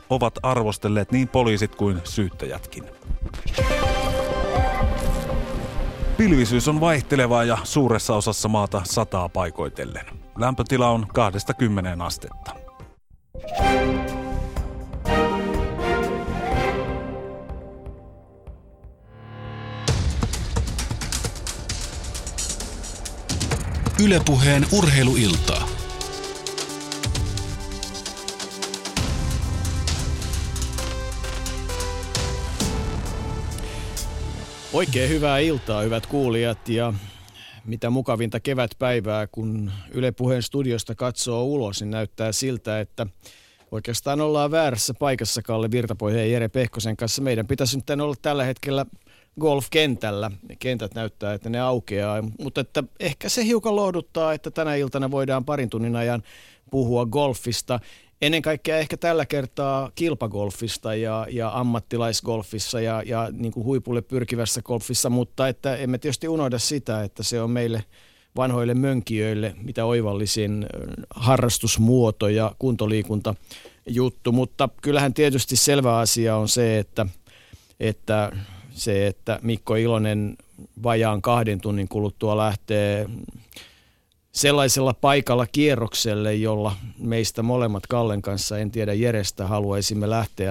ovat arvostelleet niin poliisit kuin syyttäjätkin. Pilvisyys on vaihtelevaa ja suuressa osassa maata sataa paikoitellen. Lämpötila on 2–10 astetta. Yle Puheen urheiluiltaa. Oikein hyvää iltaa, hyvät kuulijat, ja mitä mukavinta kevätpäivää, kun Yle Puheen studiosta katsoo ulos, niin näyttää siltä, että oikeastaan ollaan väärässä paikassa Kalle Virtapohja ja Jere Pehkosen kanssa. Meidän pitäisi nyt olla tällä hetkellä golfkentällä. Kentät näyttää, että ne aukeaa, mutta että ehkä se hiukan lohduttaa, että tänä iltana voidaan parin tunnin ajan puhua golfista. Ennen kaikkea ehkä tällä kertaa kilpagolfista ja ammattilaisgolfissa ja niin kuin huipulle pyrkivässä golfissa, mutta että emme tietysti unohda sitä, että se on meille vanhoille mönkijöille mitä oivallisin harrastusmuoto ja kuntoliikuntajuttu, mutta kyllähän tietysti selvä asia on se, että Mikko Ilonen vajaan 2 tunnin kuluttua lähtee sellaisella paikalla kierrokselle, jolla meistä molemmat Kallen kanssa, en tiedä Jerestä, haluaisimme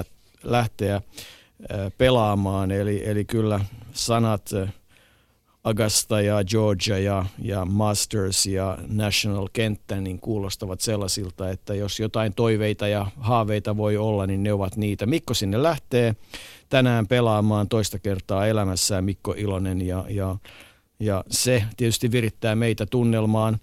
lähteä pelaamaan. Eli kyllä sanat Augusta ja Georgia ja Masters ja National kenttä niin kuulostavat sellaisilta, että jos jotain toiveita ja haaveita voi olla, niin ne ovat niitä. Mikko sinne lähtee tänään pelaamaan toista kertaa elämässään, Mikko Ilonen, ja se tietysti virittää meitä tunnelmaan.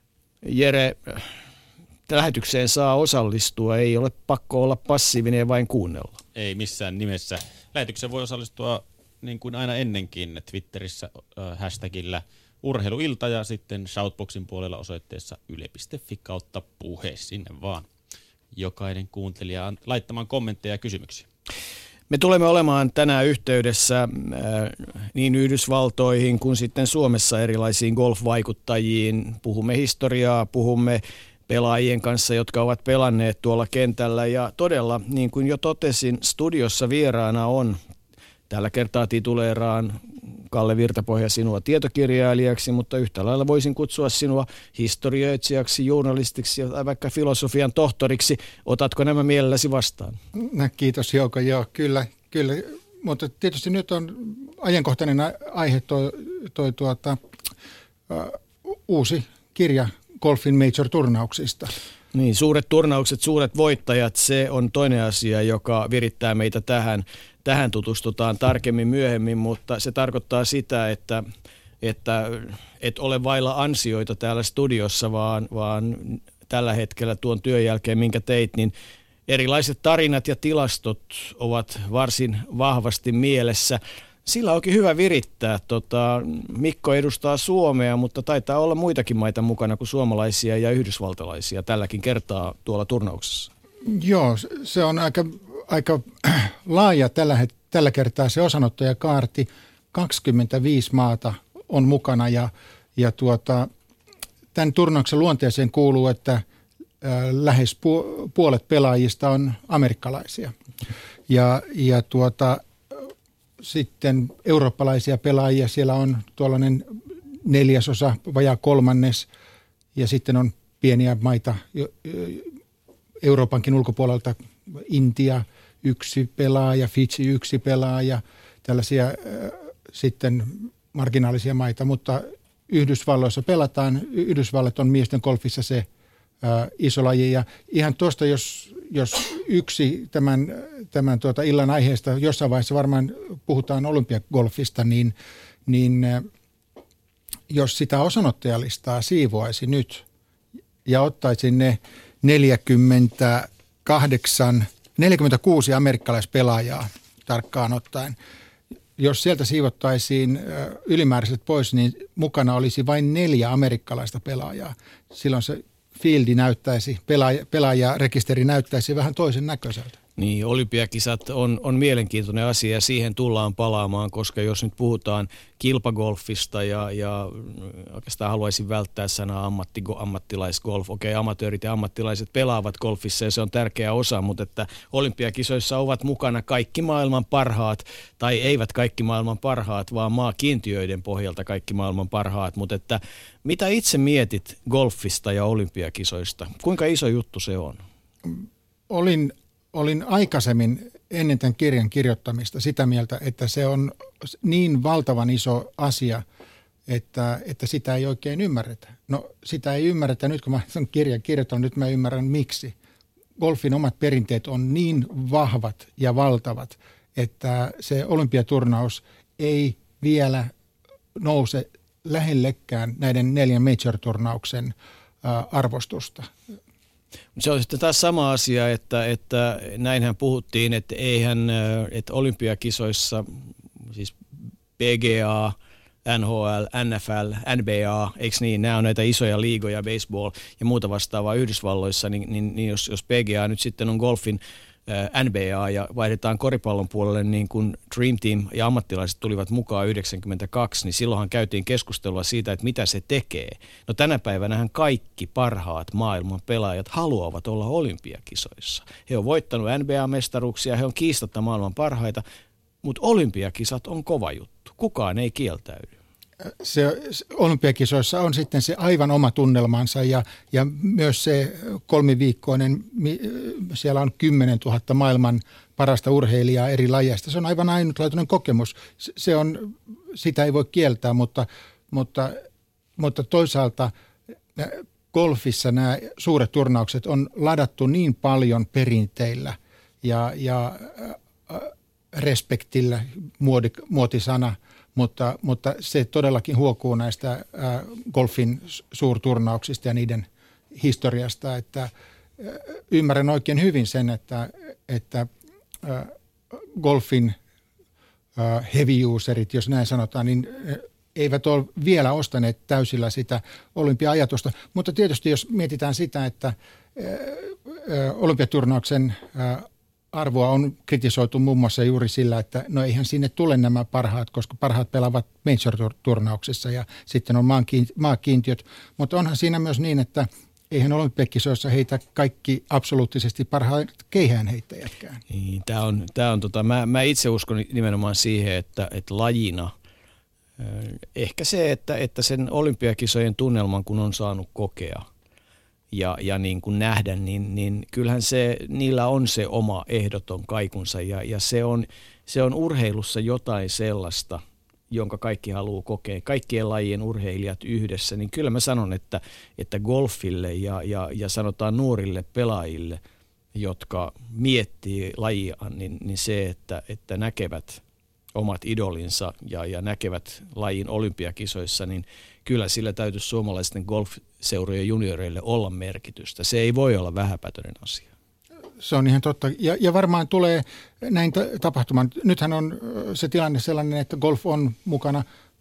Jere, lähetykseen saa osallistua, ei ole pakko olla passiivinen ja vain kuunnella. Ei missään nimessä. Lähetykseen voi osallistua niin kuin aina ennenkin Twitterissä hashtagillä urheiluilta ja sitten Shoutboxin puolella osoitteessa yle.fi/puhe, sinne vaan jokainen kuuntelija laittamaan kommentteja ja kysymyksiä. Me tulemme olemaan tänään yhteydessä niin Yhdysvaltoihin kuin sitten Suomessa erilaisiin golf-vaikuttajiin. Puhumme historiaa, puhumme pelaajien kanssa, jotka ovat pelanneet tuolla kentällä. Ja todella, niin kuin jo totesin, studiossa vieraana on, tällä kertaa tituleeraan Kalle Virtapohja sinua tietokirjailijaksi, mutta yhtä lailla voisin kutsua sinua historioitsijaksi, journalistiksi tai vaikka filosofian tohtoriksi. Otatko nämä mielelläsi vastaan? No, kiitos Jouko, joo, kyllä. Mutta tietysti nyt on ajankohtainen aihe uusi kirja Golfin Major-turnauksista. Niin, suuret turnaukset, suuret voittajat, se on toinen asia, joka virittää meitä tähän. Tähän tutustutaan tarkemmin myöhemmin, mutta se tarkoittaa sitä, että et ole vailla ansioita täällä studiossa, vaan tällä hetkellä tuon työn jälkeen, minkä teit, niin erilaiset tarinat ja tilastot ovat varsin vahvasti mielessä. Sillä onkin hyvä virittää. Mikko edustaa Suomea, mutta taitaa olla muitakin maita mukana kuin suomalaisia ja yhdysvaltalaisia tälläkin kertaa tuolla turnauksessa. Joo, se on aika laaja tällä kertaa se osanottajakaarti. 25 maata on mukana ja tämän turnauksen luonteeseen kuuluu, että lähes puolet pelaajista on amerikkalaisia. Ja sitten eurooppalaisia pelaajia siellä on tuollainen 1/4, vajaa 1/3, ja sitten on pieniä maita Euroopankin ulkopuolelta, Intia 1 pelaaja, Fidži 1 pelaaja, tällaisia sitten marginaalisia maita, mutta Yhdysvalloissa pelataan. Yhdysvallat on miesten golfissa se iso laji, ja ihan tuosta, jos yksi tämän illan aiheesta, jossain vaiheessa varmaan puhutaan olympiagolfista, niin jos sitä osanottajalistaa siivoaisi nyt ja ottaisin ne 46 amerikkalaispelaajaa tarkkaan ottaen, jos sieltä siivottaisiin ylimääräiset pois, niin mukana olisi vain 4 amerikkalaista pelaajaa. Silloin se fieldi näyttäisi, pelaajarekisteri näyttäisi vähän toisen näköiseltä. Niin, olympiakisat on mielenkiintoinen asia ja siihen tullaan palaamaan, koska jos nyt puhutaan kilpagolfista ja oikeastaan haluaisin välttää sanaa ammattilaisgolf. Okei, amatöörit ja ammattilaiset pelaavat golfissa ja se on tärkeä osa, mutta että olympiakisoissa ovat mukana kaikki maailman parhaat, tai eivät kaikki maailman parhaat, vaan maakiintiöiden pohjalta kaikki maailman parhaat. Mutta että mitä itse mietit golfista ja olympiakisoista? Kuinka iso juttu se on? Olin aikaisemmin ennen tämän kirjan kirjoittamista sitä mieltä, että se on niin valtavan iso asia, että sitä ei oikein ymmärretä. No sitä ei ymmärretä. Nyt kun mä olen kirjan kirjoittanut, nyt mä ymmärrän miksi. Golfin omat perinteet on niin vahvat ja valtavat, että se olympiaturnaus ei vielä nouse lähellekään näiden 4 major-turnauksen arvostusta. Se on sitten taas sama asia, että näinhän puhuttiin, että että olympiakisoissa, siis PGA, NHL, NFL, NBA, eikö niin, nämä on näitä isoja liigoja, baseball ja muuta vastaavaa Yhdysvalloissa, niin jos PGA nyt sitten on golfin NBA ja vaihdetaan koripallon puolelle niin kuin Dream Team ja ammattilaiset tulivat mukaan 1992, niin silloinhan käytiin keskustelua siitä, että mitä se tekee. No tänä päivänähän kaikki parhaat maailman pelaajat haluavat olla olympiakisoissa. He on voittanut NBA-mestaruuksia, he on kiistatta maailman parhaita, mutta olympiakisat on kova juttu. Kukaan ei kieltäydy. Olympiakisoissa on sitten se aivan oma tunnelmansa ja myös se 3-viikkoinen, siellä on 10 000 maailman parasta urheilijaa eri lajeista. Se on aivan ainutlaatuinen kokemus. Sitä ei voi kieltää, mutta toisaalta golfissa nämä suuret turnaukset on ladattu niin paljon perinteillä ja respektillä, muotisana, mutta se todellakin huokuu näistä golfin suurturnauksista ja niiden historiasta, että ymmärrän oikein hyvin sen, että golfin heavy userit, jos näin sanotaan, niin eivät ole vielä ostaneet täysillä sitä olympia-ajatusta. Mutta tietysti jos mietitään sitä, että olympiaturnauksen arvoa on kritisoitu muun muassa juuri sillä, että no eihän sinne tule nämä parhaat, koska parhaat pelaavat major-turnauksissa ja sitten on maakiintiöt. Mutta onhan siinä myös niin, että eihän olympiakisoissa heitä kaikki absoluuttisesti parhaat keihäänheittäjätkään. Niin, mä itse uskon nimenomaan siihen, että lajina ehkä se, että sen olympiakisojen tunnelman kun on saanut kokea ja niin kuin nähdä, niin kyllähän niillä on se oma ehdoton kaikunsa ja se on urheilussa jotain sellaista, jonka kaikki haluaa kokea, kaikkien lajien urheilijat yhdessä, niin kyllä mä sanon, että golfille ja sanotaan nuorille pelaajille, jotka miettii lajia, niin se, että näkevät omat idolinsa ja näkevät lajin olympiakisoissa, niin kyllä sillä täytyisi suomalaisten golfseurojen junioreille olla merkitystä. Se ei voi olla vähäpätöinen asia. Se on ihan totta. Ja varmaan tulee näin tapahtumaan. Nythän on se tilanne sellainen, että golf on mukana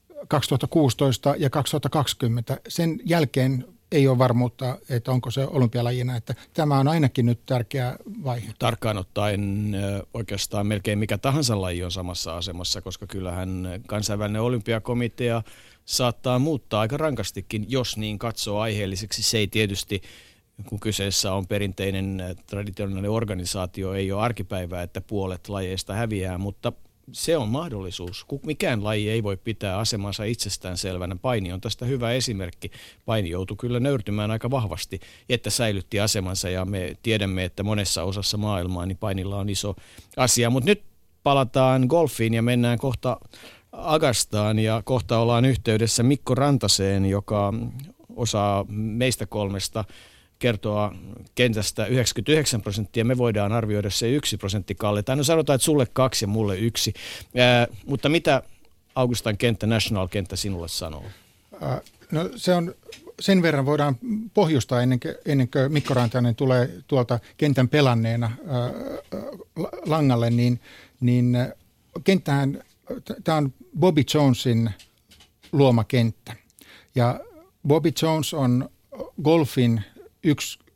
2016 ja 2020. Sen jälkeen ei ole varmuutta, että onko se olympialajina. Että tämä on ainakin nyt tärkeä vaihe. Tarkkaan ottaen oikeastaan melkein mikä tahansa laji on samassa asemassa, koska kyllähän kansainvälinen olympiakomitea saattaa muuttaa aika rankastikin, jos niin katsoo aiheelliseksi. Se ei tietysti, kun kyseessä on perinteinen traditionaalinen organisaatio, ei ole arkipäivää, että puolet lajeista häviää, mutta se on mahdollisuus. Mikään laji ei voi pitää asemansa itsestäänselvänä. Paini on tästä hyvä esimerkki. Paini joutui kyllä nöyrtymään aika vahvasti, että säilytti asemansa ja me tiedämme, että monessa osassa maailmaa niin painilla on iso asia. Mutta nyt palataan golfiin ja mennään kohta Agastaan ja kohta ollaan yhteydessä Mikko Rantaseen, joka osaa meistä kolmesta kertoa kentästä 99%, me voidaan arvioida se 1% kalletaan. No sanotaan, että sulle 2 ja mulle 1. Mutta mitä Augustan kenttä, National-kenttä sinulle sanoo? No se on, sen verran voidaan pohjustaa ennen kuin Mikko Rantanen tulee tuolta kentän pelanneena langalle, niin kenttähän, tämä on Bobby Jonesin luoma kenttä. Ja Bobby Jones on golfin yksi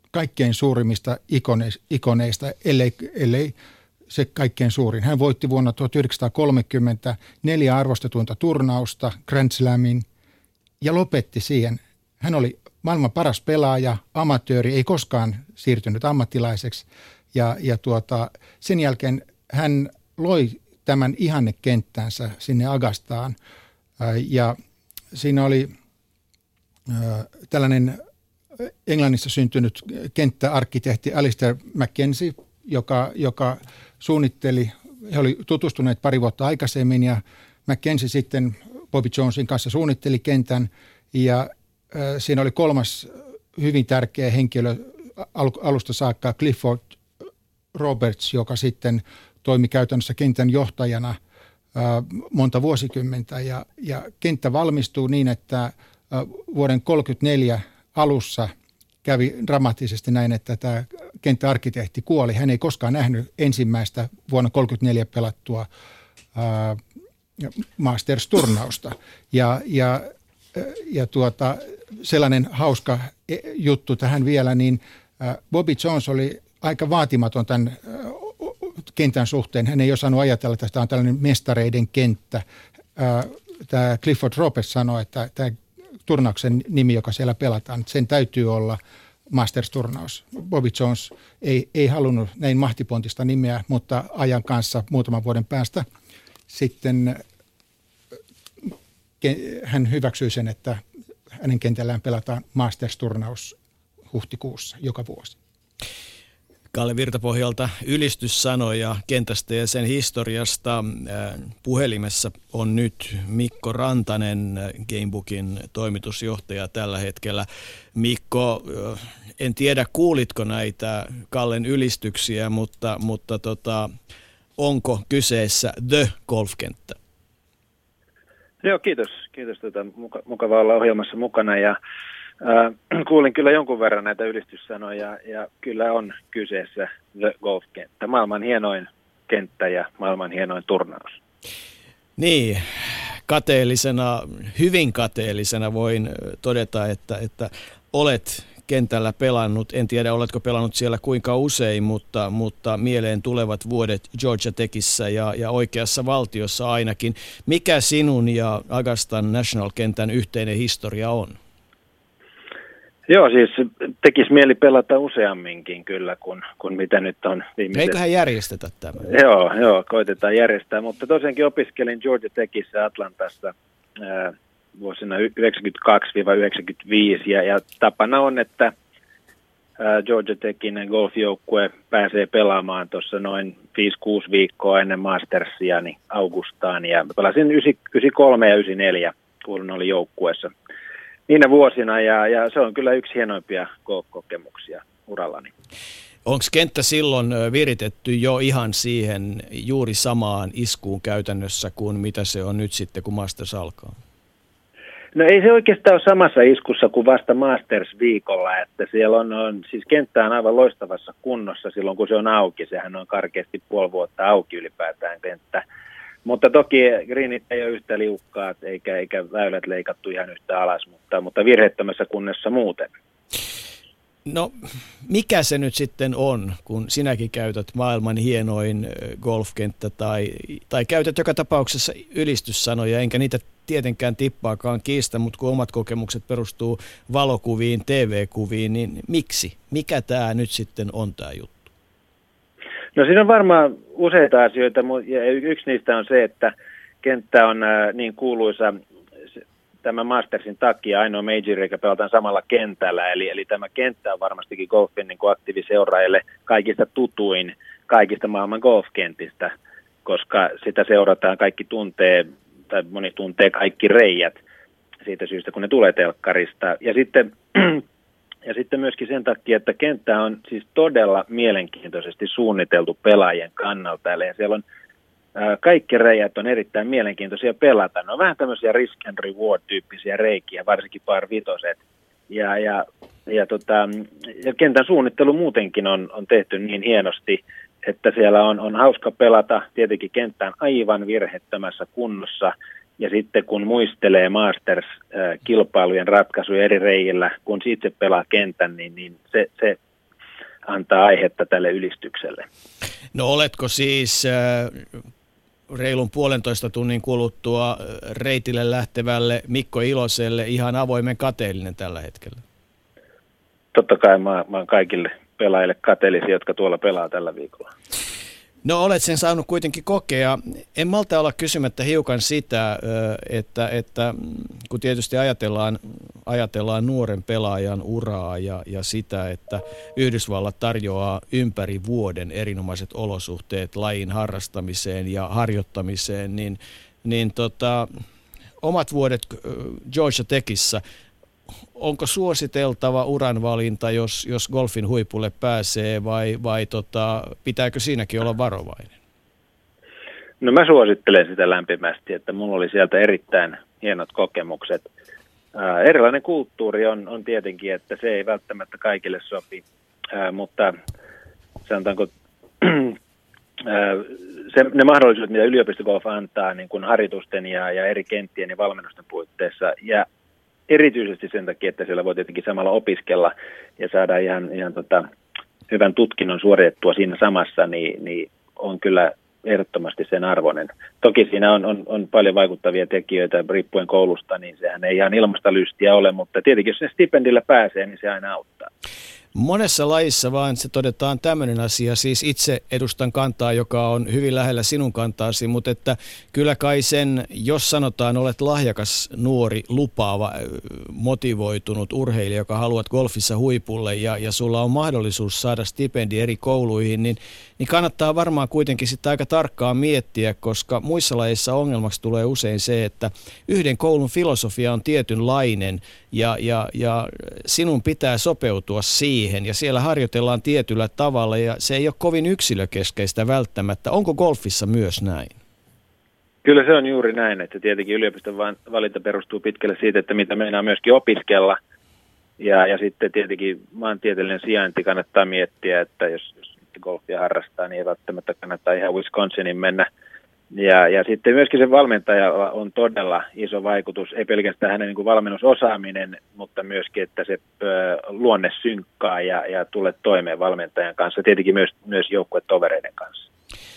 kaikkein suurimmista ikoneista, ellei se kaikkein suurin. Hän voitti vuonna 1930 4 arvostetuinta turnausta, Grand Slamin, ja lopetti siihen. Hän oli maailman paras pelaaja, amatööri, ei koskaan siirtynyt ammattilaiseksi. Ja sen jälkeen hän loi tämän ihannekenttänsä sinne Agastaan. Ja siinä oli tällainen Englannissa syntynyt kenttäarkkitehti Alistair McKenzie, joka suunnitteli, he oli tutustuneet pari vuotta aikaisemmin ja McKenzie sitten Bobby Jonesin kanssa suunnitteli kentän ja siinä oli 3. hyvin tärkeä henkilö alusta saakka Clifford Roberts, joka sitten toimi käytännössä kentän johtajana monta vuosikymmentä ja kenttä valmistuu niin, että vuoden 1934 alussa kävi dramaattisesti näin, että tämä kenttäarkkitehti kuoli. Hän ei koskaan nähnyt ensimmäistä vuonna 1934 pelattua Masters-turnausta. Ja sellainen hauska juttu tähän vielä, niin Bobby Jones oli aika vaatimaton tämän kentän suhteen. Hän ei osannut ajatella, että tämä on tällainen mestareiden kenttä. Tämä Clifford Roberts sanoi, että tämä turnauksen nimi, joka siellä pelataan, sen täytyy olla Masters-turnaus. Bobby Jones ei halunnut näin mahtipontista nimeä, mutta ajan kanssa muutaman vuoden päästä sitten hän hyväksyi sen, että hänen kentällään pelataan Masters-turnaus huhtikuussa joka vuosi. Kalle Virtapohjalta ylistyssanoja kentästä ja sen historiasta. Puhelimessa on nyt Mikko Rantanen, Gamebookin toimitusjohtaja tällä hetkellä. Mikko, en tiedä kuulitko näitä Kallen ylistyksiä, mutta onko kyseessä The Golfkenttä? Joo, kiitos. Mukava olla ohjelmassa mukana ja kuulin kyllä jonkun verran näitä ylistyssanoja ja kyllä on kyseessä The Golf-kenttä. Maailman hienoin kenttä ja maailman hienoin turnaus. Niin, hyvin kateellisena voin todeta, että olet kentällä pelannut. En tiedä, oletko pelannut siellä kuinka usein, mutta mieleen tulevat vuodet Georgia Techissä ja oikeassa valtiossa ainakin. Mikä sinun ja Augustan National-kentän yhteinen historia on? Joo, siis tekisi mieli pelata useamminkin kyllä, kuin mitä nyt on viimeiset. Eiköhän järjestetä tämä? Joo, koitetaan järjestää, mutta tosiaankin opiskelin Georgia Techissä Atlantassa vuosina 92-95 ja tapana on, että Georgia Techin golfjoukkue pääsee pelaamaan tuossa noin 5-6 viikkoa ennen Mastersia niin Augustaan ja pelasin 93 ja 94, kun oli joukkueessa niinä vuosina ja se on kyllä yksi hienoimpia kokemuksia urallani. Onko kenttä silloin viritetty jo ihan siihen juuri samaan iskuun käytännössä kuin mitä se on nyt sitten, kun Masters alkaa? No ei se oikeastaan ole samassa iskussa kuin vasta Masters-viikolla, että siellä on siis kenttä on aivan loistavassa kunnossa silloin, kun se on auki. Sehän on karkeasti puoli vuotta auki ylipäätään kenttä. Mutta toki greenit ei ole yhtä liukkaat eikä väylät leikattu ihan yhtä alas, mutta virheettömässä kunnossa muuten. No mikä se nyt sitten on, kun sinäkin käytät maailman hienoin golfkenttä tai käytät joka tapauksessa ylistyssanoja, enkä niitä tietenkään tippaakaan kiistä, mutta kun omat kokemukset perustuu valokuviin, TV-kuviin, niin miksi? Mikä tämä nyt sitten on tämä juttu? No siinä on varmaan useita asioita, ja yksi niistä on se, että kenttä on niin kuuluisa tämän Mastersin takia ainoa major, joka pelataan samalla kentällä, eli tämä kenttä on varmastikin golfin niin aktiiviseuraajille kaikista tutuin kaikista maailman golfkentistä, koska sitä seurataan, kaikki tuntee, tai moni tuntee kaikki reijät siitä syystä, kun ne tulee telkkarista. Ja sitten myöskin sen takia, että kenttä on siis todella mielenkiintoisesti suunniteltu pelaajien kannalta, eli siellä on kaikki reijät on erittäin mielenkiintoisia pelata. Ne on vähän tämmöisiä risk and reward-tyyppisiä reikiä, varsinkin par vitoset. Ja kentän suunnittelu muutenkin on tehty niin hienosti, että siellä on hauska pelata. Tietenkin kenttä on aivan virheettömässä kunnossa. Ja sitten kun muistelee Masters-kilpailujen ratkaisuja eri reijillä, kun itse pelaa kentän, niin se antaa aihetta tälle ylistykselle. No oletko siis reilun 1,5 tunnin kuluttua reitille lähtevälle Mikko Iloselle ihan avoimen kateellinen tällä hetkellä? Totta kai mä oon kaikille pelaajille kateellisia, jotka tuolla pelaa tällä viikolla. No olet sen saanut kuitenkin kokea. En malta olla kysymättä hiukan sitä, että kun tietysti ajatellaan nuoren pelaajan uraa ja sitä, että Yhdysvallat tarjoaa ympäri vuoden erinomaiset olosuhteet lajin harrastamiseen ja harjoittamiseen, niin omat vuodet Georgia Techissä, onko suositeltava uranvalinta, jos golfin huipulle pääsee vai pitääkö siinäkin olla varovainen? No mä suosittelen sitä lämpimästi, että mulla oli sieltä erittäin hienot kokemukset. Erilainen kulttuuri on tietenkin, että se ei välttämättä kaikille sopi, mutta sanotaanko ne mahdollisuudet, mitä yliopistogolf antaa niin kuin harjoitusten ja eri kenttien ja valmennusten puitteissa ja erityisesti sen takia, että siellä voi tietenkin samalla opiskella ja saada ihan hyvän tutkinnon suoritettua siinä samassa, niin on kyllä ehdottomasti sen arvoinen. Toki siinä on paljon vaikuttavia tekijöitä riippuen koulusta, niin sehän ei ihan ilmasta lystiä ole, mutta tietenkin jos sen stipendillä pääsee, niin se aina auttaa. Monessa lajissa vaan se todetaan tämmöinen asia, siis itse edustan kantaa, joka on hyvin lähellä sinun kantaasi, mutta että kyllä kai sen, jos sanotaan olet lahjakas, nuori, lupaava, motivoitunut urheilija, joka haluat golfissa huipulle ja sulla on mahdollisuus saada stipendi eri kouluihin, niin kannattaa varmaan kuitenkin sitä aika tarkkaan miettiä, koska muissa lajeissa ongelmaksi tulee usein se, että yhden koulun filosofia on tietynlainen ja sinun pitää sopeutua siihen ja siellä harjoitellaan tietyllä tavalla ja se ei ole kovin yksilökeskeistä välttämättä. Onko golfissa myös näin? Kyllä se on juuri näin, että tietenkin yliopiston valinta perustuu pitkälle siitä, että mitä meinaa myöskin opiskella ja sitten tietenkin maantieteellinen sijainti kannattaa miettiä, että jos golfia harrastaa, niin ei välttämättä kannattaa ihan Wisconsinin mennä. Ja sitten myöskin se valmentaja on todella iso vaikutus, ei pelkästään hänen niin kuin valmennusosaaminen, mutta myöskin, että se luonne synkkaa ja tulee toimeen valmentajan kanssa, tietenkin myös joukkuetovereiden kanssa.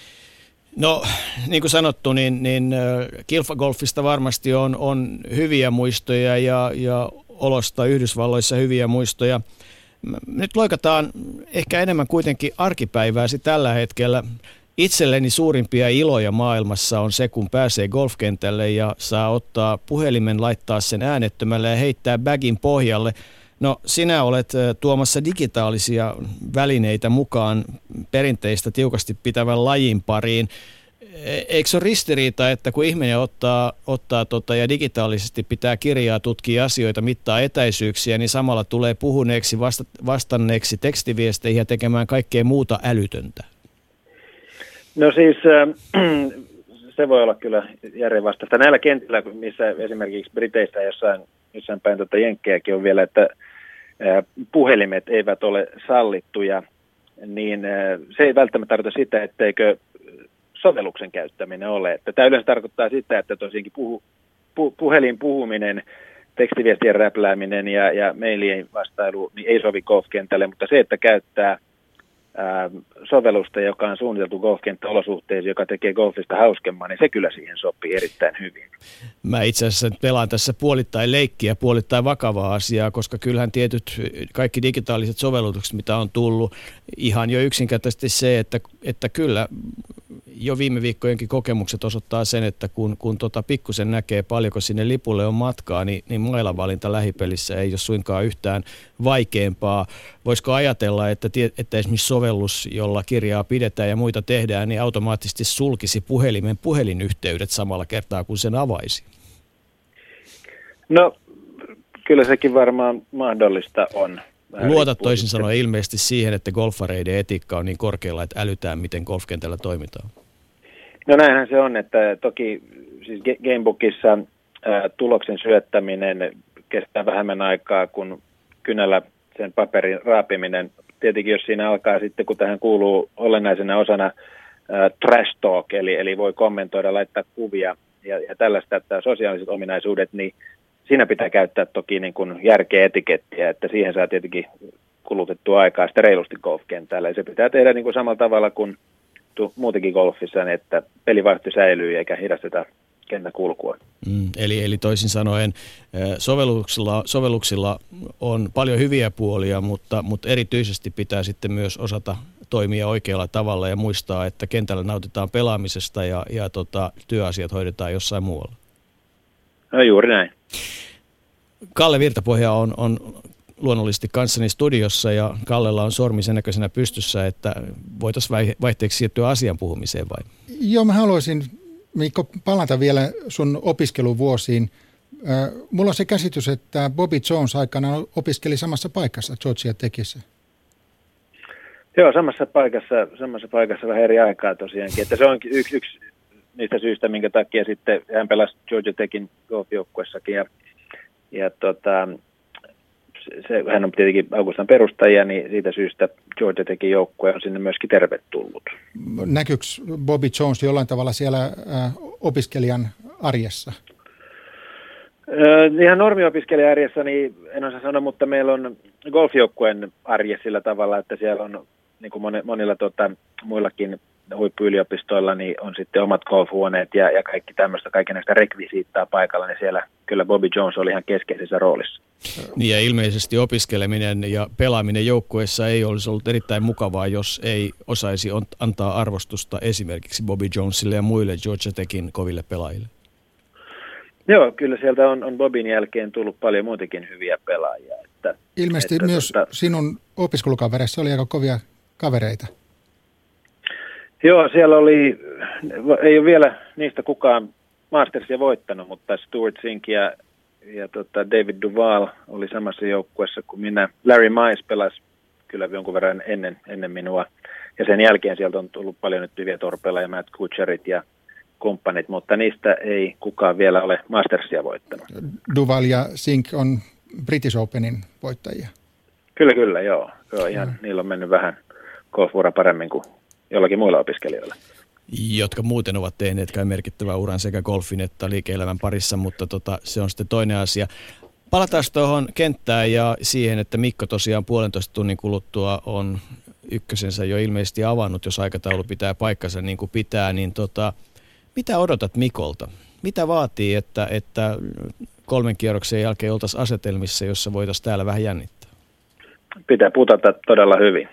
No, niin kuin sanottu, niin kilpagolfista varmasti on hyviä muistoja ja olosta Yhdysvalloissa hyviä muistoja. Nyt loikataan ehkä enemmän kuitenkin arkipäivääsi tällä hetkellä. Itselleni suurimpia iloja maailmassa on se, kun pääsee golfkentälle ja saa ottaa puhelimen, laittaa sen äänettömälle ja heittää bagin pohjalle. No, sinä olet tuomassa digitaalisia välineitä mukaan perinteistä tiukasti pitävän lajin pariin. Eikö se ole ristiriita, että kun ihminen ottaa ja digitaalisesti pitää kirjaa, tutkii asioita, mittaa etäisyyksiä, niin samalla tulee puhuneeksi, vastanneeksi tekstiviesteihin ja tekemään kaikkea muuta älytöntä? No siis se voi olla kyllä järjenvastaista. Näillä kentillä, missä esimerkiksi Briteissä jossain päin jenkkejäkin on vielä, että puhelimet eivät ole sallittuja, niin se ei välttämättä tarkoita sitä, etteikö sovelluksen käyttäminen ole. Tämä yleensä tarkoittaa sitä, että tosiaankin puhelin puhuminen, tekstiviestien räplääminen ja mailien vastailu niin ei sovi golfkentälle, mutta se, että käyttää sovellusta, joka on suunniteltu golfkenttäolosuhteisiin, joka tekee golfista hauskemman, niin se kyllä siihen sopii erittäin hyvin. Mä itse asiassa pelaan tässä puolittain leikkiä, puolittain vakavaa asiaa, koska kyllähän tietyt kaikki digitaaliset sovellukset, mitä on tullut, ihan jo yksinkertaisesti se, että kyllä jo viime viikkojenkin kokemukset osoittaa sen, että kun pikkusen näkee paljonko sinne lipulle on matkaa, niin mailavalinta lähipelissä ei ole suinkaan yhtään vaikeampaa. Voisiko ajatella, että esimerkiksi sovellus, jolla kirjaa pidetään ja muita tehdään, niin automaattisesti sulkisi puhelimen puhelinyhteydet samalla kertaa, kun sen avaisi? No, kyllä sekin varmaan mahdollista on. Luotat toisin sanoen ilmeisesti siihen, että golfareiden etiikka on niin korkealla, että älytään, miten golfkentällä toimitaan. No näinhän se on, että toki siis Gamebookissa tuloksen syöttäminen kestää vähemmän aikaa kuin kynällä sen paperin raapiminen. Tietenkin jos siinä alkaa sitten, kun tähän kuuluu olennaisena osana trash talk, eli voi kommentoida, laittaa kuvia ja tällaista, että sosiaaliset ominaisuudet, niin siinä pitää käyttää toki niin kuin järkeä etikettiä, että siihen saa tietenkin kulutettua aikaa sitten reilusti golfkentällä. Ja se pitää tehdä niin kuin samalla tavalla kuin muutenkin golfissa, niin että pelivaihto säilyy eikä hidasteta kentän kulkua. Eli toisin sanoen sovelluksilla on paljon hyviä puolia, mutta erityisesti pitää sitten myös osata toimia oikealla tavalla ja muistaa, että kentällä nautitaan pelaamisesta ja työasiat hoidetaan jossain muualla. No juuri näin. Kalle Virtapohja on luonnollisesti kanssani studiossa ja Kallella on sormi sen näköisenä pystyssä, että voitaisiin vaihteeksi siirtyä asian puhumiseen vai? Joo, mä haluaisin, Mikko, palata vielä sun opiskeluvuosiin. Mulla on se käsitys, että Bobby Jones aikanaan opiskeli samassa paikassa Georgia Techissä. Joo, samassa paikassa vähän eri aikaa tosiaankin. Että se onkin yksi niistä syistä, minkä takia sitten hän pelasi Georgia Techin golfjoukkuessakin. Hän on tietenkin Augustan perustajia, niin siitä syystä Georgia Techin joukkue on sinne myöskin tervetullut. Näkyykö Bobby Jones jollain tavalla siellä opiskelijan arjessa? Ihan normiopiskelija-arjessa, niin en osaa sanoa, mutta meillä on golfjoukkueen arje sillä tavalla, että siellä on niin kuin monilla muillakin huippuyliopistoilla niin on sitten omat golfhuoneet ja kaikki tämmöistä, kaikki näistä rekvisiittaa paikalla, niin siellä kyllä Bobby Jones oli ihan keskeisessä roolissa. Niin ja ilmeisesti opiskeleminen ja pelaaminen joukkueessa ei olisi ollut erittäin mukavaa, jos ei osaisi antaa arvostusta esimerkiksi Bobby Jonesille ja muille Georgia Techin koville pelaajille. Joo, kyllä sieltä on Bobin jälkeen tullut paljon muutenkin hyviä pelaajia. Ilmeisesti myös sinun opiskelukavereissa oli aika kovia kavereita. Joo, siellä ei ole vielä niistä kukaan Mastersia voittanut, mutta Stuart Sink ja David Duval oli samassa joukkueessa kuin minä. Larry Mize pelasi kyllä jonkun verran ennen minua. Ja sen jälkeen sieltä on tullut paljon nyt hyviä torpela ja Matt Kucharit ja kumppanit, mutta niistä ei kukaan vielä ole Mastersia voittanut. Duval ja Sink on British Openin voittajia. Kyllä, joo. Ihan niillä on mennyt vähän golfura paremmin kuin jollakin muilla opiskelijoilla. Jotka muuten ovat tehneet kai merkittävän uran sekä golfin että liike-elämän parissa, mutta se on sitten toinen asia. Palataan tuohon kenttään ja siihen, että Mikko tosiaan 1,5 tunnin kuluttua on ykkösensä jo ilmeisesti avannut, jos aikataulu pitää paikkansa niin kuin pitää, niin mitä odotat Mikolta? Mitä vaatii, että 3 kierroksen jälkeen oltaisiin asetelmissa, jossa voitaisiin täällä vähän jännittää? Pitää putata todella hyvin.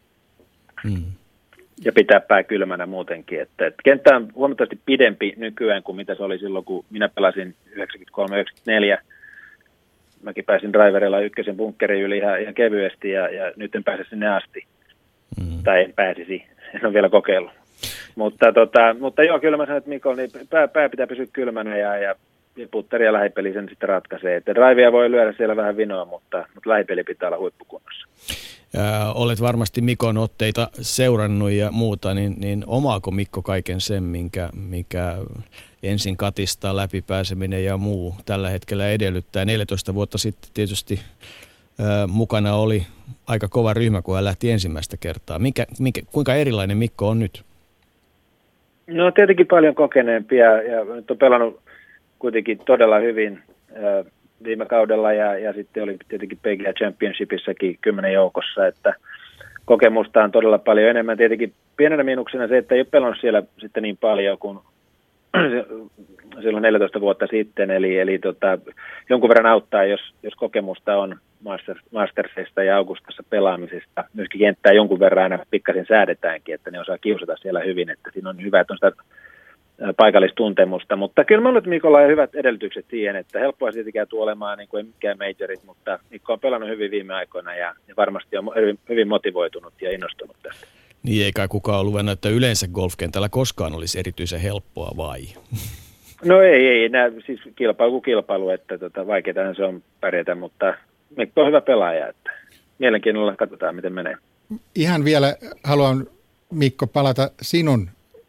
Ja pitää pää kylmänä muutenkin. Että kenttä on huomattavasti pidempi nykyään kuin mitä se oli silloin, kun minä pelasin 93-94. Mäkin pääsin driverilla ykkösen bunkkerin yli ihan kevyesti ja nyt en pääse sinne asti. Tai en pääsisi, en ole vielä kokeillut. Mutta joo, kyllä mä sanon, että Mikko, niin pää pitää pysyä kylmänä ja putteri ja lähipeli sen sitten ratkaisee. Että drivea voi lyödä siellä vähän vinoa, mutta lähipeli pitää olla huippukunnossa. Olet varmasti Mikon otteita seurannut ja muuta, niin omaako Mikko kaiken sen, mikä ensin katistaa läpipääseminen ja muu tällä hetkellä edellyttää? 14 vuotta sitten tietysti mukana oli aika kova ryhmä, kun hän lähti ensimmäistä kertaa. Kuinka erilainen Mikko on nyt? No tietenkin paljon kokeneempi ja nyt on pelannut kuitenkin todella hyvin viime kaudella ja sitten oli tietenkin PGA Championshipissakin 10 joukossa, että kokemusta on todella paljon enemmän. Tietenkin pienenä miinuksena se, että ei ole pelannut siellä sitten niin paljon kuin silloin 14 vuotta sitten, eli jonkun verran auttaa, jos kokemusta on Mastersista ja Augustassa pelaamisesta. Myöskin kenttää jonkun verran aina pikkasen säädetäänkin, että ne osaa kiusata siellä hyvin, että siinä on hyvä, että on sitä paikallistuntemusta, mutta kyllä minulla Mikolla on hyvät edellytykset siihen, että helppoa se tietenkään tule olemaan niin kuin ei mikään majorit, mutta Mikko on pelannut hyvin viime aikoina ja varmasti on hyvin motivoitunut ja innostunut tästä. Niin eikä kukaan ollut luvannut, että yleensä golfkentällä koskaan olisi erityisen helppoa vai? No ei siis kilpailu, että vaikeataan se on pärjätä, mutta Mikko on hyvä pelaaja, että mielenkiinnolla katsotaan miten menee. Ihan vielä haluan Mikko palata sinun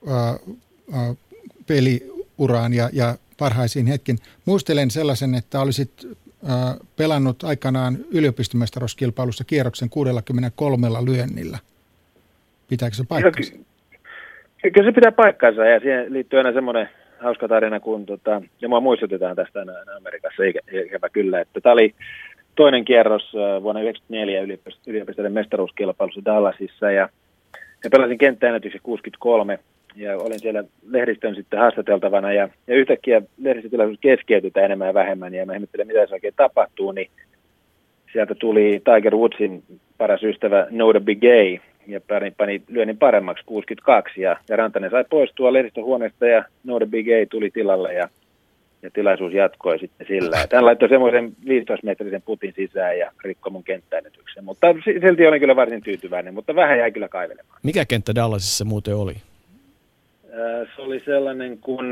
peliuraan ja parhaisiin hetkin. Muistelen sellaisen, että olisit pelannut aikanaan yliopistomestaruuskilpailussa kierroksen 63 lyönnillä. Pitääkö se paikkansa? Kyllä se pitää paikkansa ja siihen liittyy aina semmoinen hauska tarina, kun ja mua muistutetaan tästä aina Amerikassa, ikävä kyllä, että tämä oli toinen kierros vuonna 1994 yliopistojen mestaruuskilpailussa Dallasissa ja pelasin kenttäennätyksen 63 ja olin siellä lehdistön sitten haastateltavana ja yhtäkkiä lehdistötilaisuus keskeytytään enemmän ja vähemmän ja mä ihmettelen mitä se oikein tapahtuu, niin sieltä tuli Tiger Woodsin paras ystävä Notah Begay ja pani lyönnin paremmaksi 62 ja Rantanen sai poistua lehdistöhuoneesta ja Notah Begay tuli tilalle ja tilaisuus jatkoi sitten sillä. Hän laittoi semmoisen 15-metrisen putin sisään ja rikkoi mun kenttäennätyksen. Mutta silti olin kyllä varsin tyytyväinen, mutta vähän jäi kyllä kaivelemaan. Mikä kenttä Dallasissa muuten oli? Se oli sellainen kuin,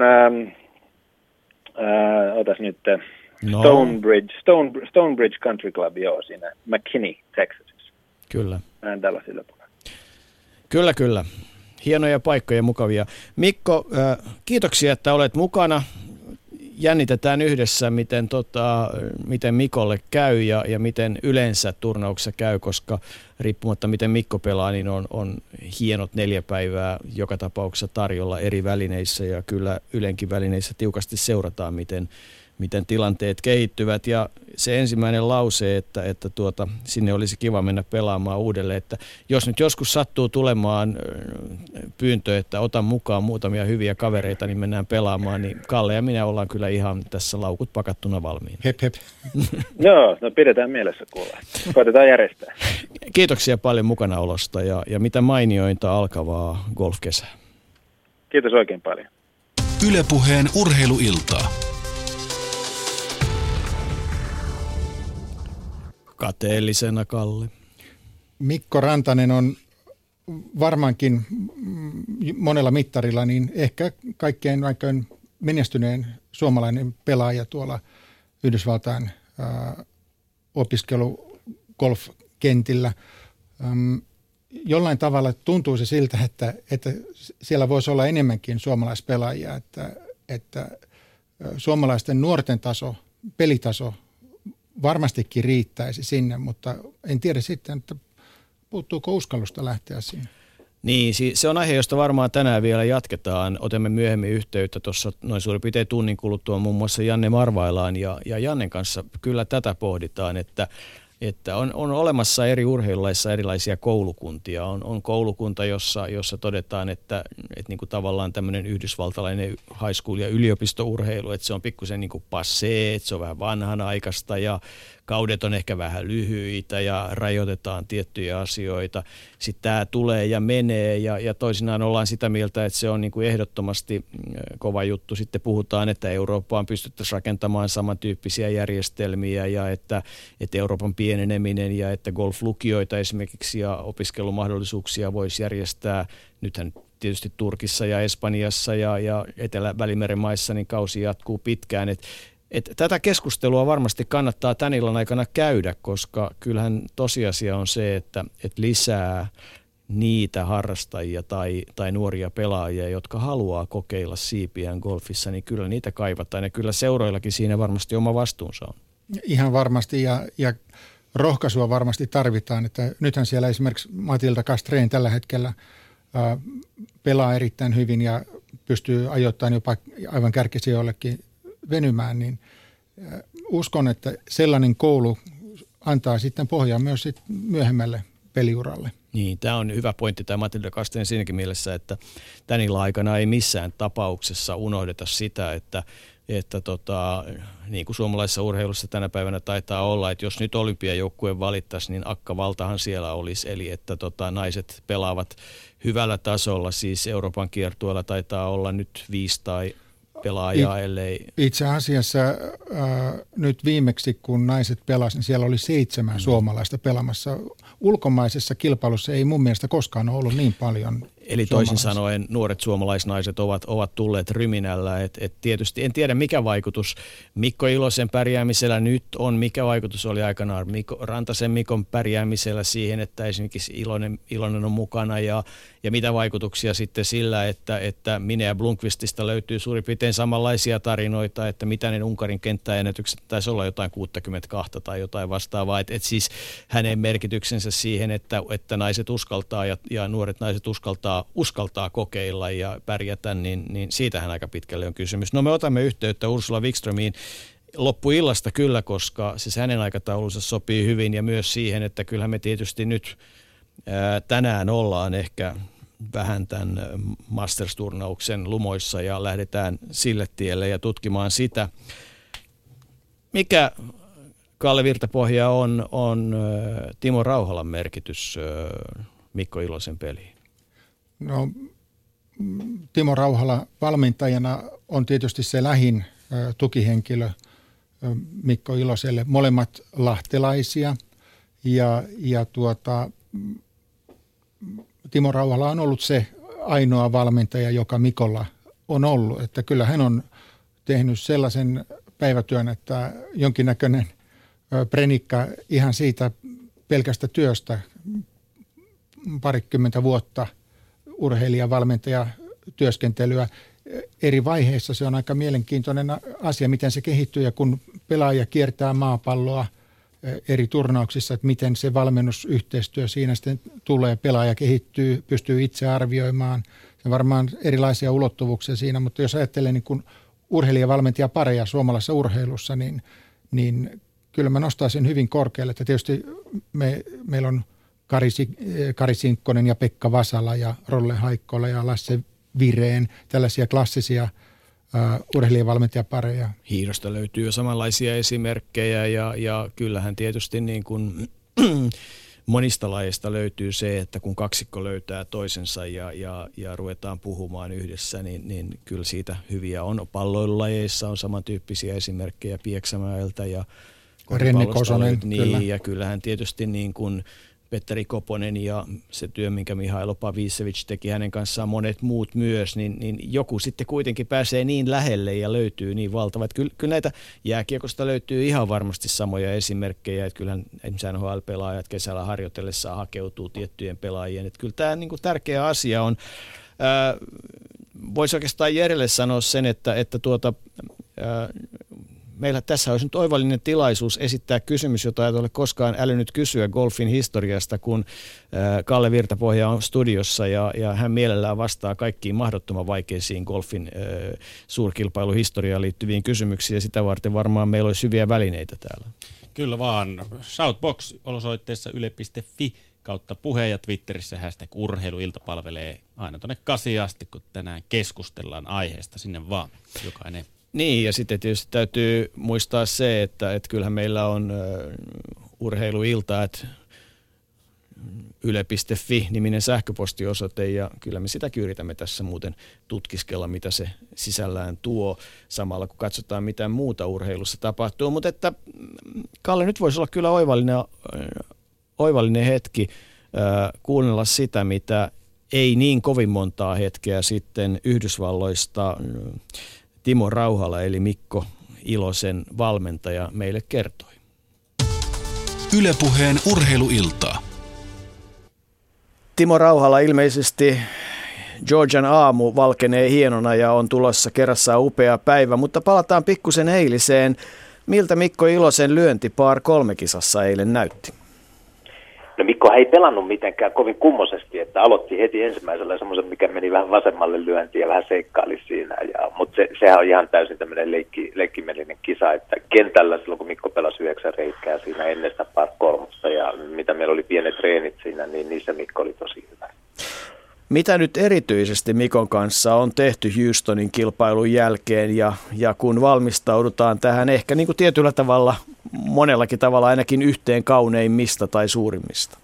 otas nyt, No. Stonebridge Country Club, joo, siinä McKinney, Texasissa. Kyllä. Vähän tällaisilla puolella. Kyllä. Hienoja paikkoja, mukavia. Mikko, kiitoksia, että olet mukana. Jännitetään yhdessä, miten Mikolle käy ja miten yleensä turnauksessa käy, koska riippumatta miten Mikko pelaa, niin on hienot 4 päivää joka tapauksessa tarjolla eri välineissä ja kyllä Ylenkin välineissä tiukasti seurataan, miten tilanteet kehittyvät ja se ensimmäinen lause, että sinne olisi kiva mennä pelaamaan uudelleen, että jos nyt joskus sattuu tulemaan pyyntö, että otan mukaan muutamia hyviä kavereita, niin mennään pelaamaan, niin Kalle ja minä ollaan kyllä ihan tässä laukut pakattuna valmiina. Hep hep. Joo, no pidetään mielessä kuulla. Koitetaan järjestää. Kiitoksia paljon mukanaolosta ja mitä mainiointa alkavaa golfkesää. Kiitos oikein paljon. Yle Puheen urheiluiltaa. Kateellisena, Kalle. Mikko Rantanen on varmaankin monella mittarilla niin ehkä kaikkein menestyneen suomalainen pelaaja tuolla Yhdysvaltain opiskelu-golf-kentillä. Jollain tavalla tuntuu se siltä, että siellä voisi olla enemmänkin suomalaispelaajia, että suomalaisten nuorten taso, pelitaso varmastikin riittäisi sinne, mutta en tiedä sitten, että puuttuuko uskallusta lähteä sinne. Niin, se on aihe, josta varmaan tänään vielä jatketaan. Otamme myöhemmin yhteyttä tuossa noin suurin piirtein tunnin kuluttua muun muassa Janne Marvailaan ja Jannen kanssa kyllä tätä pohditaan, että on olemassa eri urheilulaissa erilaisia koulukuntia. On koulukunta, jossa todetaan, että niin kuin tavallaan tämmöinen yhdysvaltalainen high school- ja yliopistourheilu, että se on pikkusen niin kuin passé, että se on vähän vanhanaikaista ja kaudet on ehkä vähän lyhyitä ja rajoitetaan tiettyjä asioita. Sitten tämä tulee ja menee ja toisinaan ollaan sitä mieltä, että se on niin kuin ehdottomasti kova juttu. Sitten puhutaan, että Eurooppaan pystyttäisiin rakentamaan samantyyppisiä järjestelmiä ja että Euroopan pieneneminen ja että golflukioita esimerkiksi ja opiskelumahdollisuuksia voisi järjestää. Nythän tietysti Turkissa ja Espanjassa ja Etelä-Välimeren maissa niin kausi jatkuu pitkään. Tätä keskustelua varmasti kannattaa tän illan aikana käydä, koska kyllähän tosiasia on se, että lisää niitä harrastajia tai nuoria pelaajia, jotka haluaa kokeilla siipiään golfissa, niin kyllä niitä kaivataan ja kyllä seuroillakin siinä varmasti oma vastuunsa on. Ihan varmasti ja rohkaisua varmasti tarvitaan, että nythän siellä esimerkiksi Matilda Castrén tällä hetkellä pelaa erittäin hyvin ja pystyy ajoittain jopa aivan kärkisijoillekin venymään, niin uskon, että sellainen koulu antaa sitten pohjaa myös myöhemmälle peliuralle. Niin, tämä on hyvä pointti tämä Matilda Castrén siinäkin mielessä, että tän illan aikana ei missään tapauksessa unohdeta sitä, että niin kuin suomalaisessa urheilussa tänä päivänä taitaa olla, että jos nyt olympiajoukkueen valittaisiin, niin akkavaltahan siellä olisi, eli että naiset pelaavat hyvällä tasolla, siis Euroopan kiertueella taitaa olla nyt 5 tai pelaajaa, ellei... Itse asiassa nyt viimeksi, kun naiset pelasivat, niin siellä oli 7 suomalaista pelaamassa. Ulkomaisessa kilpailussa ei mun mielestä koskaan ole ollut niin paljon. Eli toisin sanoen nuoret suomalaisnaiset ovat tulleet ryminällä. Et tietysti en tiedä mikä vaikutus Mikko Ilosen pärjäämisellä nyt on, mikä vaikutus oli aikanaan Rantasen Mikon pärjäämisellä siihen, että esimerkiksi Ilonen on mukana ja mitä vaikutuksia sitten sillä, että Mine ja Blomqvistista löytyy suurin piirtein samanlaisia tarinoita, että mitä ne Unkarin kenttäennätykset taisi olla jotain 62 tai jotain vastaavaa. Et siis hänen merkityksensä siihen, että naiset uskaltaa ja nuoret naiset uskaltaa kokeilla ja pärjätä, niin siitähän aika pitkälle on kysymys. No me otamme yhteyttä Ursula Wikströmiin loppuillasta kyllä, koska siis hänen aikataulunsa sopii hyvin ja myös siihen, että kyllähän me tietysti nyt tänään ollaan ehkä vähän tämän Masters-turnauksen lumoissa ja lähdetään sille tielle ja tutkimaan sitä. Mikä, Kalle Virtapohja, on Timo Rauhalan merkitys Mikko Ilosen peliin? No, Timo Rauhala valmentajana on tietysti se lähin tukihenkilö Mikko Iloselle. Molemmat lahtelaisia ja Timo Rauhala on ollut se ainoa valmentaja, joka Mikolla on ollut. Että kyllä hän on tehnyt sellaisen päivätyön, että jonkinnäköinen prenikka ihan siitä pelkästä työstä, parikymmentä vuotta urheilijavalmentajatyöskentelyä eri vaiheissa. Se on aika mielenkiintoinen asia, miten se kehittyy ja kun pelaaja kiertää maapalloa eri turnauksissa, että miten se valmennusyhteistyö siinä sitten tulee. Pelaaja kehittyy, pystyy itse arvioimaan. Se on varmaan erilaisia ulottuvuuksia siinä, mutta jos ajattelee niin kuin urheilijavalmentajapareja suomalaisessa urheilussa, niin kyllä mä nostaisin hyvin korkealle. Että tietysti meillä on Kari Sinkkonen ja Pekka Vasala ja Rolle Haikkola ja Lasse Vireen, tällaisia klassisia urheilijavalmentajapareja. Hiidosta löytyy samanlaisia esimerkkejä ja kyllähän tietysti niin kuin monista lajeista löytyy se, että kun kaksikko löytää toisensa ja ruvetaan puhumaan yhdessä, niin kyllä siitä hyviä on. Palloilulajeissa on samantyyppisiä esimerkkejä Pieksämäeltä ja Renne Kosonen, kyllä. Ja kyllähän tietysti niin kuin Petteri Koponen ja se työ, minkä Mihailo Pavicevic teki hänen kanssaan, monet muut myös, niin joku sitten kuitenkin pääsee niin lähelle ja löytyy niin valtava. Että kyllä näitä jääkiekosta löytyy ihan varmasti samoja esimerkkejä, että kyllähän esimerkiksi NHL-pelaajat kesällä harjoitellessaan hakeutuu tiettyjen pelaajien. Että kyllä tämä niin kuin tärkeä asia on. Voisi oikeastaan Jerelle sanoa sen, että meillä tässä olisi nyt oivallinen tilaisuus esittää kysymys, jota ei ole koskaan älynyt kysyä golfin historiasta, kun Kalle Virtapohja on studiossa ja hän mielellään vastaa kaikkiin mahdottoman vaikeisiin golfin suurkilpailuhistoriaan liittyviin kysymyksiin, ja sitä varten varmaan meillä olisi hyviä välineitä täällä. Kyllä vaan. Shoutbox osoitteessa yle.fi/puhe ja Twitterissä #urheiluilta palvelee aina tuonne 8 asti, kun tänään keskustellaan aiheesta. Sinne vaan jokainen. Niin, ja sitten tietysti täytyy muistaa se, että kyllähän meillä on urheiluilta, että yle.fi-niminen sähköpostiosoite, ja kyllä me sitäkin yritämme tässä muuten tutkiskella, mitä se sisällään tuo, samalla kun katsotaan, mitä muuta urheilussa tapahtuu. Mutta että Kalle, nyt voisi olla kyllä oivallinen hetki kuunnella sitä, mitä ei niin kovin montaa hetkeä sitten Yhdysvalloista Timo Rauhala eli Mikko Ilosen valmentaja meille kertoi. Yle Puheen urheiluiltaa. Timo Rauhala, ilmeisesti Georgian aamu valkenee hienona ja on tulossa kerrassaan upea päivä, mutta palataan pikkusen eiliseen. Miltä Mikko Ilosen lyönti par 3 kisassa eilen näytti? No Mikko ei pelannut mitenkään kovin kummoisesti, että aloitti heti ensimmäisellä semmoisen, mikä meni vähän vasemmalle lyöntiin ja vähän seikkaili siinä. Mutta sehän on ihan täysin tämmöinen leikkimielinen kisa, että kentällä silloin kun Mikko pelasi 9 reikää siinä ennen sitä par 3 ja mitä meillä oli pienet treenit siinä, niin niissä Mikko oli tosi hyvä. Mitä nyt erityisesti Mikon kanssa on tehty Houstonin kilpailun jälkeen ja kun valmistaudutaan tähän ehkä niin kuin tietyllä tavalla, monellakin tavalla ainakin yhteen kauneimmista tai suurimmista?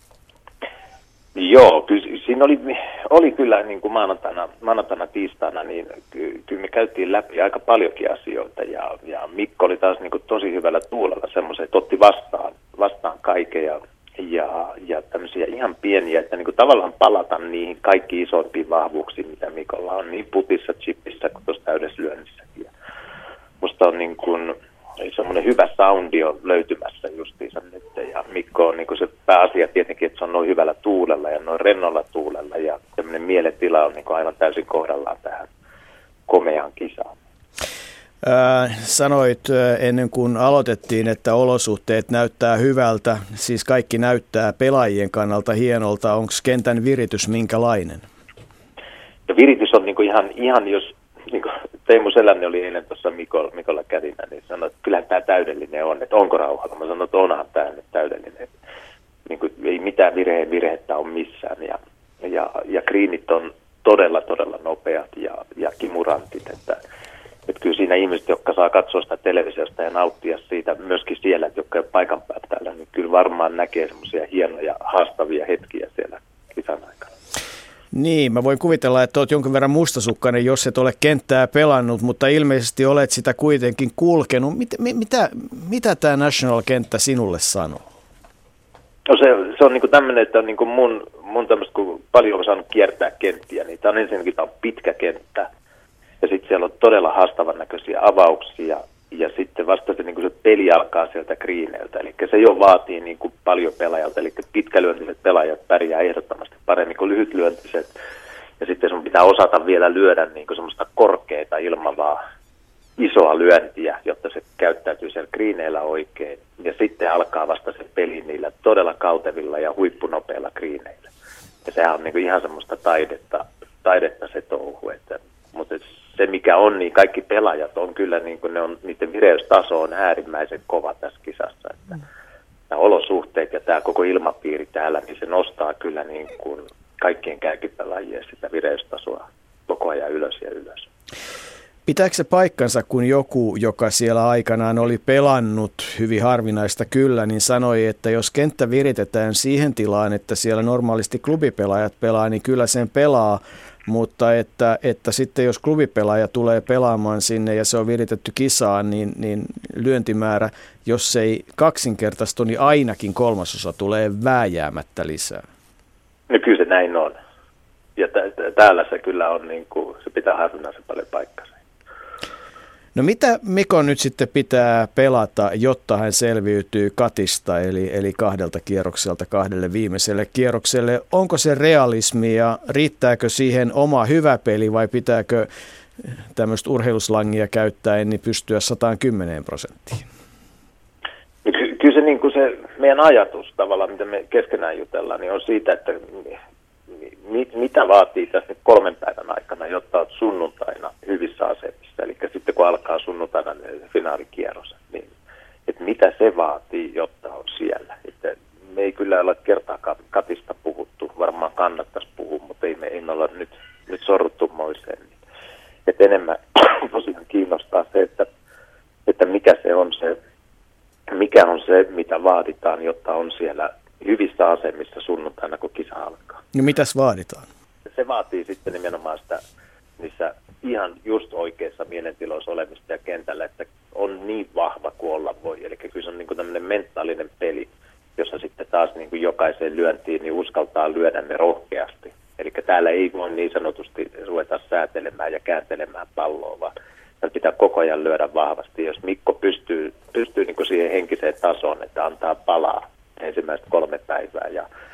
Joo, kyllä siinä oli kyllä niin kuin maanantaina tiistaina, niin kyllä me käytiin läpi aika paljonkin asioita ja Mikko oli taas niin kuin tosi hyvällä tuulella semmoisen, että otti vastaan kaiken ja tämmöisiä ihan pieniä, että niin kuin tavallaan palata niihin kaikki isompiin vahvuuksiin, mitä Mikolla on, niin putissa, chipissä kuin tuossa täydessä lyönnissäkin. Musta on niin kuin semmoinen hyvä soundi on löytymässä justiinsa nyt, ja Mikko on niin kuin se pääasia tietenkin, että se on noin hyvällä tuulella ja noin rennolla tuulella, ja tämmöinen mielentila on niin kuin aivan täysin kohdallaan tähän komeaan kisaan. Sanoit ennen kuin aloitettiin, että olosuhteet näyttää hyvältä, siis kaikki näyttää pelaajien kannalta hienolta. Onko kentän viritys minkälainen? No viritys on niinku ihan jos niinku Teemu Selänne oli eilen tuossa Mikolla kädinä, niin sanoi, että kyllähän tämä täydellinen on, että onko rauhalla. Mä sanoin, että onhan tämä nyt täydellinen. Niin kuin, ei mitään virhettä ole missään ja greenit on todella nopeat ja kimurantit, että kyllä siinä ihmiset, jotka saa katsoa sitä televisiosta ja nauttia siitä myöskin siellä, että jotka ei ole paikan päällä, niin kyllä varmaan näkee semmoisia hienoja haastavia hetkiä siellä kisan aikana. Niin, mä voin kuvitella, että olet jonkin verran mustasukkainen, jos et ole kenttää pelannut, mutta ilmeisesti olet sitä kuitenkin kulkenut. Mitä tämä National-kenttä sinulle sanoo? No se on niinku tämmöinen, että on niinku mun tämmöistä, kun paljon on saanut kiertää kenttiä, niin tämä on ensinnäkin pitkä kenttä. Ja sitten siellä on todella haastavan näköisiä avauksia. Ja sitten vasta se peli alkaa sieltä greeneiltä. Eli se jo vaatii niinku paljon pelaajalta. Eli pitkälyöntiset pelaajat pärjää ehdottomasti paremmin kuin lyhytlyöntiset. Ja sitten sun pitää osata vielä lyödä niinku semmoista korkeita ilmavaa isoa lyöntiä, jotta se käyttäytyy siellä greeneillä oikein. Ja sitten alkaa vasta se peli niillä todella kautevilla ja huippunopeilla greeneillä. Ja sehän on niinku ihan semmoista taidetta se touhu. Mutta se mikä on, niin kaikki pelaajat on kyllä, niin kuin niiden vireystaso on äärimmäisen kova tässä kisassa. Että nämä olosuhteet ja tämä koko ilmapiiri täällä, niin se nostaa kyllä niin kuin kaikkien kärkipelaajien sitä vireystasoa koko ajan ylös ja ylös. Pitääkö se paikkansa, kun joku, joka siellä aikanaan oli pelannut, hyvin harvinaista kyllä, niin sanoi, että jos kenttä viritetään siihen tilaan, että siellä normaalisti klubipelaajat pelaa, niin kyllä sen pelaa, mutta että sitten jos klubipelaaja tulee pelaamaan sinne ja se on viritetty kisaan, niin lyöntimäärä, jos ei kaksinkertaistu, niin ainakin 1/3 tulee vääjäämättä lisää. No kyllä se näin on. Ja täällä se kyllä on, niin kuin, se pitää harvinaisen paljon paikkansa. No mitä Mikko nyt sitten pitää pelata, jotta hän selviytyy katista, eli 2 kierrokselta 2 viimeiselle kierrokselle? Onko se realismi ja riittääkö siihen oma hyvä peli vai pitääkö tämmöistä urheiluslangia käyttäen niin pystyä 110%? Kyllä se, niin kuin se meidän ajatus tavallaan, mitä me keskenään jutellaan, niin on siitä, että mitä vaatii tässä nyt 3 päivän aikana, jotta olet sunnuntaina hyvissä asemissa. Eli sitten kun alkaa sunnuntaina finaalikierros, niin että mitä se vaatii, jotta on siellä. Että me ei kyllä ole kertaakaan katista puhuttu, varmaan kannattaisi puhua, mutta ei me olla nyt sorruttu moiseen. Että enemmän tosiaan kiinnostaa se, että mikä on se, mitä vaaditaan, jotta on siellä hyvissä asemissa sunnuntaina, kun kisa alkaa. No mitäs vaaditaan? Se vaatii sitten nimenomaan sitä niissä ihan just oikeissa mielentiloissa olemista ja kentällä, että on niin vahva kuin olla voi. Eli kyllä se on niin kuin tämmöinen mentaalinen peli, jossa sitten taas niin kuin jokaiseen lyöntiin niin uskaltaa lyödä ne rohkeasti. Eli täällä ei voi niin sanotusti ruveta säätelemään ja kääntelemään palloa, vaan pitää koko ajan lyödä vahvasti. Jos Mikko pystyy niin kuin siihen henkiseen tasoon, että antaa palaa ensimmäiset 3 päivää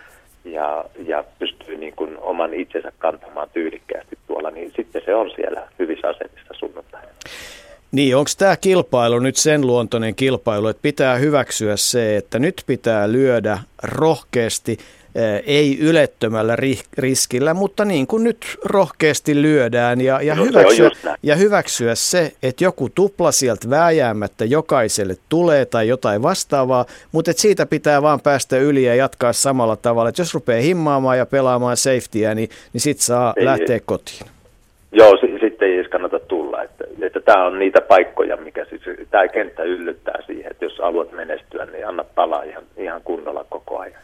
ja pystyy niin kuin oman itsensä kantamaan tyylikkäästi tuolla, niin sitten se on siellä hyvissä asemissa sunnuntaina. Niin, onko tämä kilpailu nyt sen luontoinen kilpailu, että pitää hyväksyä se, että nyt pitää lyödä rohkeasti, ei ylettömällä riskillä, mutta niin kuin nyt rohkeasti lyödään ja hyväksyä se, että joku tupla sieltä vääjäämättä jokaiselle tulee tai jotain vastaavaa, mutta että siitä pitää vaan päästä yli ja jatkaa samalla tavalla, että jos rupeaa himmaamaan ja pelaamaan safetyä, niin sit saa lähteä kotiin. Joo, sitten ei edes kannata tulla, että tämä on niitä paikkoja, mikä siis, tämä kenttä yllyttää siihen, että jos haluat menestyä, niin anna palaa ihan kunnolla koko ajan.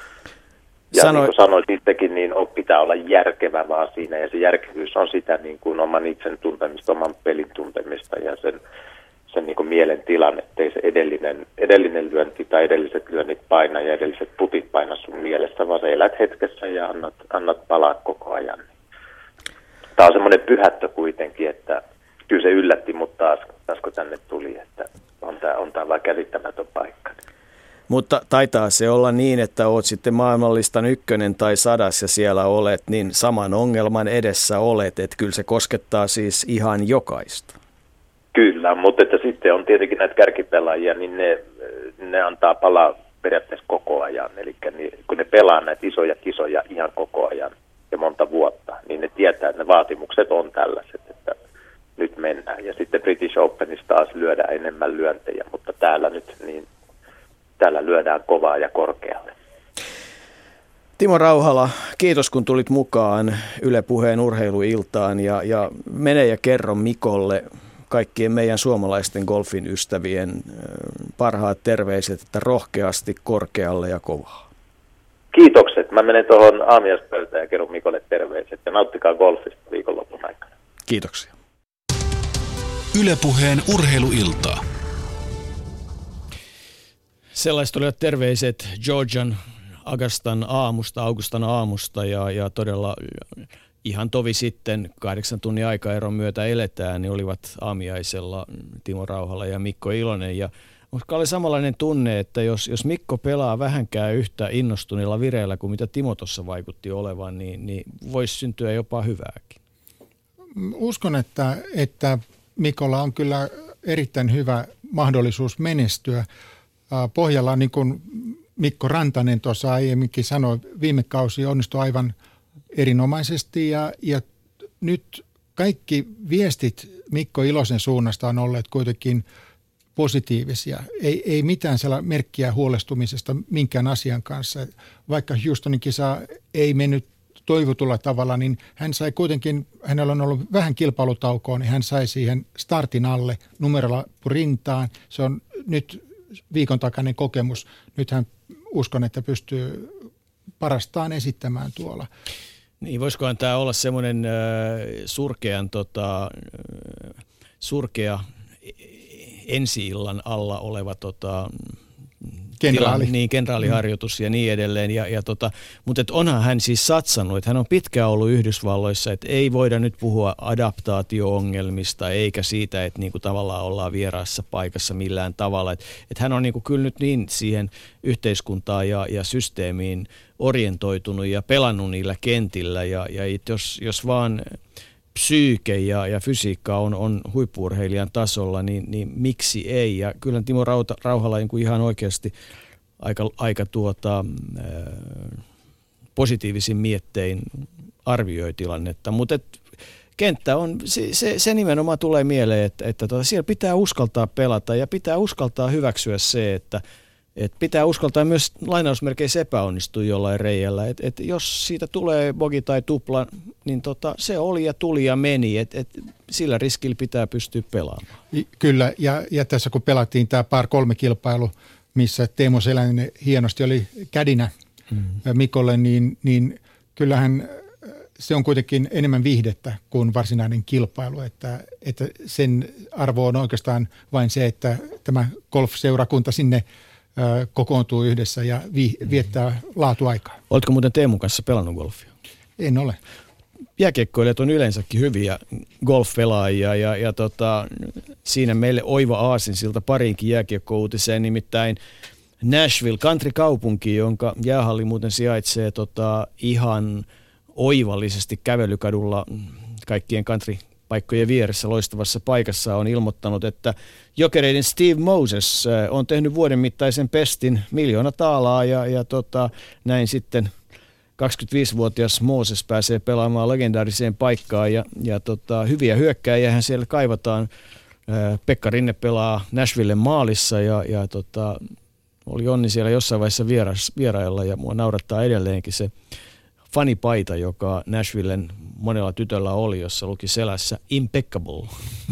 Ja niin kuin sanoit itsekin, niin pitää olla järkevä vaan siinä, ja se järkevyys on sitä niin kuin oman itsen tuntemista, oman pelin tuntemista ja sen niin kuin mielen tilan, ettei se edellinen lyönti tai edelliset lyönnit paina ja edelliset putit paina sun mielessä, vaan sä elät hetkessä ja annat palaa koko ajan. Tämä on semmoinen pyhättö kuitenkin, että kyllä se yllätti mut taas kun tänne tuli, että on tämä vain käsittämätön paikka. Mutta taitaa se olla niin, että oot sitten maailmanlistan 1 tai 100 ja siellä olet, niin saman ongelman edessä olet, että kyllä se koskettaa siis ihan jokaista. Kyllä, mutta että sitten on tietenkin näitä kärkipelaajia, niin ne antaa palaa periaatteessa koko ajan. Eli kun ne pelaa näitä isoja kisoja ihan koko ajan ja monta vuotta, niin ne tietää, että ne vaatimukset on tällaiset, että nyt mennään. Ja sitten British Openissa taas lyödään enemmän lyöntejä, mutta täällä nyt niin täällä lyödään kovaa ja korkealle. Timo Rauhala, kiitos kun tulit mukaan Yle Puheen urheiluiltaan ja mene ja kerro Mikolle kaikkien meidän suomalaisten golfin ystävien parhaat terveiset, että rohkeasti, korkealle ja kovaa. Kiitokset. Mä menen tuohon aamiaispöytään ja kerron Mikolle terveiset ja nauttikaa golfista viikonlopun aikana. Kiitoksia. Yle Puheen urheiluiltaa. Sellaiset olivat terveiset Georgian Augustan aamusta ja todella ihan tovi sitten 8 tunnin aikaeron myötä eletään, niin olivat aamiaisella Timo Rauhala ja Mikko Ilonen. Ja oli samanlainen tunne, että jos Mikko pelaa vähänkään yhtä innostuneella vireellä kuin mitä Timo tuossa vaikutti olevan, niin voisi syntyä jopa hyvääkin. Uskon, että Mikolla on kyllä erittäin hyvä mahdollisuus menestyä. Pohjalla, niin kuin Mikko Rantanen tuossa aiemminkin sanoi, viime kausi onnistui aivan erinomaisesti ja nyt kaikki viestit Mikko Ilosen suunnasta on olleet kuitenkin positiivisia. Ei mitään sellaista merkkiä huolestumisesta minkään asian kanssa. Vaikka Houstonin kisa ei mennyt toivotulla tavalla, niin hän sai kuitenkin, hänellä on ollut vähän kilpailutaukoa, niin hän sai siihen startin alle numerolla rintaan. Se on nyt viikon takainen kokemus. Nyt hän uskon, että pystyy parastaan esittämään tuolla. Niin, voisikohan tämä olla semmoinen surkea ensi-illan alla oleva kenraaliharjoitus ja niin edelleen. Mutta onhan hän siis satsannut, että hän on pitkään ollut Yhdysvalloissa, että ei voida nyt puhua adaptaatio-ongelmista eikä siitä, että niinku tavallaan ollaan vieraassa paikassa millään tavalla. Että hän on niinku kyllä nyt niin siihen yhteiskuntaan ja systeemiin orientoitunut ja pelannut niillä kentillä ja jos vaan psyyke ja fysiikka on huippu-urheilijan tasolla, niin miksi ei? Ja kyllä Timo Rauhala ihan oikeasti aika positiivisin miettein arvioi tilannetta, mutta kenttä on, se nimenomaan tulee mieleen, että siellä pitää uskaltaa pelata ja pitää uskaltaa hyväksyä se, että pitää uskaltaa myös lainausmerkeissä epäonnistua jollain reijällä. Et jos siitä tulee bogi tai tupla, niin se oli ja tuli ja meni. Sillä riskillä pitää pystyä pelaamaan. Kyllä, ja tässä kun pelattiin tämä par 3 kilpailu, missä Teemu Selänen hienosti oli kädinä Mikolle, niin kyllähän se on kuitenkin enemmän viihdettä kuin varsinainen kilpailu. Että sen arvo on oikeastaan vain se, että tämä golf-seurakunta sinne kokoontuu yhdessä ja viettää laatuaikaa. Oletko muuten Teemun kanssa pelannut golfia? En ole. Jääkiekkoilijat on yleensäkin hyviä golf-pelaajia ja siinä meille oiva aasinsilta pariinkin jääkiekkouutiseen, nimittäin Nashville, country-kaupunki, jonka jäähalli muuten sijaitsee ihan oivallisesti kävelykadulla kaikkien country-paikkojen vieressä loistavassa paikassa, on ilmoittanut, että Jokereiden Steve Moses on tehnyt vuoden mittaisen pestin $1 miljoonaa ja näin sitten 25-vuotias Moses pääsee pelaamaan legendaariseen paikkaan ja hyviä hyökkääjiähän siellä kaivataan. Pekka Rinne pelaa Nashvillen maalissa ja oli onni siellä jossain vaiheessa vierailla ja mua naurattaa edelleenkin se fanipaita, joka Nashvillen monella tytöllä oli, jossa luki selässä impeccable.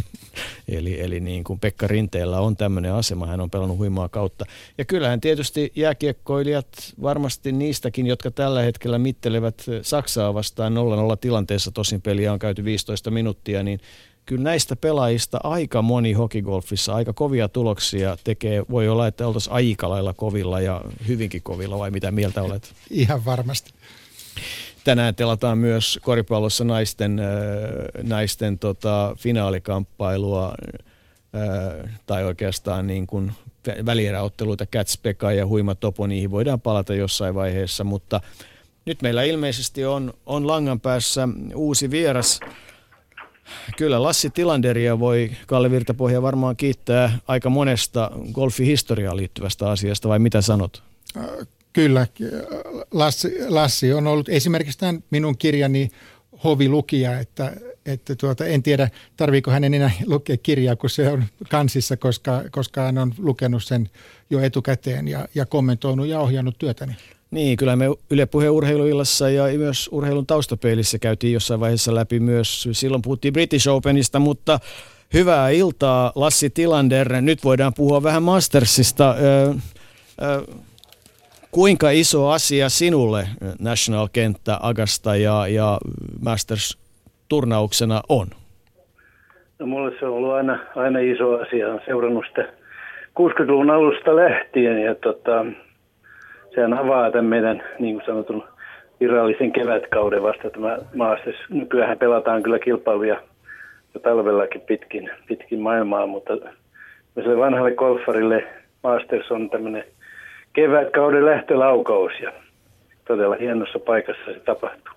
Eli niin kuin Pekka Rinteellä on tämmöinen asema, hän on pelannut huimaa kautta. Ja kyllähän tietysti jääkiekkoilijat, varmasti niistäkin, jotka tällä hetkellä mittelevät Saksaa vastaan 0-0 tilanteessa, tosin peliä on käyty 15 minuuttia, niin kyllä näistä pelaajista aika moni hokigolfissa aika kovia tuloksia tekee. Voi olla, että oltaisiin aika lailla kovilla ja hyvinkin kovilla, vai mitä mieltä olet? Ihan varmasti. Tänään pelataan myös koripallossa naisten finaalikamppailua tai oikeastaan niin kuin välieräotteluita Cats-Pekka ja Huima Topo, niihin voidaan palata jossain vaiheessa, mutta nyt meillä ilmeisesti on langan päässä uusi vieras. Kyllä Lassi Tilanderia voi Kalle Virtapohja varmaan kiittää aika monesta golfihistoriaan liittyvästä asiasta, vai mitä sanot? Kyllä, Lassi on ollut esimerkiksi tämän minun kirjani hovilukija, että En tiedä, tarviiko hänen enää lukea kirjaa, kun se on kansissa, koska hän on lukenut sen jo etukäteen ja kommentoinut ja ohjannut työtäni. Niin, kyllä me Yle Puheen urheiluillassa ja myös urheilun taustapeilissä käytiin jossain vaiheessa läpi myös. Silloin puhuttiin British Openista, mutta hyvää iltaa, Lassi Tilander. Nyt voidaan puhua vähän Mastersista. Kuinka iso asia sinulle National-kenttä Agasta ja Masters-turnauksena on? No, mulle se on ollut aina iso asia. Olen seurannut sitä 60-luvun alusta lähtien ja sehän avaa tämän meidän, niin kuin sanotun, virallisen kevätkauden vasta tämä Masters. Nykyään pelataan kyllä kilpailuja jo talvellakin pitkin maailmaa, mutta sille vanhalle golfarille Masters on tämmöinen kevätkauden lähtölaukaus ja todella hienossa paikassa se tapahtuu.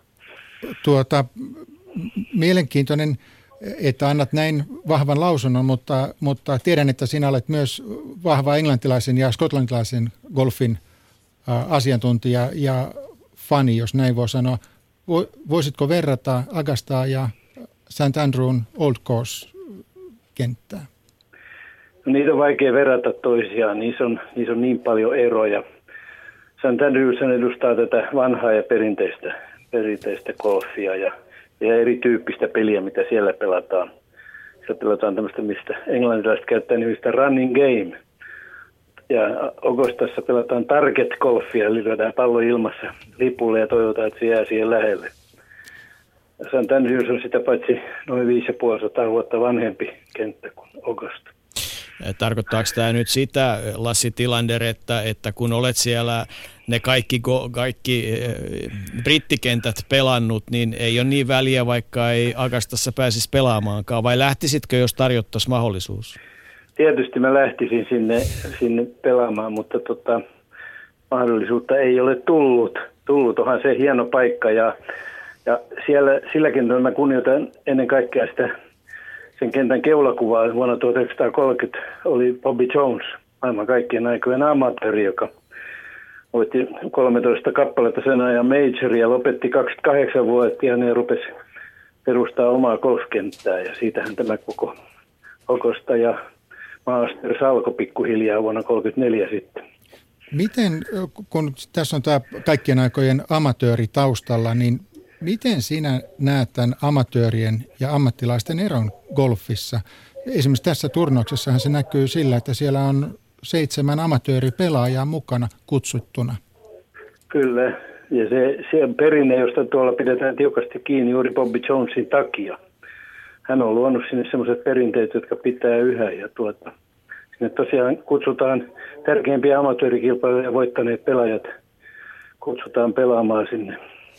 Mielenkiintoinen, että annat näin vahvan lausunnon, mutta tiedän, että sinä olet myös vahva englantilaisen ja skotlantilaisen golfin asiantuntija ja fani, jos näin voi sanoa. Voisitko verrata Agustaa ja St. Andrewn Old Course-kenttää? No, niitä on vaikea verrata toisiaan. Niissä on niin paljon eroja. St. Andrews edustaa tätä vanhaa ja perinteistä golfia ja erityyppistä peliä, mitä siellä pelataan. Siellä pelataan tämmöistä, mistä englantilaiset käyttää nimistä running game. Ja Augustassa pelataan target golfia, eli lyödään pallo ilmassa lipulle ja toivotaan, että se jää siihen lähelle. St. Andrews on sitä paitsi noin 550 vuotta vanhempi kenttä kuin Augusta. Tarkoittaako tämä nyt sitä, Lassi Tilander, että kun olet siellä ne kaikki brittikentät pelannut, niin ei ole niin väliä, vaikka ei Augustassa pääsisi pelaamaankaan, vai lähtisitkö, jos tarjottaisiin mahdollisuus? Tietysti mä lähtisin sinne pelaamaan, mutta mahdollisuutta ei ole tullut. Onhan se hieno paikka ja silläkin mä kunnioitan ennen kaikkea sen kentän keulakuvaa. Vuonna 1930 oli Bobby Jones, maailman kaikkien aikojen amatööri, joka voitti 13 kappaletta sen ajan majoria, lopetti 28-vuotiaana ja rupesi perustaa omaa golfkenttää. Ja siitähän tämä koko Augusta ja Masters alkoi pikkuhiljaa vuonna 1934 sitten. Miten, kun tässä on tämä kaikkien aikojen amatööri taustalla, niin miten sinä näet tämän amatöörien ja ammattilaisten eron golfissa? Esimerkiksi tässä turnauksessahan se näkyy sillä, että siellä on 7 amatööripelaajaa mukana kutsuttuna. Kyllä, ja se on perinne, josta tuolla pidetään tiukasti kiinni juuri Bobby Jonesin takia. Hän on luonut sinne sellaiset perinteet, jotka pitää yhä, ja sinne tosiaan kutsutaan tärkeimpiä amatöörikilpailuja voittaneet pelaajat, kutsutaan pelaamaan sinne.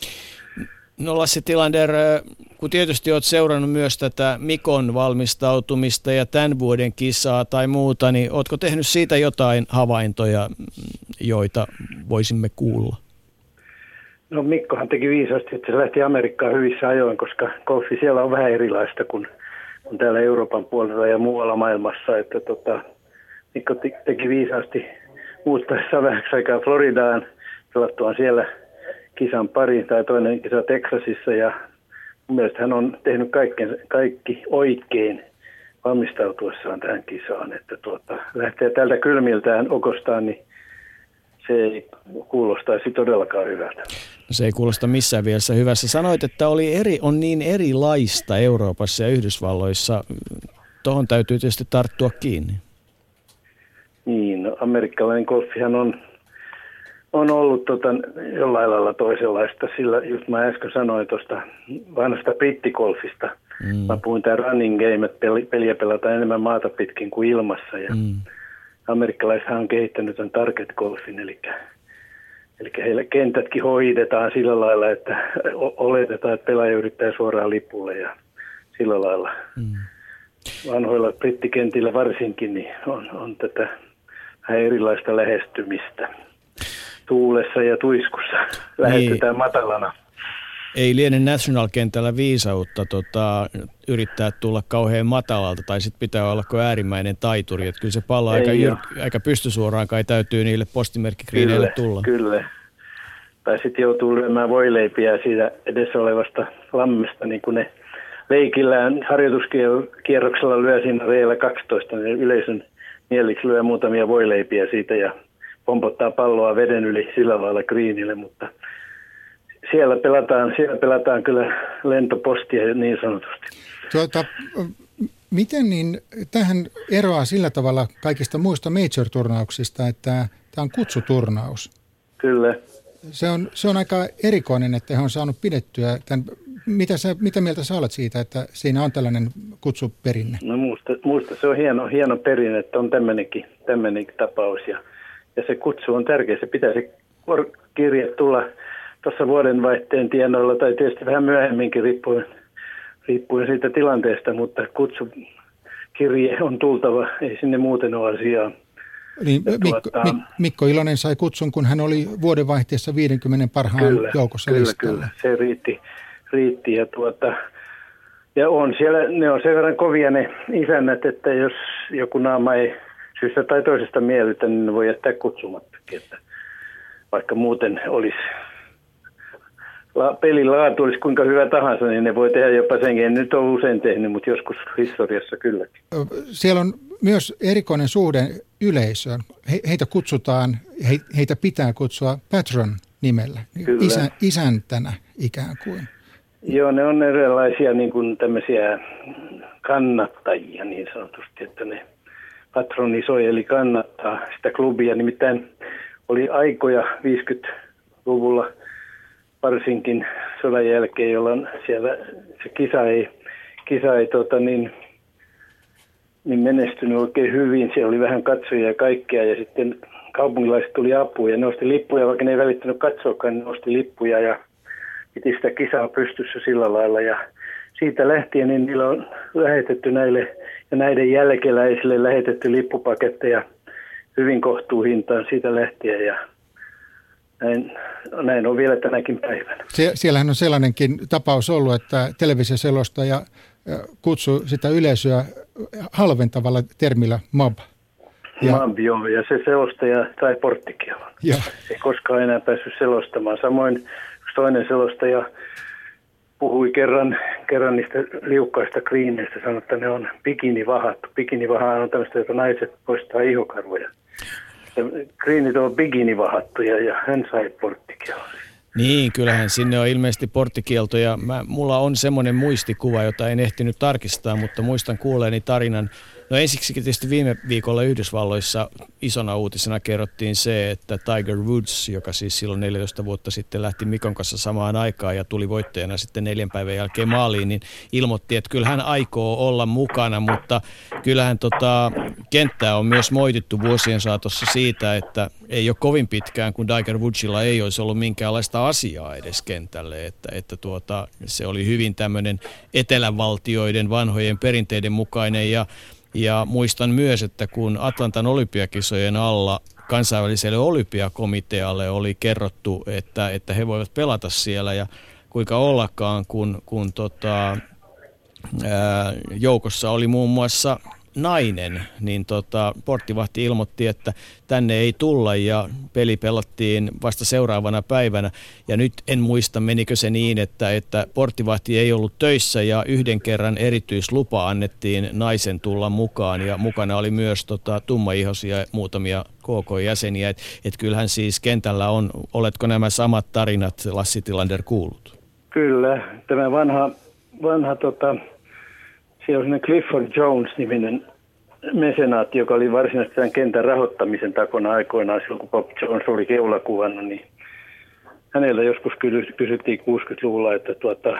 No Lassi Tilander, kun tietysti olet seurannut myös tätä Mikon valmistautumista ja tämän vuoden kisaa tai muuta, niin oletko tehnyt siitä jotain havaintoja, joita voisimme kuulla? No Mikkohan teki viisaasti, että se lähti Amerikkaan hyvissä ajoin, koska golfi siellä on vähän erilaista kuin täällä Euroopan puolella ja muualla maailmassa. Että Mikko teki viisaasti muuttaessa vähäksi aikaa Floridaan, pelattuaan siellä kisan pari tai toinen kisa Texasissa, ja mun mielestä hän on tehnyt kaikki oikein valmistautuessaan tähän kisaan, että lähtee tältä kylmiltään Augustaan, niin se ei kuulostaisi todellakaan hyvältä. Se ei kuulosta missään mielessä hyvässä. Sanoit, että on niin erilaista Euroopassa ja Yhdysvalloissa. Tuohon täytyy tietysti tarttua kiinni. Niin, no, amerikkalainen golfihan on ollut jollain lailla toisenlaista, sillä just mä äsken sanoin tuosta vanhasta brittigolfista. Mä puhuin tämän running game, että peliä pelataan enemmän maata pitkin kuin ilmassa. Ja amerikkalaisethan on kehittänyt tämän target golfin, eli heillä kentätkin hoidetaan sillä lailla, että oletetaan, että pelaaja yrittää suoraan lipulle ja sillä lailla. Vanhoilla brittikentillä varsinkin niin on tätä vähän erilaista lähestymistä. Tuulessa ja tuiskussa lähestytään matalana. Ei liene National-kentällä viisautta yrittää tulla kauhean matalalta, tai sitten pitää olla äärimmäinen taituri. Että kyllä se pallo aika pystysuoraan kai täytyy niille postimerkkikriineille tulla. Kyllä. Tai sitten joutuu lyömään voileipiä siitä edessä olevasta lammesta, niin kuin ne leikillään harjoituskierroksella lyö siinä reillä 12, niin yleisön mieliksi lyö muutamia voileipiä siitä ja pompottaa palloa veden yli sillä lailla greenille, mutta siellä pelataan kyllä lentopostia niin sanotusti. Miten niin tähän eroaa sillä tavalla kaikista muista major-turnauksista, että tämä on kutsuturnaus? Kyllä. Se on aika erikoinen, että he on saanut pidettyä tämän. Mitä mieltä sä olet siitä, että siinä on tällainen kutsuperinne? No muusta se on hieno perinne, että on tämmöinenkin tapaus ja se kutsu on tärkeä. Se pitäisi kirje tulla tuossa vuodenvaihteen tienoilla tai tietysti vähän myöhemminkin riippuen siitä tilanteesta, mutta kutsukirje on tultava, ei sinne muuten ole asiaa. Niin, Mikko Ilonen sai kutsun, kun hän oli vuodenvaihteessa 50 parhaan joukossa listalla. Kyllä, se riitti ja on siellä, ne on sen verran kovia ne isännät, että jos joku naama ei syystä tai toisesta miellytä, niin ne voi jättää kutsumattakin, että vaikka muuten olisi pelin laatu olisi kuinka hyvä tahansa, niin ne voi tehdä jopa senkin. En nyt ole usein tehnyt, mutta joskus historiassa kylläkin. Siellä on myös erikoinen suhde yleisöön. Heitä kutsutaan, heitä pitää kutsua patron nimellä, isäntänä ikään kuin. Joo, ne on erilaisia niin kuin tämmöisiä kannattajia niin sanotusti, että ne patronisoi eli kannattaa sitä klubia. Nimittäin oli aikoja 50-luvulla varsinkin sodan jälkeen, jolloin siellä se kisa ei niin menestynyt oikein hyvin. Siellä oli vähän katsojia ja kaikkea ja sitten kaupungilaiset tuli apuun ja nosti lippuja, vaikka ne ei välittänyt katsoakaan, ne nosti lippuja ja piti sitä kisaa pystyssä sillä lailla. Ja siitä lähtien niin niillä on lähetetty näille ja näiden jälkeläisille lähetetty lippupaketteja hyvin kohtuuhintaan siitä lähtien ja näin on vielä tänäkin päivänä. Siellähän on sellainenkin tapaus ollut, että televisioselostaja kutsui sitä yleisöä halventavalla termillä mob. Mob, joo, ja se selostaja sai porttikielon. Ei koskaan enää päässyt selostamaan. Samoin yksi toinen selostaja puhui kerran niistä liukkaista greeneistä, sanoi, että ne on bikinivahattu. Bikinivaha on tämmöistä, jota naiset poistaa ihokarvoja. Greenit on bikinivahattuja ja hän sai porttikielon. Niin, kyllähän sinne on ilmeisesti porttikielto ja mulla on semmoinen muistikuva, jota en ehtinyt tarkistaa, mutta muistan kuulleeni tarinan. No ensiksi tietysti viime viikolla Yhdysvalloissa isona uutisena kerrottiin se, että Tiger Woods, joka siis silloin 14 vuotta sitten lähti Mikon kanssa samaan aikaan ja tuli voittajana sitten 4 päivän jälkeen maaliin, niin ilmoitti, että kyllä hän aikoo olla mukana, mutta kyllähän kenttää on myös moitittu vuosien saatossa siitä, että ei ole kovin pitkään, kun Tiger Woodsilla ei olisi ollut minkäänlaista asiaa edes kentälle, että se oli hyvin tämmöinen etelävaltioiden vanhojen perinteiden mukainen ja muistan myös, että kun Atlantan olympiakisojen alla kansainväliselle olympiakomitealle oli kerrottu, että he voivat pelata siellä ja kuinka ollakaan, kun joukossa oli muun muassa nainen, niin porttivahti ilmoitti, että tänne ei tulla ja peli pelattiin vasta seuraavana päivänä. Ja nyt en muista, menikö se niin, että porttivahti ei ollut töissä ja yhden kerran erityislupa annettiin naisen tulla mukaan. Ja mukana oli myös tummaihoisia muutamia KK-jäseniä. Et kyllähän siis kentällä on, oletko nämä samat tarinat, Lassi Tilander, kuullut? Kyllä, tämä vanha siellä on Clifford Jones-niminen mesenaatti, joka oli varsinaisesti tämän kentän rahoittamisen takana aikoinaan silloin, kun Bob Jones oli keulakuvannut, niin hänellä joskus kysyttiin 60-luvulla, että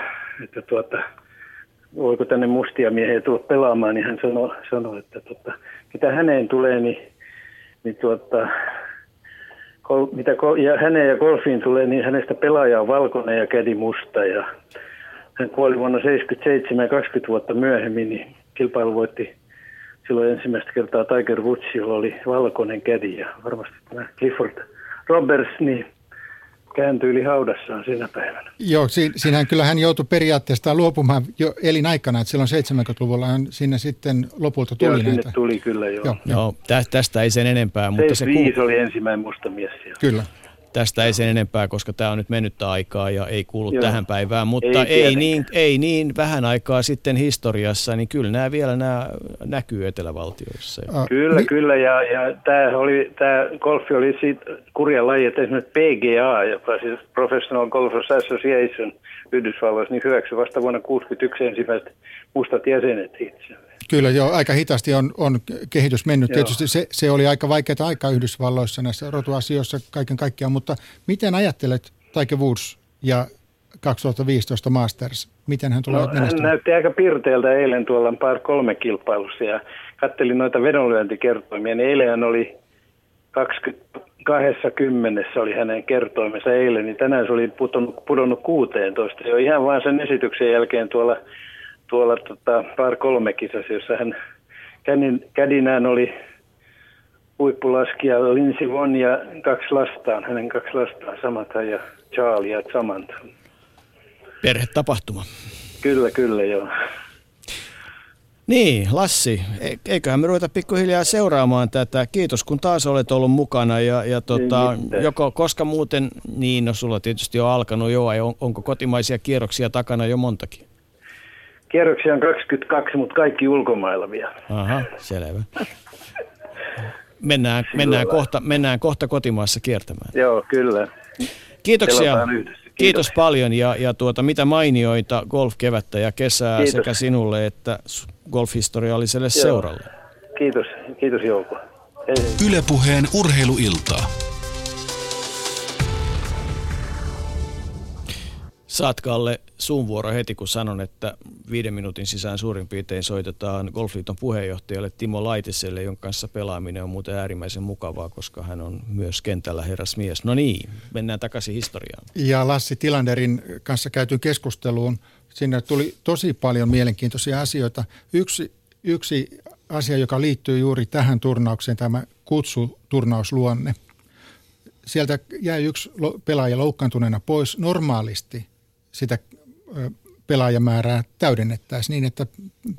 voiko tänne mustia miehiä tulla pelaamaan, niin hän sanoi että mitä häneen tulee, ja häneen ja golfiin tulee, niin hänestä pelaaja on valkoinen ja kädi musta ja hän kuoli vuonna 1977 ja 20 vuotta myöhemmin, niin kilpailu voitti silloin ensimmäistä kertaa Tiger Woods, jolla oli valkoinen kädi. Ja varmasti tämä Clifford Roberts niin kääntyi yli haudassaan sinä päivänä. Joo, siinähän kyllä hän joutui periaatteessa luopumaan jo elinaikana, että silloin 70-luvulla sinne sitten lopulta tuli näitä. Joo, sinne tuli kyllä, joo. Tästä ei sen enempää. Mutta se oli ensimmäinen musta mies siellä. Kyllä. tästä ei sen enempää, koska tämä on nyt mennyttä aikaa ja ei kuulu tähän päivään, mutta ei niin vähän aikaa sitten historiassa, niin kyllä nämä näkyy etelävaltioissa. Kyllä, ja tämä golfi oli siitä kurja laji, että esimerkiksi PGA, joka siis Professional Golfers Association Yhdysvalloissa, niin hyväksyi vasta vuonna 1961 ensimmäiset mustat jäsenet itse. Kyllä joo, aika hitaasti on kehitys mennyt. Joo. Tietysti se oli aika vaikeaa aikaa Yhdysvalloissa näissä rotuasioissa kaiken kaikkiaan, mutta miten ajattelet Tiger Woods ja 2015 Masters? Miten hän tulee menestymään? Hän näytti aika pirteältä eilen tuolla par 3 kilpailussa ja katselin noita vedonlyöntikertoimia, niin eilen hän oli 20 oli hänen kertoimensa eilen, niin tänään se oli pudonnut 16 jo ihan vaan sen esityksen jälkeen tuolla par 3 kisassa, jossa hän kädinään oli huippulaskija Lindsey Vonn ja hänen kaksi lastaan, Samantha ja Charlie ja Samantha. Perhetapahtuma. Kyllä, joo. Niin, Lassi, eiköhän me ruveta pikkuhiljaa seuraamaan tätä. Kiitos, kun taas olet ollut mukana ja joko koska muuten, niin no sulla tietysti on alkanut jo, onko kotimaisia kierroksia takana jo montakin? Kierroksia on 22, mutta kaikki ulkomailla vielä. Aha, selvä. Mennään kohta kotimaassa kiertämään. Joo, kyllä. Kiitoksia. Kiitos paljon ja mitä mainioita golfkevättä ja kesää sekä sinulle että golfhistorialliselle seuralle. Kiitos Jouko. Yle Puheen urheiluiltaa. Saat Kalle sun vuoro heti, kun sanon, että 5 minuutin sisään suurin piirtein soitetaan Golfliiton puheenjohtajalle Timo Laitiselle, jonka kanssa pelaaminen on muuten äärimmäisen mukavaa, koska hän on myös kentällä herrasmies. No niin, mennään takaisin historiaan. Ja Lassi Tilanderin kanssa käytyyn keskusteluun, sinne tuli tosi paljon mielenkiintoisia asioita. Yksi asia, joka liittyy juuri tähän turnaukseen, tämä kutsuturnausluonne. Sieltä jäi yksi pelaaja loukkaantuneena pois. Normaalisti sitä pelaajamäärää täydennettäisiin niin, että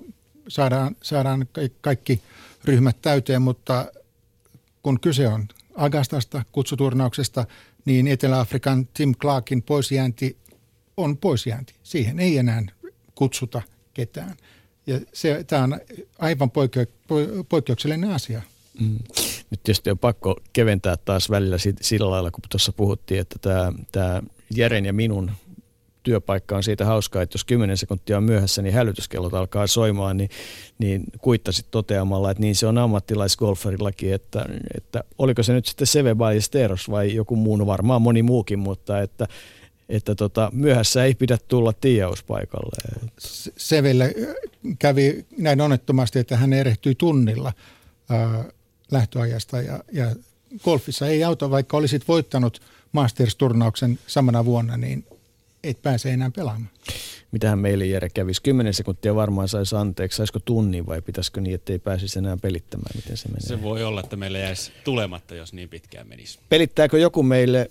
saadaan kaikki ryhmät täyteen, mutta kun kyse on Agastasta, kutsuturnauksesta, niin Etelä-Afrikan Tim Clarkin poisjäänti on poisjäänti. Siihen ei enää kutsuta ketään. Ja tämä on aivan poikkeuksellinen asia. Nyt tietysti on pakko keventää taas välillä sillä lailla, kun tuossa puhuttiin, että tämä Jeren ja minun työpaikka on siitä hauskaa, että jos 10 sekuntia on myöhässä, niin hälytyskellot alkaa soimaan, niin kuittasit toteamalla, että niin se on ammattilaisgolferillakin, että oliko se nyt sitten Seve Ballesteros vai joku muu, no varmaan moni muukin, mutta että myöhässä ei pidä tulla tiiauspaikalle. Sevelle kävi näin onnettomasti, että hän erehtyi tunnilla lähtöajasta ja golfissa ei auta, vaikka olisit voittanut Masters-turnauksen samana vuonna, niin et pääse enää pelaamaan. Mitähän meille Jere kävisi? 10 sekuntia varmaan saisi anteeksi. Saisiko tunnin vai pitäisikö niin, että ei pääsisi enää pelittämään? Miten se menee? Se voi olla, että meillä jäisi tulematta, jos niin pitkään menisi. Pelittääkö joku meille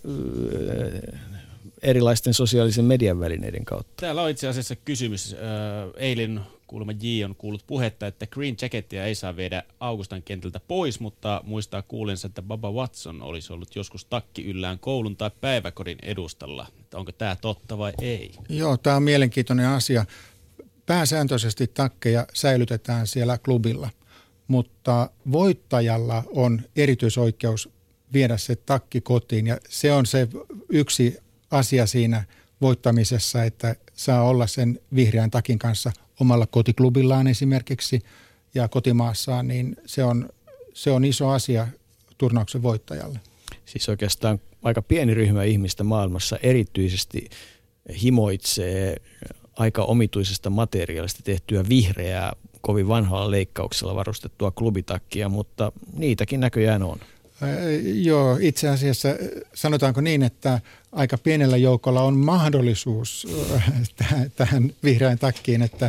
erilaisten sosiaalisen median välineiden kautta? Täällä on itse asiassa kysymys. Eilen kuulemma J on kuullut puhetta, että Green Jacketia ei saa viedä Augustan kentältä pois, mutta muistaa kuulensa, että Bubba Watson olisi ollut joskus takki yllään koulun tai päiväkodin edustalla. Että onko tämä totta vai ei? Joo, tämä on mielenkiintoinen asia. Pääsääntöisesti takkeja säilytetään siellä klubilla, mutta voittajalla on erityisoikeus viedä se takki kotiin ja se on se yksi asia siinä voittamisessa, että saa olla sen vihreän takin kanssa omalla kotiklubillaan esimerkiksi ja kotimaassaan, niin se on iso asia turnauksen voittajalle. Siis oikeastaan aika pieni ryhmä ihmistä maailmassa erityisesti himoitsee aika omituisesta materiaalista tehtyä vihreää, kovin vanhalla leikkauksella varustettua klubitakkia, mutta niitäkin näköjään on. Joo, itse asiassa sanotaanko niin, että aika pienellä joukolla on mahdollisuus tähän vihreään takkiin, että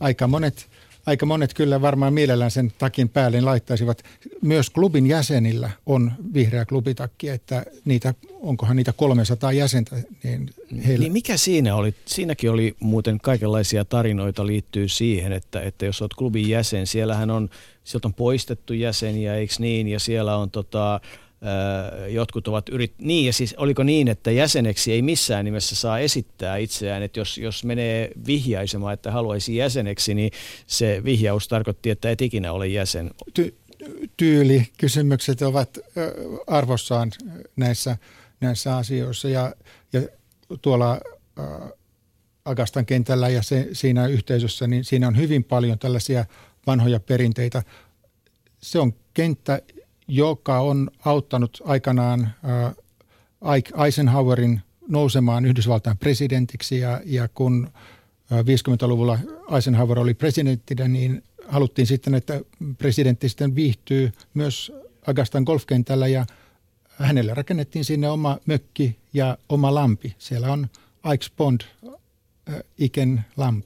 aika monet kyllä varmaan mielellään sen takin päälle laittaisivat. Myös klubin jäsenillä on vihreä klubitakki, että onkohan niitä 300 jäsentä. Niin mikä siinä oli? Siinäkin oli muuten kaikenlaisia tarinoita liittyy siihen, että jos olet klubin jäsen, sieltä on poistettu jäseniä, eikö niin, ja siellä on jotkut ovat niin, ja siis oliko niin, että jäseneksi ei missään nimessä saa esittää itseään, että jos menee vihjaisemaan, että haluaisi jäseneksi, niin se vihjaus tarkoitti, että et ikinä ole jäsen. Tyylikysymykset ovat arvossaan näissä asioissa, ja tuolla Agastan kentällä ja siinä yhteisössä, niin siinä on hyvin paljon tällaisia vanhoja perinteitä. Se on kenttä, joka on auttanut aikanaan Eisenhowerin nousemaan Yhdysvaltain presidentiksi, ja kun 50-luvulla Eisenhower oli presidenttinä, niin haluttiin sitten, että presidentti sitten viihtyy myös Agastan golfkentällä, ja hänelle rakennettiin sinne oma mökki ja oma lampi. Siellä on Ike's Pond, Iken lampi.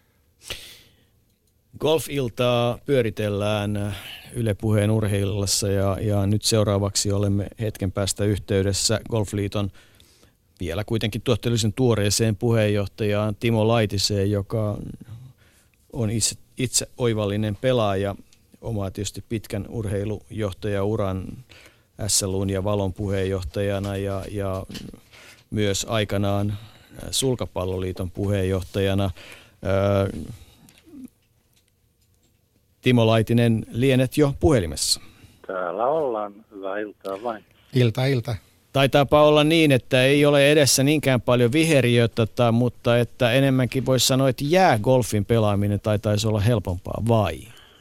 Golf-iltaa pyöritellään Yle Puheen urheilassa ja nyt seuraavaksi olemme hetken päästä yhteydessä Golfliiton vielä kuitenkin tuotteellisen tuoreeseen puheenjohtajaan Timo Laitiseen, joka on itse oivallinen pelaaja, omaa tietysti pitkän urheilujohtajauran SLUn ja Valon puheenjohtajana ja myös aikanaan Sulkapalloliiton puheenjohtajana. Timo Laitinen, lienet jo puhelimessa. Täällä ollaan. Hyvää iltaa vain. Ilta. Taitaapa olla niin, että ei ole edessä niinkään paljon viheriötä, mutta että enemmänkin voisi sanoa, että jäägolfin pelaaminen taitaisi olla helpompaa, vai?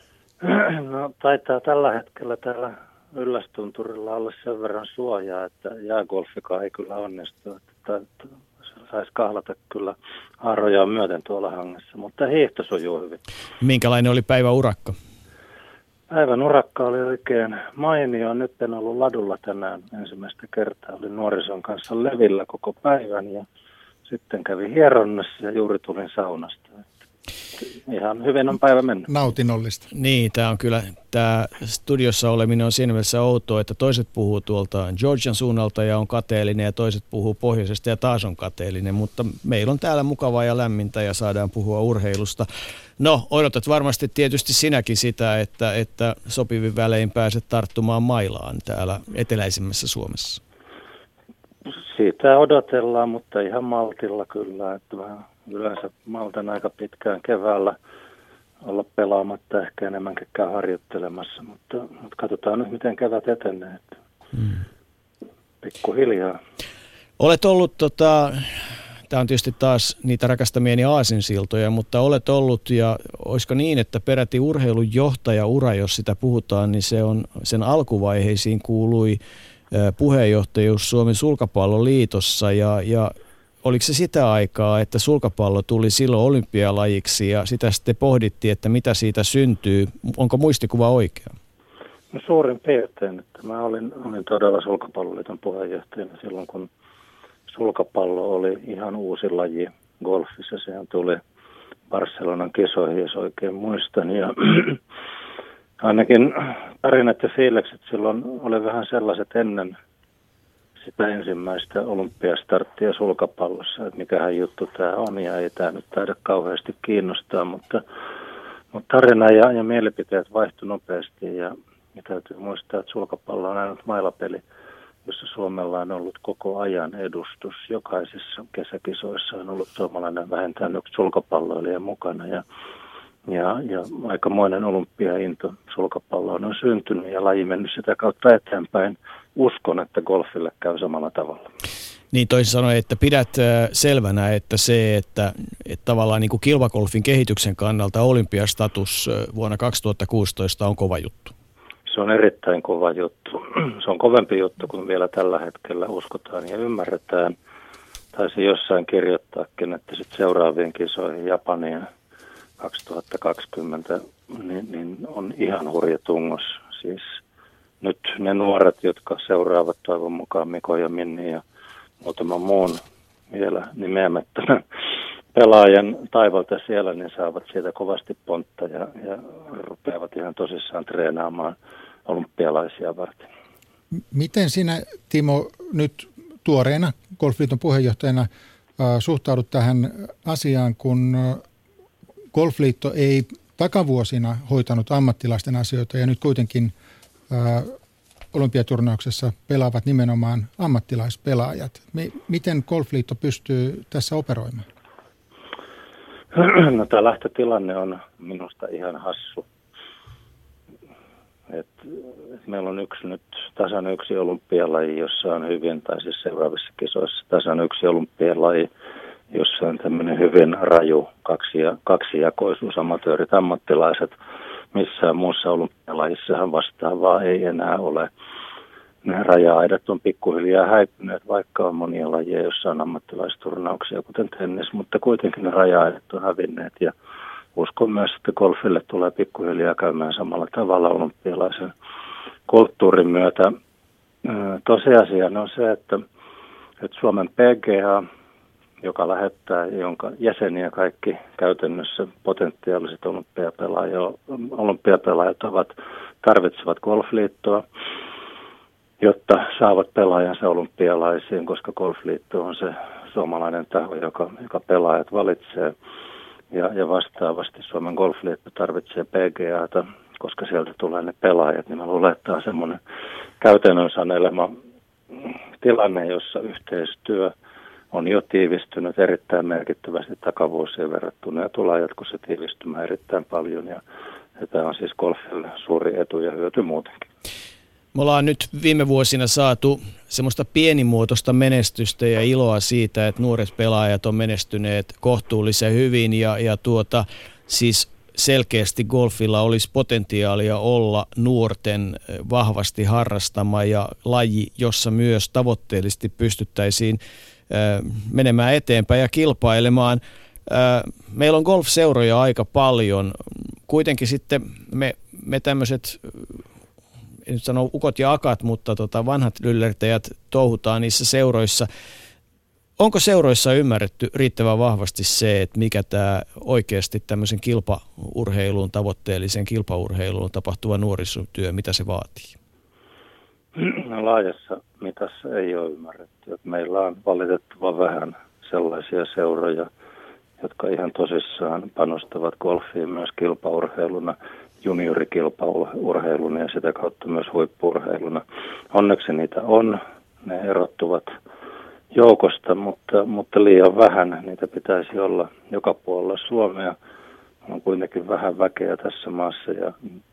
No taitaa tällä hetkellä täällä Yllästunturilla olla sen verran suojaa, että jäägolfikaan ei kyllä onnistu. Että saisi kahlata kyllä haarojaan myöten tuolla hangessa, mutta hiihto sujuu hyvin. Minkälainen oli päiväurakka? Päivän urakka oli oikein mainio. Nyt en ollut ladulla tänään ensimmäistä kertaa. Olin nuorison kanssa levillä koko päivän ja sitten kävin hieronnassa ja juuri tulin saunasta. Ihan hyvin on päivä mennyt. Nautinnollista. Niin, tämä studiossa oleminen on siinä mielessä outoa, että toiset puhuu tuolta Georgian suunnalta ja on kateellinen ja toiset puhuu pohjoisesta ja taas on kateellinen, mutta meillä on täällä mukavaa ja lämmintä ja saadaan puhua urheilusta. No, odotat varmasti tietysti sinäkin sitä, että sopivin välein pääset tarttumaan mailaan täällä eteläisimmässä Suomessa. Siitä odotellaan, mutta ihan maltilla kyllä, että mä yleensä maltan aika pitkään keväällä olla pelaamatta, ehkä enemmänkin käy harjoittelemassa, mutta katsotaan nyt, miten kevät etenee. Pikkuhiljaa. Olet ollut, tämä on tietysti taas niitä rakastamieni aasinsiltoja, mutta olet ollut, ja olisiko niin, että peräti urheilun johtajaura, jos sitä puhutaan, niin sen alkuvaiheisiin kuului puheenjohtajuus Suomen Sulkapalloliitossa, ja oliko se sitä aikaa, että sulkapallo tuli silloin olympialajiksi ja sitä sitten pohdittiin, että mitä siitä syntyy? Onko muistikuva oikea? No suurin piirtein, että mä olin todella Sulkapalloliiton puheenjohtajana silloin, kun sulkapallo oli ihan uusi laji golfissa. Sehän tuli Barcelonan kisoihin, jos oikein muistan. Ja ainakin tarinat ja fiilikset silloin oli vähän sellaiset ennen sitä ensimmäistä olympiastarttia sulkapallossa, että mikähän juttu tämä on, ja ei tämä nyt taida kauheasti kiinnostaa, mutta tarina ja mielipiteet vaihtui nopeasti, ja täytyy muistaa, että sulkapallo on ainut mailapeli, jossa Suomella on ollut koko ajan edustus. Jokaisessa kesäkisoissa on ollut suomalainen vähintään yksi sulkapalloilija mukana, ja aikamoinen olympiainto sulkapalloon on syntynyt ja laji mennyt sitä kautta eteenpäin. Uskon, että golfille käy samalla tavalla. Niin toisin sanoen, että pidät selvänä, että se, että tavallaan niin kuin kilpagolfin kehityksen kannalta olympiastatus vuonna 2016 on kova juttu. Se on erittäin kova juttu. Se on kovempi juttu kuin vielä tällä hetkellä uskotaan ja ymmärretään. Taisi jossain kirjoittaakin, että sitten seuraaviin kisoihin Japaniin 2020 niin on ihan hurja tungos. Siis nyt ne nuoret, jotka seuraavat toivon mukaan Mikko ja Minni ja muutaman muun vielä nimeämättömän pelaajan taivalta siellä, niin saavat siitä kovasti pontta ja rupeavat ihan tosissaan treenaamaan olympialaisia varten. Miten sinä, Timo, nyt tuoreena Golfliiton puheenjohtajana suhtaudut tähän asiaan, kun Golfliitto ei takavuosina hoitanut ammattilaisten asioita ja nyt kuitenkin olympiaturnauksessa pelaavat nimenomaan ammattilaispelaajat. Miten Golfliitto pystyy tässä operoimaan? No, tämä lähtötilanne on minusta ihan hassu. Meillä on tasan yksi olympialaji, jossa on hyvin, tai siis seuraavissa kisoissa tasan yksi olympialaji, jossa on tämmöinen hyvin raju kaksijakoisuus, amatöörit, ammattilaiset. Missään muussa olympialajissahan vastaavaa ei enää ole. Ne raja-aidat on pikkuhiljaa häipyneet, vaikka on monia lajeja, joissa on ammattilaisturnauksia, kuten tennis, mutta kuitenkin ne raja-aidat on hävinneet ja uskon myös, että golfille tulee pikkuhiljaa käymään samalla tavalla olympialaisen kulttuurin myötä. Tosiasiana on se, että Suomen PGA, joka jonka jäseniä kaikki käytännössä potentiaaliset olympiapelaajat tarvitsevat Golfliittoa, jotta saavat pelaajansa olympialaisiin, koska Golfliitto on se suomalainen taho, joka pelaajat valitsee. Ja vastaavasti Suomen Golfliitto tarvitsee PGAta, koska sieltä tulee ne pelaajat, niin mä luulen, että tämä on semmoinen käytännön sanelema tilanne, jossa yhteistyö on jo tiivistynyt erittäin merkittävästi takavuosien verrattuna ja tulee jatkossa tiivistymään erittäin paljon. Ja tämä on siis golfille suuri etu ja hyöty muutenkin. Me ollaan nyt viime vuosina saatu semmoista pienimuotoista menestystä ja iloa siitä, että nuoret pelaajat on menestyneet kohtuullisen hyvin ja siis selkeästi golfilla olisi potentiaalia olla nuorten vahvasti harrastama ja laji, jossa myös tavoitteellisesti pystyttäisiin menemään eteenpäin ja kilpailemaan. Meillä on golfseuroja aika paljon. Kuitenkin sitten me tämmöiset, en nyt sano ukot ja akat, mutta vanhat lyllertäjät touhutaan niissä seuroissa. Onko seuroissa ymmärretty riittävän vahvasti se, että mikä tämä oikeasti tämmöisen kilpaurheiluun, tavoitteellisen kilpaurheiluun tapahtuva nuorisotyö, mitä se vaatii? No, laajassa mitassa ei ole ymmärretty. Meillä on valitettavan vähän sellaisia seuroja, jotka ihan tosissaan panostavat golfiin myös kilpaurheiluna, juniorikilpaurheiluna ja sitä kautta myös huippu-urheiluna. Onneksi niitä on, ne erottuvat joukosta, mutta liian vähän. Niitä pitäisi olla joka puolella Suomea. On kuitenkin vähän väkeä tässä maassa ja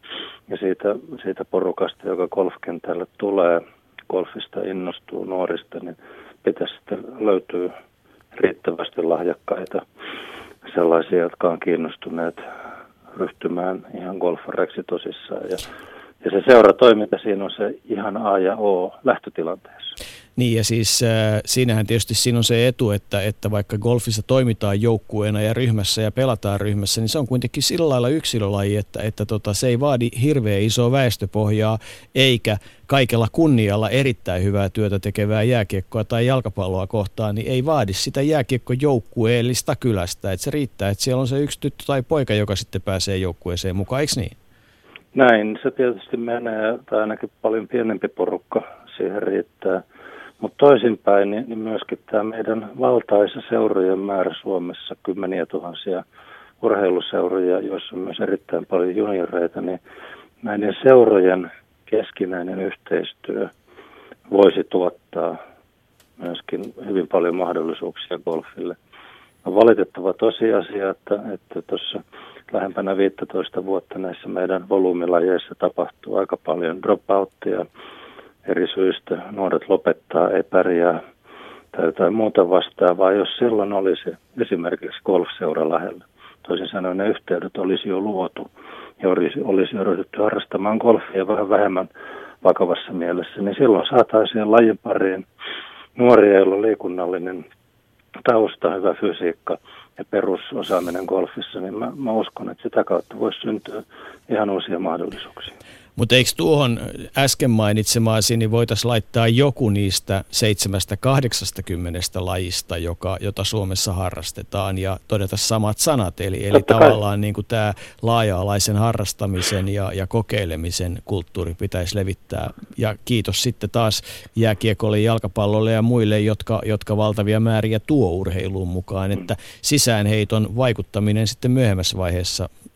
siitä porukasta, joka golfkentälle tulee, golfista innostuu nuorista, niin pitäisi sitten löytyä riittävästi lahjakkaita, sellaisia, jotka on kiinnostuneet ryhtymään ihan golfareiksi tosissaan. Ja se seuratoiminta siinä on se ihan A ja O lähtötilanteessa. Niin ja siis siinähän tietysti siinä on se etu, että vaikka golfissa toimitaan joukkueena ja ryhmässä ja pelataan ryhmässä, niin se on kuitenkin sillä lailla yksilölaji, että se ei vaadi hirveän isoa väestöpohjaa eikä kaikella kunnialla erittäin hyvää työtä tekevää jääkiekkoa tai jalkapalloa kohtaan, niin ei vaadi sitä jääkiekkojoukkueellista kylästä. Että se riittää, että siellä on se yksi tyttö tai poika, joka sitten pääsee joukkueeseen mukaan, eikö niin? Näin, se tietysti menee, tai ainakin paljon pienempi porukka siihen riittää. Mutta toisinpäin, niin myöskin tämä meidän valtaisa seurojen määrä Suomessa, kymmeniä tuhansia urheiluseuroja, joissa on myös erittäin paljon junioreita, niin näiden seurojen keskinäinen yhteistyö voisi tuottaa myöskin hyvin paljon mahdollisuuksia golfille. On valitettava tosiasia, että tuossa lähempänä 15 vuotta näissä meidän volyymilajeissa tapahtuu aika paljon dropouttia eri syistä. Nuoret lopettaa, ei pärjää tai jotain muuta vastaavaa, jos silloin olisi esimerkiksi golfseura lähellä. Toisin sanoen ne yhteydet olisi jo luotu ja olisi jo ryhdytty harrastamaan golfia vähän vähemmän vakavassa mielessä, niin silloin saataisiin lajin pariin nuoria, joilla on liikunnallinen tausta, hyvä fysiikka ja perusosaaminen golfissa, niin mä uskon, että sitä kautta voisi syntyä ihan uusia mahdollisuuksia. Mutta eikö tuohon äsken mainitsemaasi, niin voitaisiin laittaa joku niistä 7-80 lajista, jota Suomessa harrastetaan, ja todeta samat sanat. Eli tavallaan niin kuin tämä laaja-alaisen harrastamisen ja kokeilemisen kulttuuri pitäisi levittää. Ja kiitos sitten taas jääkiekolle, jalkapallolle ja muille, jotka valtavia määriä tuo urheiluun mukaan, että sisäänheiton vaikuttaminen sitten myöhemmässä vaiheessa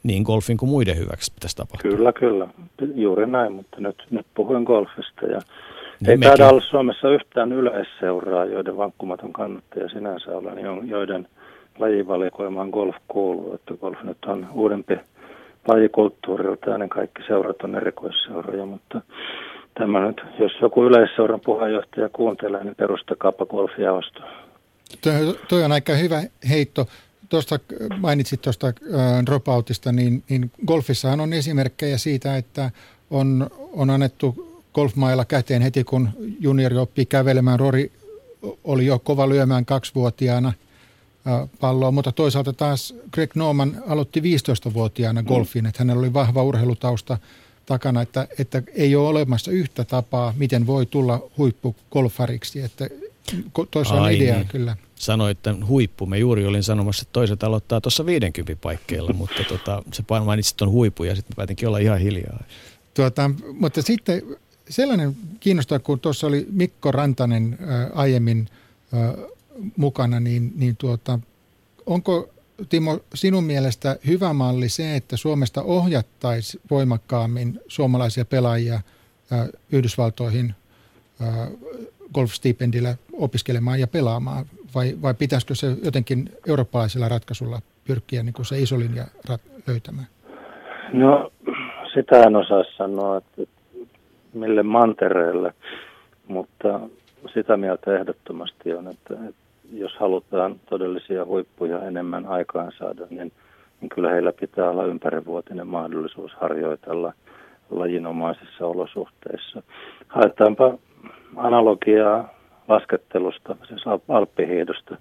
niin golfin kuin muiden hyväksi pitäisi tapahtua. Kyllä. Juuri näin, mutta nyt puhuin golfista. Ja Niin ei mekin. taida olla Suomessa yhtään yleisseuraa, joiden vankkumaton kannattaja sinänsä olen, joiden lajivalikoimaan golf kuuluu. Että golf nyt on uudempi lajikulttuurilta ja ne kaikki seurat on erikoisseuroja, mutta tämä nyt, jos joku yleisseuran puheenjohtaja kuuntelee, niin perustakaapa golfjaostoa. Toi on aika hyvä heitto. Tuosta mainitsit tuosta dropoutista, niin golfissahan on esimerkkejä siitä, että on annettu golfmailla käteen heti, kun juniori oppii kävelemään. Rory oli jo kova lyömään 2-vuotiaana palloa, mutta toisaalta taas Greg Norman aloitti 15-vuotiaana golfin, että hänellä oli vahva urheilutausta takana, että ei ole olemassa yhtä tapaa, miten voi tulla huippugolfariksi, että toissa on idea niin. kyllä. Sanoit, että huippu. Me juuri olin sanomassa, että toiset aloittaa tuossa 50 paikkeilla, mutta se mainitsit tuon huipun ja sitten mä päätinkin olla ihan hiljaa. Mutta sitten sellainen kiinnostaa, kun tuossa oli Mikko Rantanen aiemmin mukana, niin onko Timo sinun mielestä hyvä malli se, että Suomesta ohjattaisiin voimakkaammin suomalaisia pelaajia Yhdysvaltoihin golfstipendillä opiskelemaan ja pelaamaan, vai pitäisikö se jotenkin eurooppalaisella ratkaisulla pyrkiä niin kuin se iso linja löytämään? No, sitä en osaa sanoa, että mille mantereelle, mutta sitä mieltä ehdottomasti on, että jos halutaan todellisia huippuja enemmän aikaan saada, niin kyllä heillä pitää olla ympärivuotinen mahdollisuus harjoitella lajinomaisissa olosuhteissa. Haetaanpa analogiaa laskettelusta, siis alppihiihdosta,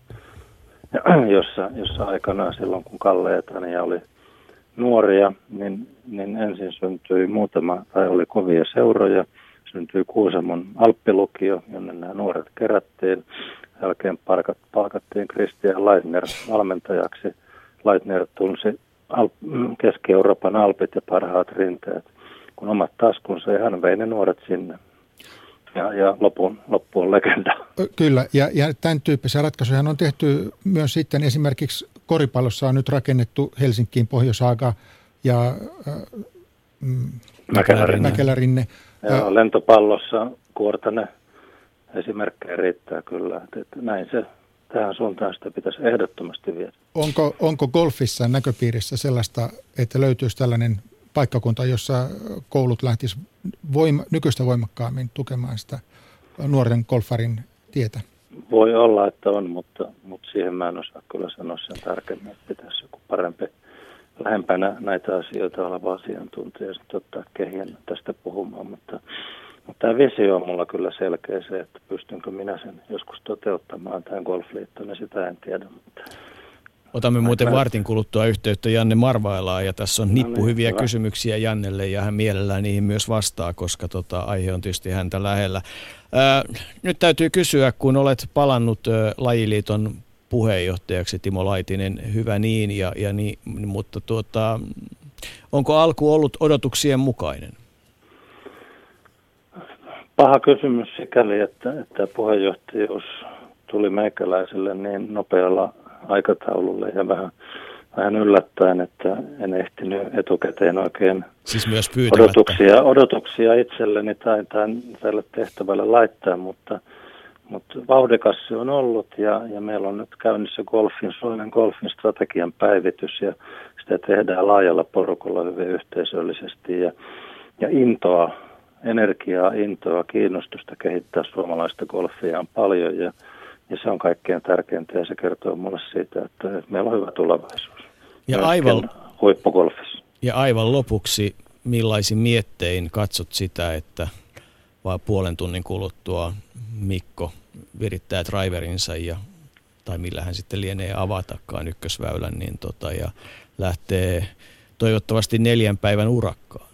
jossa aikanaan silloin, kun Kalle ja Tania oli nuoria, niin ensin syntyi oli kovia seuroja, syntyi Kuusamon alppilukio, jonne nämä nuoret kerättiin. Jälkeen palkattiin Christian Leitner valmentajaksi. Leitner tunsi Keski-Euroopan alpit ja parhaat rinteet. Kun omat taskunsa, ja hän vei ne nuoret sinne. Ja loppu on legenda. Kyllä, ja tämän tyyppisiä ratkaisuja on tehty myös sitten esimerkiksi koripallossa on nyt rakennettu Helsinkiin Pohjois-Haaga ja Mäkelärinne. Ja lentopallossa Kuortane esimerkkejä riittää kyllä. Että näin se tähän suuntaan sitä pitäisi ehdottomasti viedä. Onko golfissa näköpiirissä sellaista, että löytyisi tällainen paikkakunta, jossa koulut lähtisivät nykyistä voimakkaammin tukemaan sitä nuoren golfarin tietä? Voi olla, että on, mutta siihen mä en osaa kyllä sanoa sen tarkemmin, että pitäisi joku parempi lähempänä näitä asioita oleva asiantuntija ja sitten ottaa kehien tästä puhumaan, mutta tämä visio on mulla kyllä selkeä se, että pystynkö minä sen joskus toteuttamaan tämän golfliittoon, niin sitä en tiedä. Otamme muuten vartin kuluttua yhteyttä Janne Marvailaan ja tässä on nippu hyviä kysymyksiä Jannelle ja hän mielellään niihin myös vastaa, koska aihe on tietysti häntä lähellä. Nyt täytyy kysyä, kun olet palannut Lajiliiton puheenjohtajaksi, Timo Laitinen, hyvä niin, mutta onko alku ollut odotuksien mukainen? Paha kysymys sikäli, että puheenjohtajuus tuli meikäläiselle niin nopealla aikataululle ja vähän yllättäen, että en ehtinyt etukäteen oikein siis myös odotuksia itselleni tai tälle tehtävälle laittaa, mutta vauhdikas se on ollut ja meillä on nyt käynnissä Suomen golfin strategian päivitys ja sitä tehdään laajalla porukalla hyvin yhteisöllisesti ja intoa, kiinnostusta kehittää suomalaista golfia on paljon ja se on kaikkein tärkeintä ja se kertoo mulle siitä, että meillä on hyvä tulevaisuus. Ja aivan huippugolfissa. Ja aivan lopuksi, millaisin miettein katsot sitä, että vaan puolen tunnin kuluttua Mikko virittää driverinsa tai millä hän sitten lienee avatakaan ykkösväylän, ja lähtee toivottavasti 4 päivän urakkaan?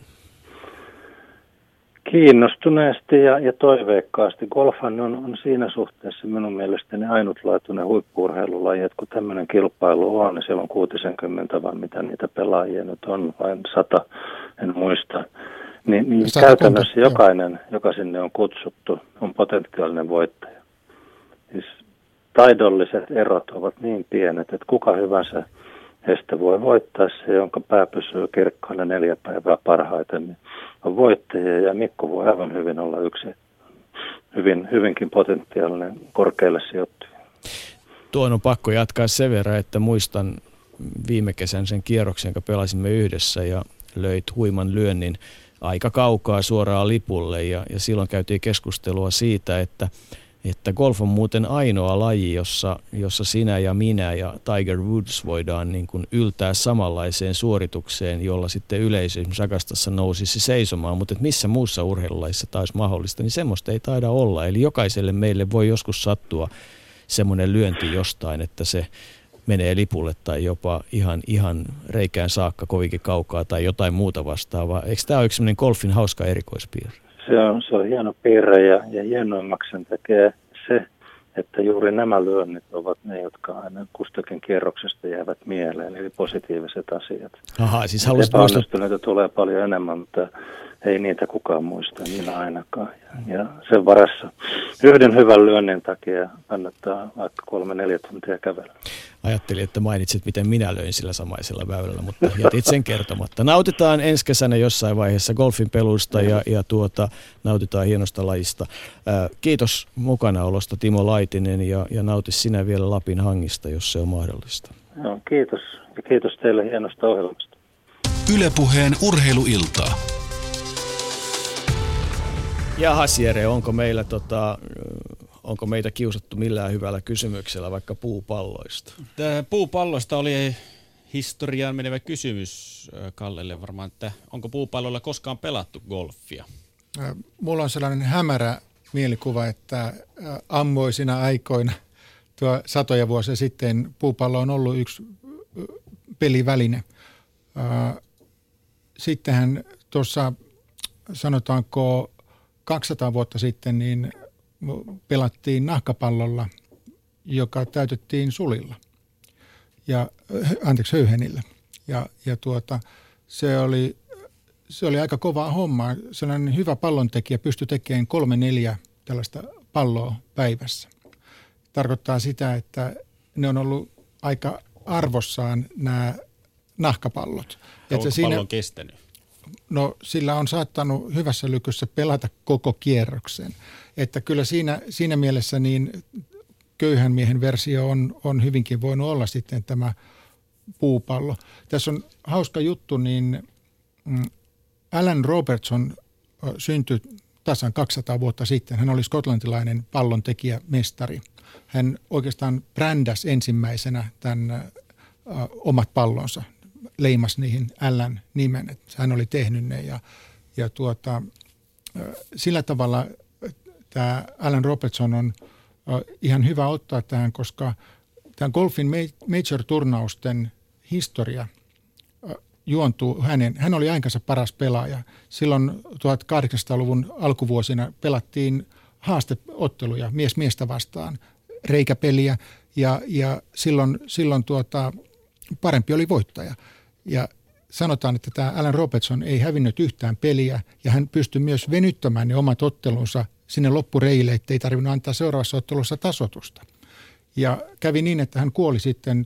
Kiinnostuneesti ja toiveikkaasti. Golfhan on siinä suhteessa minun mielestäni ainutlaatuinen huippu-urheilulaji, että kun tämmöinen kilpailu on, niin siellä on 60 vai mitä niitä pelaajia nyt on, vain 100, en muista. Niin käytännössä jokainen, joka sinne on kutsuttu, on potentiaalinen voittaja. Siis taidolliset erot ovat niin pienet, että kuka hyvänsä Heistä voi voittaa se, jonka pää pysyy kirkkaana 4 päivää parhaiten, niin on voittaja, ja Mikko voi aivan hyvin olla yksi hyvinkin potentiaalinen korkealle sijoittuja. Tuon on pakko jatkaa sen verran, että muistan viime kesän sen kierroksen, jonka pelasimme yhdessä ja löit huiman lyönnin aika kaukaa suoraan lipulle ja silloin käytiin keskustelua siitä, että golf on muuten ainoa laji, jossa sinä ja minä ja Tiger Woods voidaan niin kuin yltää samanlaiseen suoritukseen, jolla sitten yleisö esimerkiksi Agastassa nousisi seisomaan, mutta missä muussa urheilulajissa taas mahdollista, niin semmoista ei taida olla. Eli jokaiselle meille voi joskus sattua semmoinen lyönti jostain, että se menee lipulle tai jopa ihan reikään saakka kovinkin kaukaa tai jotain muuta vastaavaa. Eikö tämä ole yksi semmoinen golfin hauska erikoispiirre? Se on hieno piirre ja hienoimmaksi sen tekee se, että juuri nämä lyönnit ovat ne, jotka aina kustakin kierroksesta jäävät mieleen, eli positiiviset asiat. Aha, siis epäonnistuneita tulee paljon enemmän, mutta ei niitä kukaan muista, minä ainakaan. Ja sen varassa yhden hyvän lyönnin takia kannattaa vaikka 3-4 tuntia kävellä. Ajattelin, että mainitsit, miten minä löin sillä samaisella väylällä, mutta jätit sen kertomatta. Nautitaan ensi kesänä jossain vaiheessa golfin pelusta ja nautitaan hienosta lajista. Kiitos mukanaolosta Timo Laitinen ja nauti sinä vielä Lapin hangista, jos se on mahdollista. Joo, kiitos ja kiitos teille hienosta ohjelmasta. Yle Puheen urheiluiltaa. Ja Hasjere, onko meitä kiusattu millään hyvällä kysymyksellä vaikka puupalloista? Puupalloista oli historiaan menevä kysymys Kallelle varmaan, että onko puupalloilla koskaan pelattu golfia? Mulla on sellainen hämärä mielikuva, että ammoisina aikoina, satoja vuosia sitten, puupallo on ollut yksi peliväline. Sittenhän tuossa sanotaanko 200 vuotta sitten niin pelattiin nahkapallolla, joka täytettiin sulilla höyhenillä. Se oli aika kovaa hommaa. Sellainen hyvä pallontekijä pystyi tekemään 3-4 tällaista palloa päivässä. Tarkoittaa sitä, että ne on ollut aika arvossaan nämä nahkapallot. Onko pallon kestänyt? No sillä on saattanut hyvässä lykyssä pelata koko kierroksen. Että kyllä siinä mielessä niin köyhän miehen versio on hyvinkin voinut olla sitten tämä puupallo. Tässä on hauska juttu, niin Alan Robertson syntyi tasan 200 vuotta sitten. Hän oli skotlantilainen pallontekijä mestari. Hän oikeastaan brändäsi ensimmäisenä tämän omat pallonsa. Leimasi niihin Allan nimen, että hän oli tehnyt ne ja sillä tavalla tämä Alan Robertson on ihan hyvä ottaa tähän, koska tämän golfin major-turnausten historia juontuu hän oli aikansa paras pelaaja. Silloin 1800-luvun alkuvuosina pelattiin haasteotteluja mies-miestä vastaan, reikäpeliä ja silloin parempi oli voittaja. Ja sanotaan, että tämä Alan Robertson ei hävinnyt yhtään peliä ja hän pystyi myös venyttämään ne omat ottelunsa sinne loppureille, ettei tarvinnut antaa seuraavassa ottelussa tasoitusta. Ja kävi niin, että hän kuoli sitten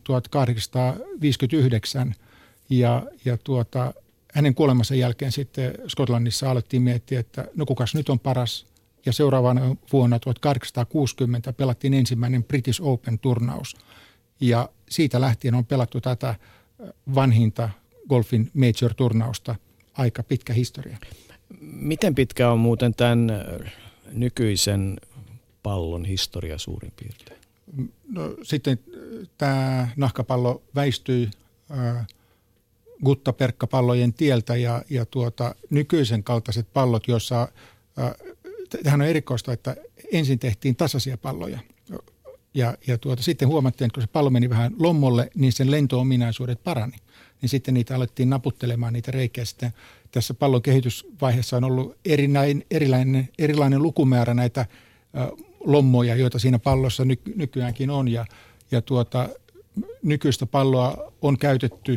1859 ja hänen kuolemansa jälkeen sitten Skotlannissa alettiin miettiä, että no kukas nyt on paras. Ja seuraavana vuonna 1860 pelattiin ensimmäinen British Open-turnaus ja siitä lähtien on pelattu tätä vanhinta golfin major-turnausta, aika pitkä historia. Miten pitkä on muuten tämän nykyisen pallon historia suurin piirtein? No, sitten tämä nahkapallo väistyi guttaperkkapallojen tieltä ja nykyisen kaltaiset pallot, joissa tähän on erikoista, että ensin tehtiin tasaisia palloja. Ja sitten huomattiin, että kun se pallo meni vähän lommolle, niin sen lento-ominaisuudet parani. Niin sitten niitä alettiin naputtelemaan niitä reikiä. Sitten tässä pallon kehitysvaiheessa on ollut erilainen lukumäärä näitä lommoja, joita siinä pallossa nykyäänkin on. Ja nykyistä palloa on käytetty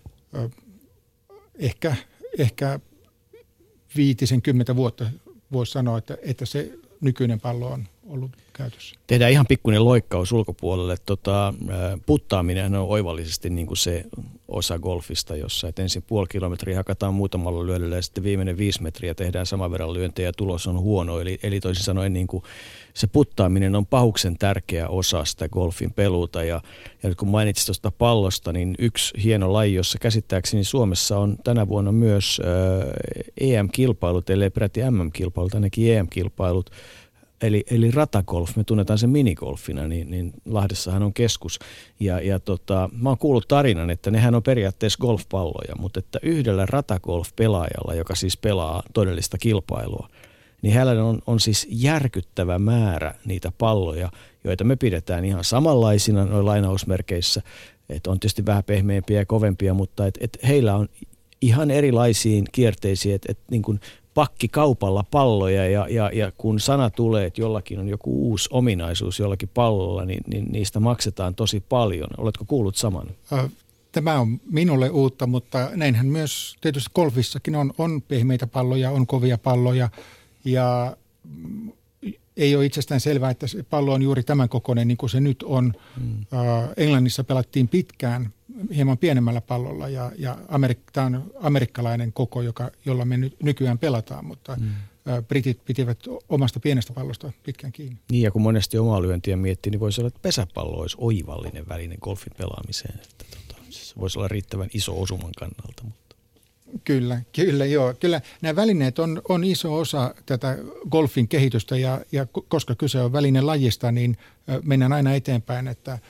ehkä 50 vuotta, voisi sanoa, että se nykyinen pallo ollut käytössä. Tehdään ihan pikkuinen loikkaus ulkopuolelle. Puttaaminen on oivallisesti niin kuin se osa golfista, jossa ensin puoli kilometriä hakataan muutamalla lyönnillä ja sitten viimeinen 5 metriä tehdään saman verran lyöntejä ja tulos on huono. Eli toisin sanoen niin kuin se puttaaminen on pahuksen tärkeä osa sitä golfin peluuta. Ja nyt kun mainitsit tuosta pallosta, niin yksi hieno laji, jossa käsittääkseni Suomessa on tänä vuonna myös EM-kilpailut, ellei peräti MM-kilpailut, ainakin EM-kilpailut. Eli ratagolf, me tunnetaan sen minigolfina, niin Lahdessahan on keskus. Mä oon kuullut tarinan, että nehän on periaatteessa golfpalloja, mutta että yhdellä ratagolf-pelaajalla, joka siis pelaa todellista kilpailua, niin hänellä on siis järkyttävä määrä niitä palloja, joita me pidetään ihan samanlaisina noin lainausmerkeissä. Että on tietysti vähän pehmeämpiä ja kovempia, mutta et heillä on ihan erilaisiin kierteisiin, että niin kuin pakkikaupalla palloja ja kun sana tulee, että jollakin on joku uusi ominaisuus jollakin pallolla, niin niistä maksetaan tosi paljon. Oletko kuullut saman? Tämä on minulle uutta, mutta näinhän myös tietysti golfissakin on pehmeitä palloja, on kovia palloja ja ei ole itsestään selvää, että se pallo on juuri tämän kokoinen niin kuin se nyt on. Englannissa pelattiin pitkään hieman pienemmällä pallolla ja tämä on amerikkalainen koko, jolla me nykyään pelataan, mutta britit pitivät omasta pienestä pallosta pitkään kiinni. Niin ja kun monesti omaa lyöntiä miettii, niin voisi olla, että pesäpallo olisi oivallinen väline golfin pelaamiseen. Että se voisi olla riittävän iso osuman kannalta. Mutta. Kyllä, joo. Kyllä nämä välineet on iso osa tätä golfin kehitystä ja koska kyse on välinelajista, niin mennään aina eteenpäin, että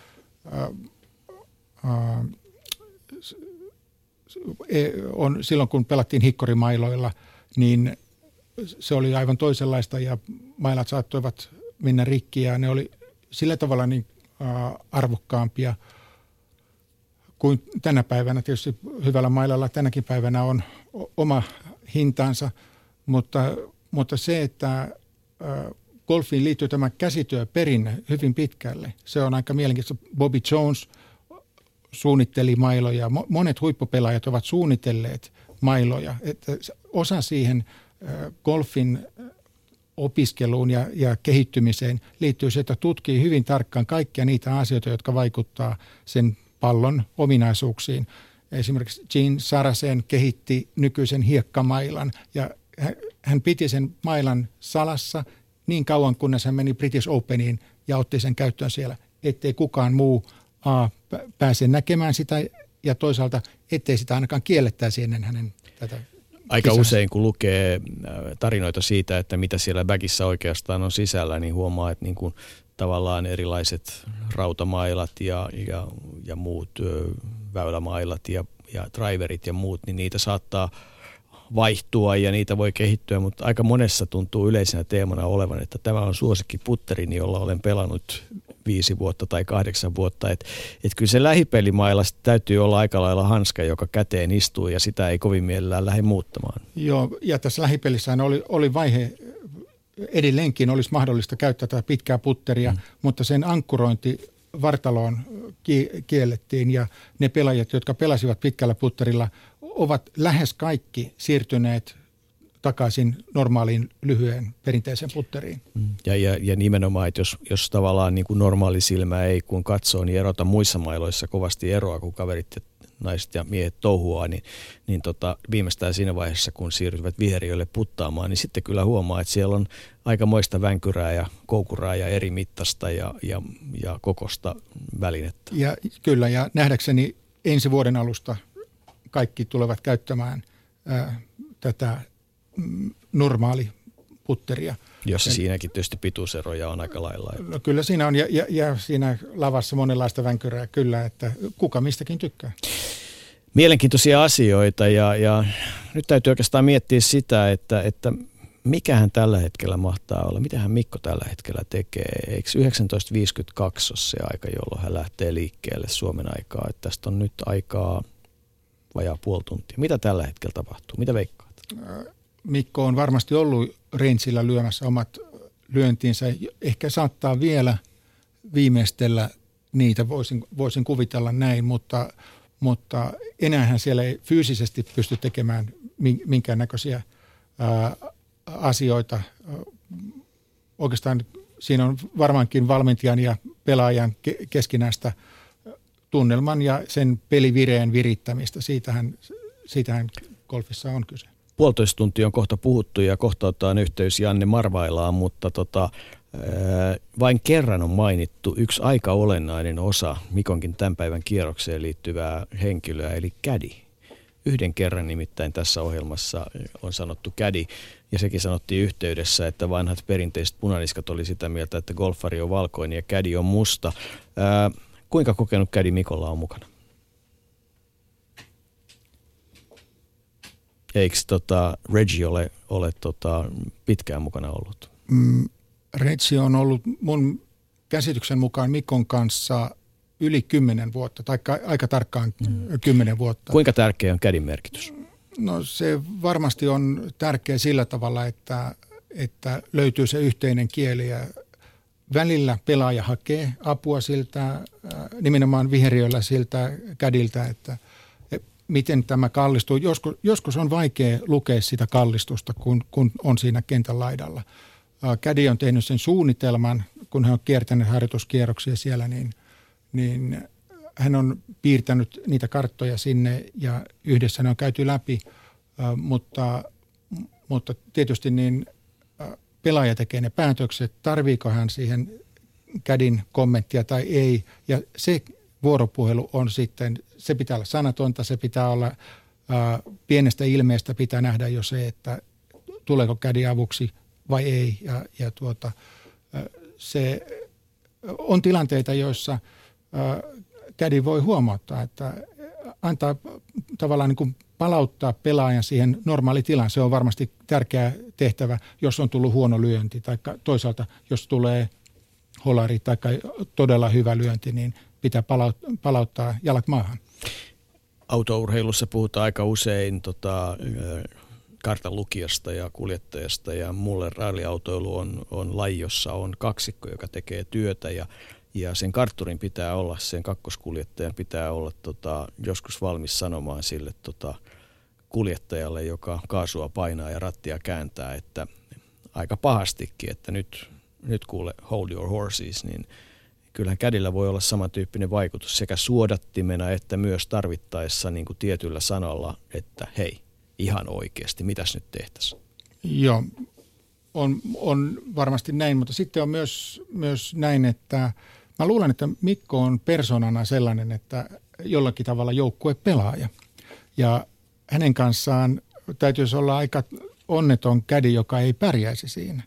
silloin kun pelattiin hikkorimailoilla, niin se oli aivan toisenlaista ja mailat saattoivat mennä rikki ja ne oli sillä tavalla niin arvokkaampia kuin tänä päivänä. Tietysti hyvällä mailalla tänäkin päivänä on oma hintansa, mutta se, että golfiin liittyy tämä käsityöperinne hyvin pitkälle, se on aika mielenkiintoista. Bobby Jones suunnitteli mailoja. Monet huippupelaajat ovat suunnitelleet mailoja. Että osa siihen golfin opiskeluun ja kehittymiseen liittyy se, että tutkii hyvin tarkkaan kaikkia niitä asioita, jotka vaikuttaa sen pallon ominaisuuksiin. Esimerkiksi Gene Sarazen kehitti nykyisen hiekkamailan ja hän piti sen mailan salassa niin kauan, kunnes hän meni British Openiin ja otti sen käyttöön siellä, ettei kukaan muu pääse näkemään sitä ja toisaalta ettei sitä ainakaan kiellettäisi ennen hänen tätä. Aika usein, kun lukee tarinoita siitä, että mitä siellä bagissa oikeastaan on sisällä, niin huomaa, että niin kuin tavallaan erilaiset rautamailat ja muut väylämailat ja driverit ja muut, niin niitä saattaa vaihtua ja niitä voi kehittyä, mutta aika monessa tuntuu yleisenä teemana olevan, että tämä on suosikkiputteri, jolla olen pelannut 5 vuotta tai 8 vuotta. Et kyllä se lähipelimailla täytyy olla aika lailla hanska, joka käteen istuu ja sitä ei kovin mielellään lähde muuttamaan. Joo, ja tässä lähipelissähän oli vaihe, edelleenkin olisi mahdollista käyttää tätä pitkää putteria, mutta sen ankkurointi vartaloon kiellettiin ja ne pelaajat, jotka pelasivat pitkällä putterilla, ovat lähes kaikki siirtyneet takaisin normaaliin lyhyen perinteiseen putteriin. Ja nimenomaan, että jos tavallaan niin kuin normaali silmä ei kun katsoo, niin erota muissa mailoissa kovasti eroa, kun kaverit ja naiset ja miehet touhuaa, niin viimeistään siinä vaiheessa, kun siirtyvät viheriöille puttaamaan, niin sitten kyllä huomaa, että siellä on aikamoista vänkyrää ja koukuraa ja eri mittasta ja kokosta välinettä. Ja kyllä, ja nähdäkseni ensi vuoden alusta kaikki tulevat käyttämään tätä normaaliputteria. Jossa siinäkin tietysti pituuseroja on aika lailla. No kyllä siinä on, ja siinä lavassa monenlaista vänkyrää kyllä, että kuka mistäkin tykkää. Mielenkiintoisia asioita, ja nyt täytyy oikeastaan miettiä sitä, että mikähän tällä hetkellä mahtaa olla, mitähän Mikko tällä hetkellä tekee. Eikö 1952 ole se aika, jolloin hän lähtee liikkeelle Suomen aikaa, että tästä on nyt aikaa vajaa puoli tuntia. Mitä tällä hetkellä tapahtuu? Mitä veikkaat? Mikko on varmasti ollut rangeillä lyömässä omat lyöntinsä. Ehkä saattaa vielä viimeistellä niitä, voisin kuvitella näin, mutta enäähän siellä ei fyysisesti pysty tekemään minkäännäköisiä asioita. Oikeastaan siinä on varmaankin valmentajan ja pelaajan keskinäistä tunnelman ja sen pelivireen virittämistä. Siitähän golfissa on kyse. Puolitoista tuntia on kohta puhuttu ja kohta otetaan yhteys Janne Marvailaan, mutta vain kerran on mainittu yksi aika olennainen osa Mikonkin tämän päivän kierrokseen liittyvää henkilöä, eli caddy. Yhden kerran nimittäin tässä ohjelmassa on sanottu caddy, ja sekin sanottiin yhteydessä, että vanhat perinteiset punaniskat oli sitä mieltä, että golfari on valkoinen ja caddy on musta. Kuinka kokenut caddy Mikolla on mukana? Eikö Reggie ole pitkään mukana ollut? Reggie on ollut mun käsityksen mukaan Mikon kanssa yli 10 vuotta, tai aika tarkkaan 10 vuotta. Kuinka tärkeä on cadin merkitys? No se varmasti on tärkeä sillä tavalla, että löytyy se yhteinen kieli ja välillä pelaaja hakee apua siltä, nimenomaan viheriöllä siltä cadiltä, että miten tämä kallistuu. Joskus on vaikea lukea sitä kallistusta, kun on siinä kentän laidalla. Caddy on tehnyt sen suunnitelman, kun hän on kiertänyt harjoituskierroksia siellä, niin hän on piirtänyt niitä karttoja sinne ja yhdessä ne on käyty läpi, mutta tietysti niin pelaaja tekee ne päätökset, tarviiko hän siihen cadin kommenttia tai ei, ja se vuoropuhelu on sitten, se pitää olla sanatonta, se pitää olla pienestä ilmeestä pitää nähdä jo se, että tuleeko caddy avuksi vai ei, ja se on tilanteita, joissa caddy voi huomauttaa, että antaa tavallaan niin kuin palauttaa pelaajan siihen normaalitilaan. Se on varmasti tärkeä tehtävä, jos on tullut huono lyönti, tai toisaalta jos tulee holari tai todella hyvä lyönti, niin pitää palauttaa jalat maahan. Autourheilussa puhutaan aika usein kartan lukijasta ja kuljettajasta, ja mulle ralliautoilu on laji, jossa on kaksikko, joka tekee työtä, ja sen kartturin pitää olla, sen kakkoskuljettajan pitää olla joskus valmis sanomaan sille kuljettajalle, joka kaasua painaa ja rattia kääntää, että aika pahastikin, että nyt kuule hold your horses, niin kyllähän cadillä voi olla samantyyppinen vaikutus sekä suodattimena että myös tarvittaessa niin kuin tietyllä sanalla, että hei, ihan oikeasti, mitäs nyt tehtäisiin? Joo, on varmasti näin, mutta sitten on myös näin, että mä luulen, että Mikko on persoonana sellainen, että jollakin tavalla joukkuepelaaja. Ja hänen kanssaan täytyisi olla aika onneton caddy, joka ei pärjäisi siinä.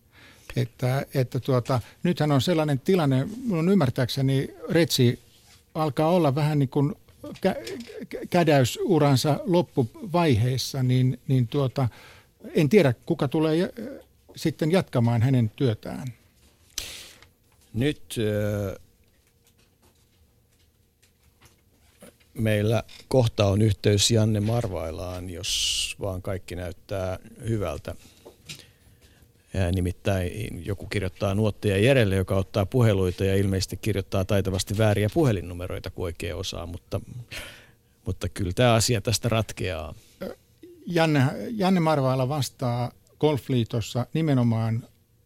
Nythän on sellainen tilanne, minun ymmärtääkseni Retsi alkaa olla vähän niin kuin kädäysuransa loppuvaiheessa, niin en tiedä, kuka tulee sitten jatkamaan hänen työtään. Nyt meillä kohta on yhteys Janne Marvailaan, jos vaan kaikki näyttää hyvältä. Nimittäin joku kirjoittaa nuotteja Jerelle, joka ottaa puheluita ja ilmeisesti kirjoittaa taitavasti vääriä puhelinnumeroita, kun oikein osaa, mutta kyllä tämä asia tästä ratkeaa. Janne Marvaila vastaa Golfliitossa nimenomaan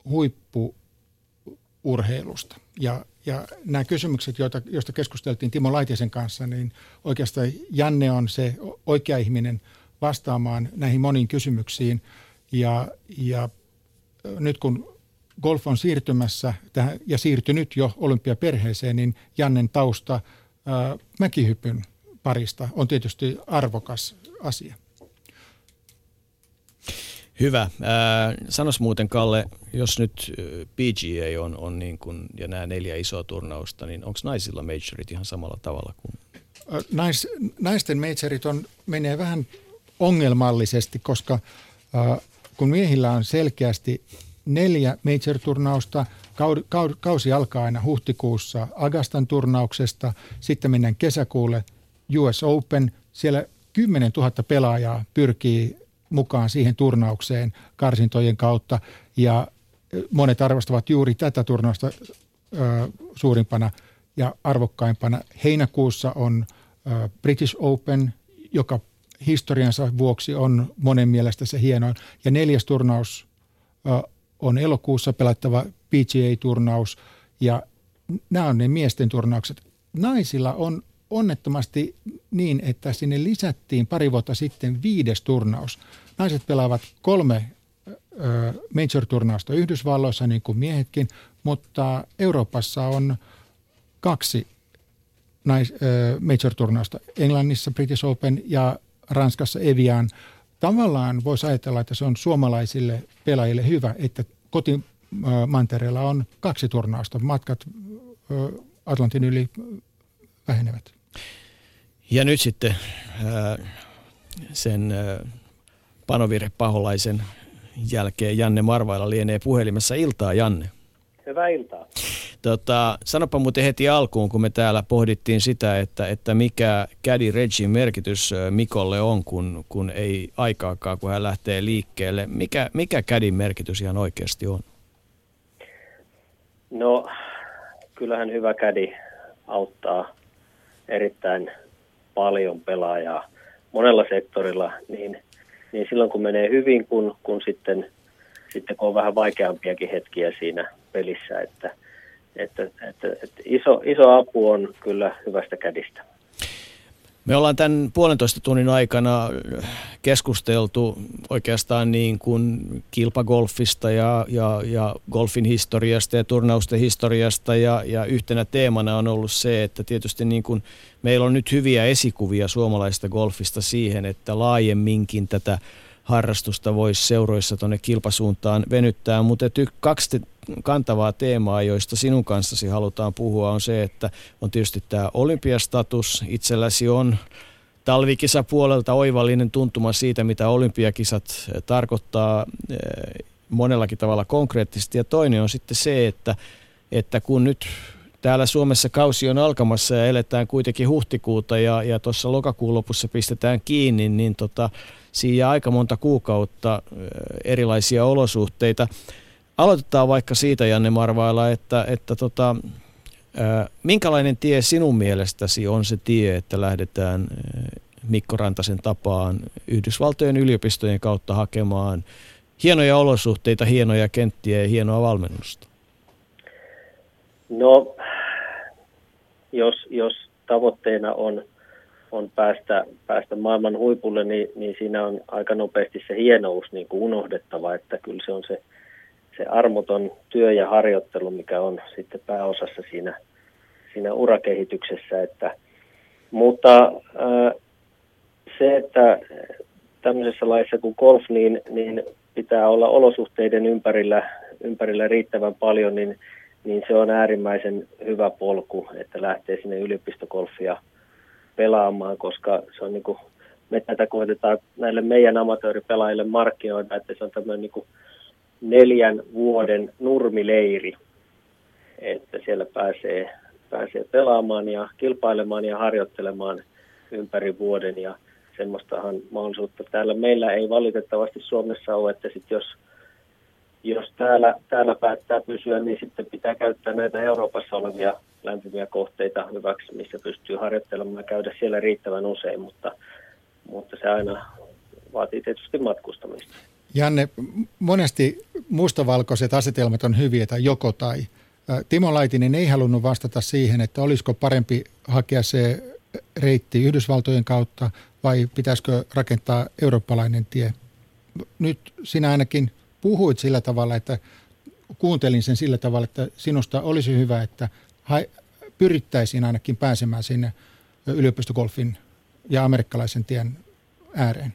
huippu-urheilusta. Ja nämä kysymykset, joista keskusteltiin Timo Laitisen kanssa, niin oikeastaan Janne on se oikea ihminen vastaamaan näihin moniin kysymyksiin. Ja nyt kun golf on siirtymässä tähän, ja siirtynyt jo olympiaperheeseen, niin Jannen tausta mäkihypyn parista on tietysti arvokas asia. Hyvä. Sanos muuten, Kalle, jos nyt PGA on niin kuin, ja nämä 4 isoa turnausta, niin onko naisilla majorit ihan samalla tavalla kuin? Naisten majorit menee vähän ongelmallisesti, koska kun miehillä on selkeästi 4 major-turnausta, kausi alkaa aina huhtikuussa Augustan turnauksesta, sitten mennään kesäkuulle US Open, siellä 10 000 pelaajaa pyrkii mukaan siihen turnaukseen karsintojen kautta, ja monet arvostavat juuri tätä turnausta suurimpana ja arvokkaimpana. Heinäkuussa on British Open, joka historiansa vuoksi on monen mielestä se hienoin. Ja 4. turnaus on elokuussa pelattava PGA-turnaus ja nämä on ne miesten turnaukset. Naisilla on onnettomasti niin, että sinne lisättiin pari vuotta sitten 5. turnaus. Naiset pelaavat 3 major-turnausta Yhdysvalloissa, niin kuin miehetkin, mutta Euroopassa on 2 major-turnausta. Englannissa British Open ja Ranskassa Evian. Tavallaan voisi ajatella, että se on suomalaisille pelaajille hyvä, että kotimantereella on 2 turnausta. Matkat Atlantin yli vähenevät. Ja nyt sitten sen Panovire Paholaisen jälkeen Janne Marvaila lienee puhelimessa. Iltaa, Janne. Hyvää iltaa. Sanopa muuten heti alkuun, kun me täällä pohdittiin sitä, että mikä Caddy Regin merkitys Mikolle on, kun ei aikaakaan, kun hän lähtee liikkeelle. Mikä Caddyn merkitys ihan oikeasti on? No, kyllähän hyvä caddy auttaa erittäin paljon pelaajaa monella sektorilla, niin silloin kun menee hyvin, kun sitten kun on vähän vaikeampiakin hetkiä siinä pelissä, että iso apu on kyllä hyvästä caddystä. Me ollaan tämän 1,5 tunnin aikana keskusteltu oikeastaan niin kuin kilpagolfista ja golfin historiasta ja turnausten historiasta ja yhtenä teemana on ollut se, että tietysti niin kuin meillä on nyt hyviä esikuvia suomalaisesta golfista siihen, että laajemminkin tätä harrastusta voisi seuroissa tuonne kilpasuuntaan venyttää, mutta 2 kantavaa teemaa, joista sinun kanssasi halutaan puhua, on se, että on tietysti tämä olympiastatus. Itselläsi on talvikisapuolelta oivallinen tuntuma siitä, mitä olympiakisat tarkoittaa monellakin tavalla konkreettisesti. Ja toinen on sitten se, että kun nyt täällä Suomessa kausi on alkamassa ja eletään kuitenkin huhtikuuta ja tuossa lokakuun lopussa pistetään kiinni, niin siinä jää aika monta kuukautta erilaisia olosuhteita. Aloitetaan vaikka siitä, Janne Marvaila, että minkälainen tie sinun mielestäsi on se tie, että lähdetään Mikko Rantasen tapaan Yhdysvaltojen yliopistojen kautta hakemaan hienoja olosuhteita, hienoja kenttiä ja hienoa valmennusta? No, jos tavoitteena on päästä maailman huipulle, niin siinä on aika nopeasti se hienous niin kuin unohdettava, että kyllä se on se armoton työ ja harjoittelu, mikä on sitten pääosassa siinä urakehityksessä. Mutta se, että tämmöisessä laissa kuin golf, niin pitää olla olosuhteiden ympärillä riittävän paljon, niin se on äärimmäisen hyvä polku, että lähtee sinne yliopistogolfia pelaamaan, koska se on niin kuin, me tätä koetetaan näille meidän amatööripelaajille markkinoida, että se on tämmöinen niin kuin 4 vuoden nurmileiri, että siellä pääsee pelaamaan ja kilpailemaan ja harjoittelemaan ympäri vuoden ja semmoistahan mahdollisuutta täällä meillä ei valitettavasti Suomessa ole, että sitten jos täällä päättää pysyä, niin sitten pitää käyttää näitä Euroopassa olevia lämpimiä kohteita hyväksi, missä pystyy harjoittelemaan ja käydä siellä riittävän usein, mutta se aina vaatii tietysti matkustamista. Janne, monesti mustavalkoiset asetelmat on hyviä tai joko tai. Timo Laitinen ei halunnut vastata siihen, että olisiko parempi hakea se reitti Yhdysvaltojen kautta vai pitäisikö rakentaa eurooppalainen tie. Nyt sinä ainakin puhuit sillä tavalla, että kuuntelin sen sillä tavalla, että sinusta olisi hyvä, että pyrittäisiin ainakin pääsemään sinne yliopistogolfin ja amerikkalaisen tien ääreen.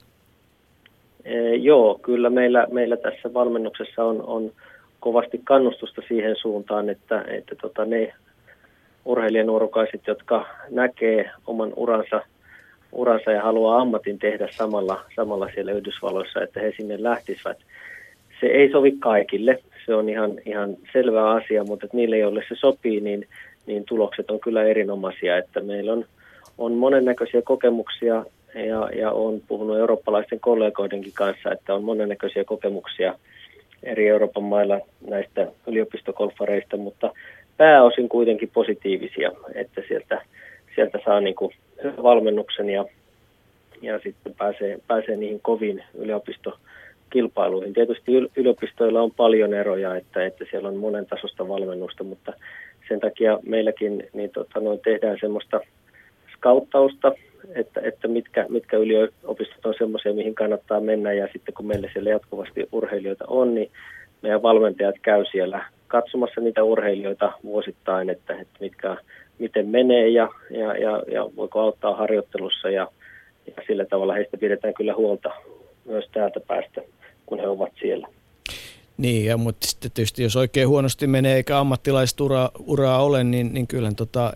Joo, kyllä meillä tässä valmennuksessa on kovasti kannustusta siihen suuntaan, että ne urheilijanuorukaiset, jotka näkee oman uransa ja haluaa ammatin tehdä samalla siellä Yhdysvalloissa, että he sinne lähtisivät. Se ei sovi kaikille, se on ihan selvä asia, mutta että niille, joille se sopii, niin tulokset on kyllä erinomaisia, että meillä on monennäköisiä kokemuksia ja olen puhunut eurooppalaisten kollegoidenkin kanssa, että on monennäköisiä kokemuksia eri Euroopan mailla näistä yliopistogolfareista, mutta pääosin kuitenkin positiivisia, että sieltä saa niin kuin hyvän valmennuksen ja sitten pääsee niihin koviin kilpailuihin. Tietysti yliopistoilla on paljon eroja, että siellä on monen tasosta valmennusta, mutta sen takia meilläkin niin tehdään semmoista skauttausta, että mitkä yliopistot on semmoisia, mihin kannattaa mennä, ja sitten kun meillä siellä jatkuvasti urheilijoita on, niin meidän valmentajat käy siellä katsomassa niitä urheilijoita vuosittain, että miten menee ja voiko auttaa harjoittelussa, ja sillä tavalla heistä pidetään kyllä huolta myös täältä päästä, kun he ovat siellä. Niin, mutta sitten tietysti jos oikein huonosti menee eikä ammattilaisturaa ole, niin kyllä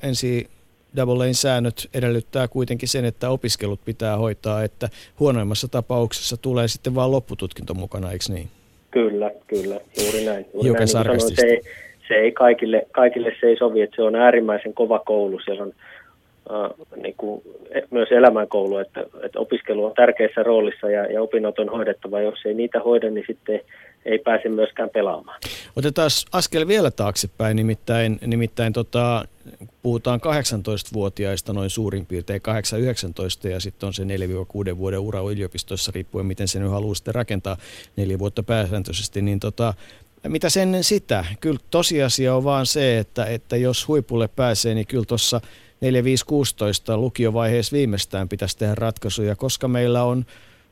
NCAA:n säännöt edellyttää kuitenkin sen, että opiskelut pitää hoitaa, että huonoimmassa tapauksessa tulee sitten vaan loppututkinto mukana, eikö niin? Kyllä, juuri näin. Hiukan sarkastista. Se ei kaikille se ei sovi, että se on äärimmäisen kova koulu. Siellä on niin kuin myös elämänkoulu, että opiskelu on tärkeässä roolissa ja opinnot on hoidettava. Jos ei niitä hoida, niin sitten ei pääse myöskään pelaamaan. Otetaan askel vielä taaksepäin, nimittäin puhutaan 18-vuotiaista noin suurin piirtein 8-19 ja sitten on se 4-6 vuoden ura yliopistossa riippuen, miten se nyt haluaa sitten rakentaa 4 vuotta pääsääntöisesti, niin mitä sen ennen sitä? Kyllä tosiasia on vaan se, että jos huipulle pääsee, niin kyllä tuossa 4-5-16 lukiovaiheessa viimeistään pitäisi tehdä ratkaisuja, koska meillä on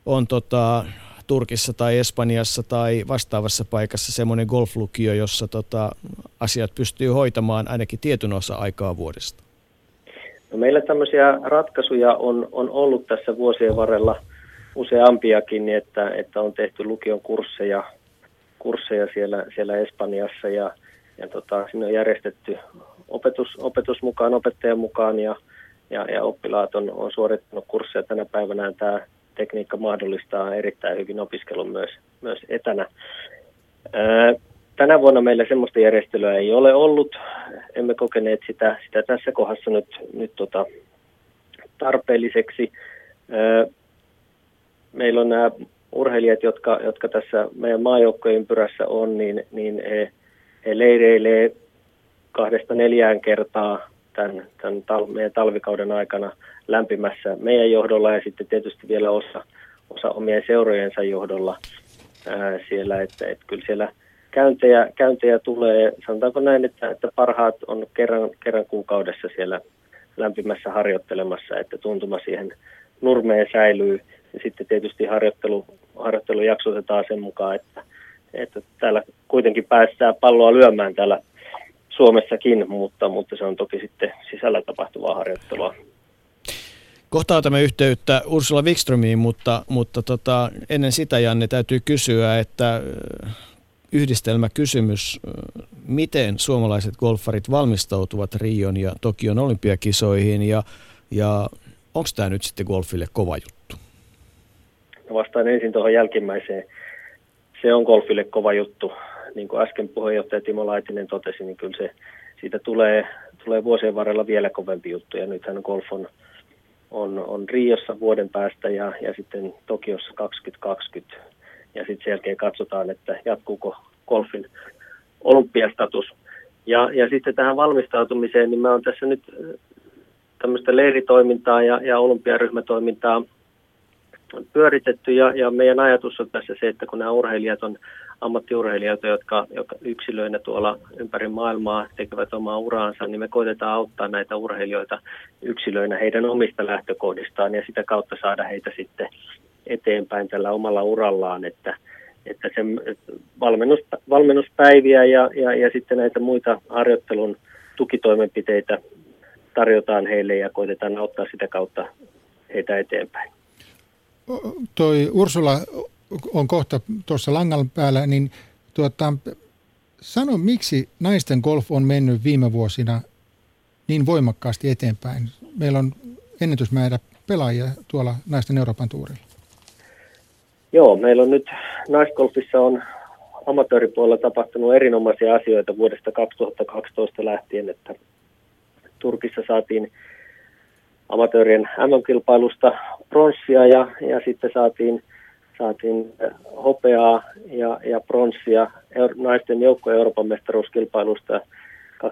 Turkissa tai Espanjassa tai vastaavassa paikassa semmoinen golflukio, jossa asiat pystyy hoitamaan ainakin tietyn osa aikaa vuodesta. No meillä tämmöisiä ratkaisuja on ollut tässä vuosien varrella useampiakin, että on tehty lukion kursseja siellä Espanjassa ja sinne on järjestetty opetus mukaan, opettajan mukaan ja oppilaat on suorittanut kursseja. Tänä päivänä tämä tekniikka mahdollistaa erittäin hyvin opiskelun myös etänä. Tänä vuonna meillä semmoista järjestelyä ei ole ollut. Emme kokeneet sitä tässä kohdassa nyt tarpeelliseksi. Meillä on nämä urheilijat, jotka tässä meidän maajoukkojen ympyrässä on, niin he leireilee 2-4 kertaa tämän meidän talvikauden aikana lämpimässä meidän johdolla ja sitten tietysti vielä osa omien seurojensa johdolla siellä, että kyllä siellä käyntejä tulee, sanotaanko näin, että parhaat on kerran kuukaudessa siellä lämpimässä harjoittelemassa, että tuntuma siihen nurmeen säilyy ja sitten tietysti harjoittelu jaksotetaan sen mukaan, että täällä kuitenkin päästään palloa lyömään täällä Suomessakin, mutta se on toki sitten sisällä tapahtuvaa harjoittelua. Kohta otamme yhteyttä Ursula Wikströmiin, mutta ennen sitä, Janne, täytyy kysyä, että yhdistelmäkysymys, miten suomalaiset golfarit valmistautuvat Rion ja Tokion olympiakisoihin ja onko tämä nyt sitten golfille kova juttu? No vastaan ensin tuohon jälkimmäiseen. Se on golfille kova juttu. Niin kuin äsken puheenjohtaja Timo Laitinen totesi, niin kyllä siitä tulee vuosien varrella vielä kovempi juttu. Ja nythän golf on Riossa vuoden päästä ja sitten Tokiossa 2020. Ja sitten sen jälkeen katsotaan, että jatkuuko golfin olympiastatus. Ja sitten tähän valmistautumiseen, niin mä oon tässä nyt tämmöistä leiritoimintaa ja olympiaryhmätoimintaa pyöritetty. Ja meidän ajatus on tässä se, että kun nämä urheilijat on ammattiurheilijoita, jotka yksilöinä tuolla ympäri maailmaa tekevät omaa uraansa, niin me koitetaan auttaa näitä urheilijoita yksilöinä heidän omista lähtökohdistaan ja sitä kautta saada heitä sitten eteenpäin tällä omalla urallaan, että se valmennuspäiviä ja sitten näitä muita harjoittelun tukitoimenpiteitä tarjotaan heille ja koitetaan auttaa sitä kautta heitä eteenpäin. Toi Ursula on kohta tuossa langan päällä, niin sano, miksi naisten golf on mennyt viime vuosina niin voimakkaasti eteenpäin? Meillä on ennätysmäärä pelaajia tuolla naisten Euroopan tuurilla. Joo, meillä on nyt naisgolfissa on amatööripuolella tapahtunut erinomaisia asioita vuodesta 2012 lähtien, että Turkissa saatiin amatöörien MM-kilpailusta pronssia ja sitten saatiin hopeaa ja pronssia naisten joukkojen Euroopan mestaruuskilpailusta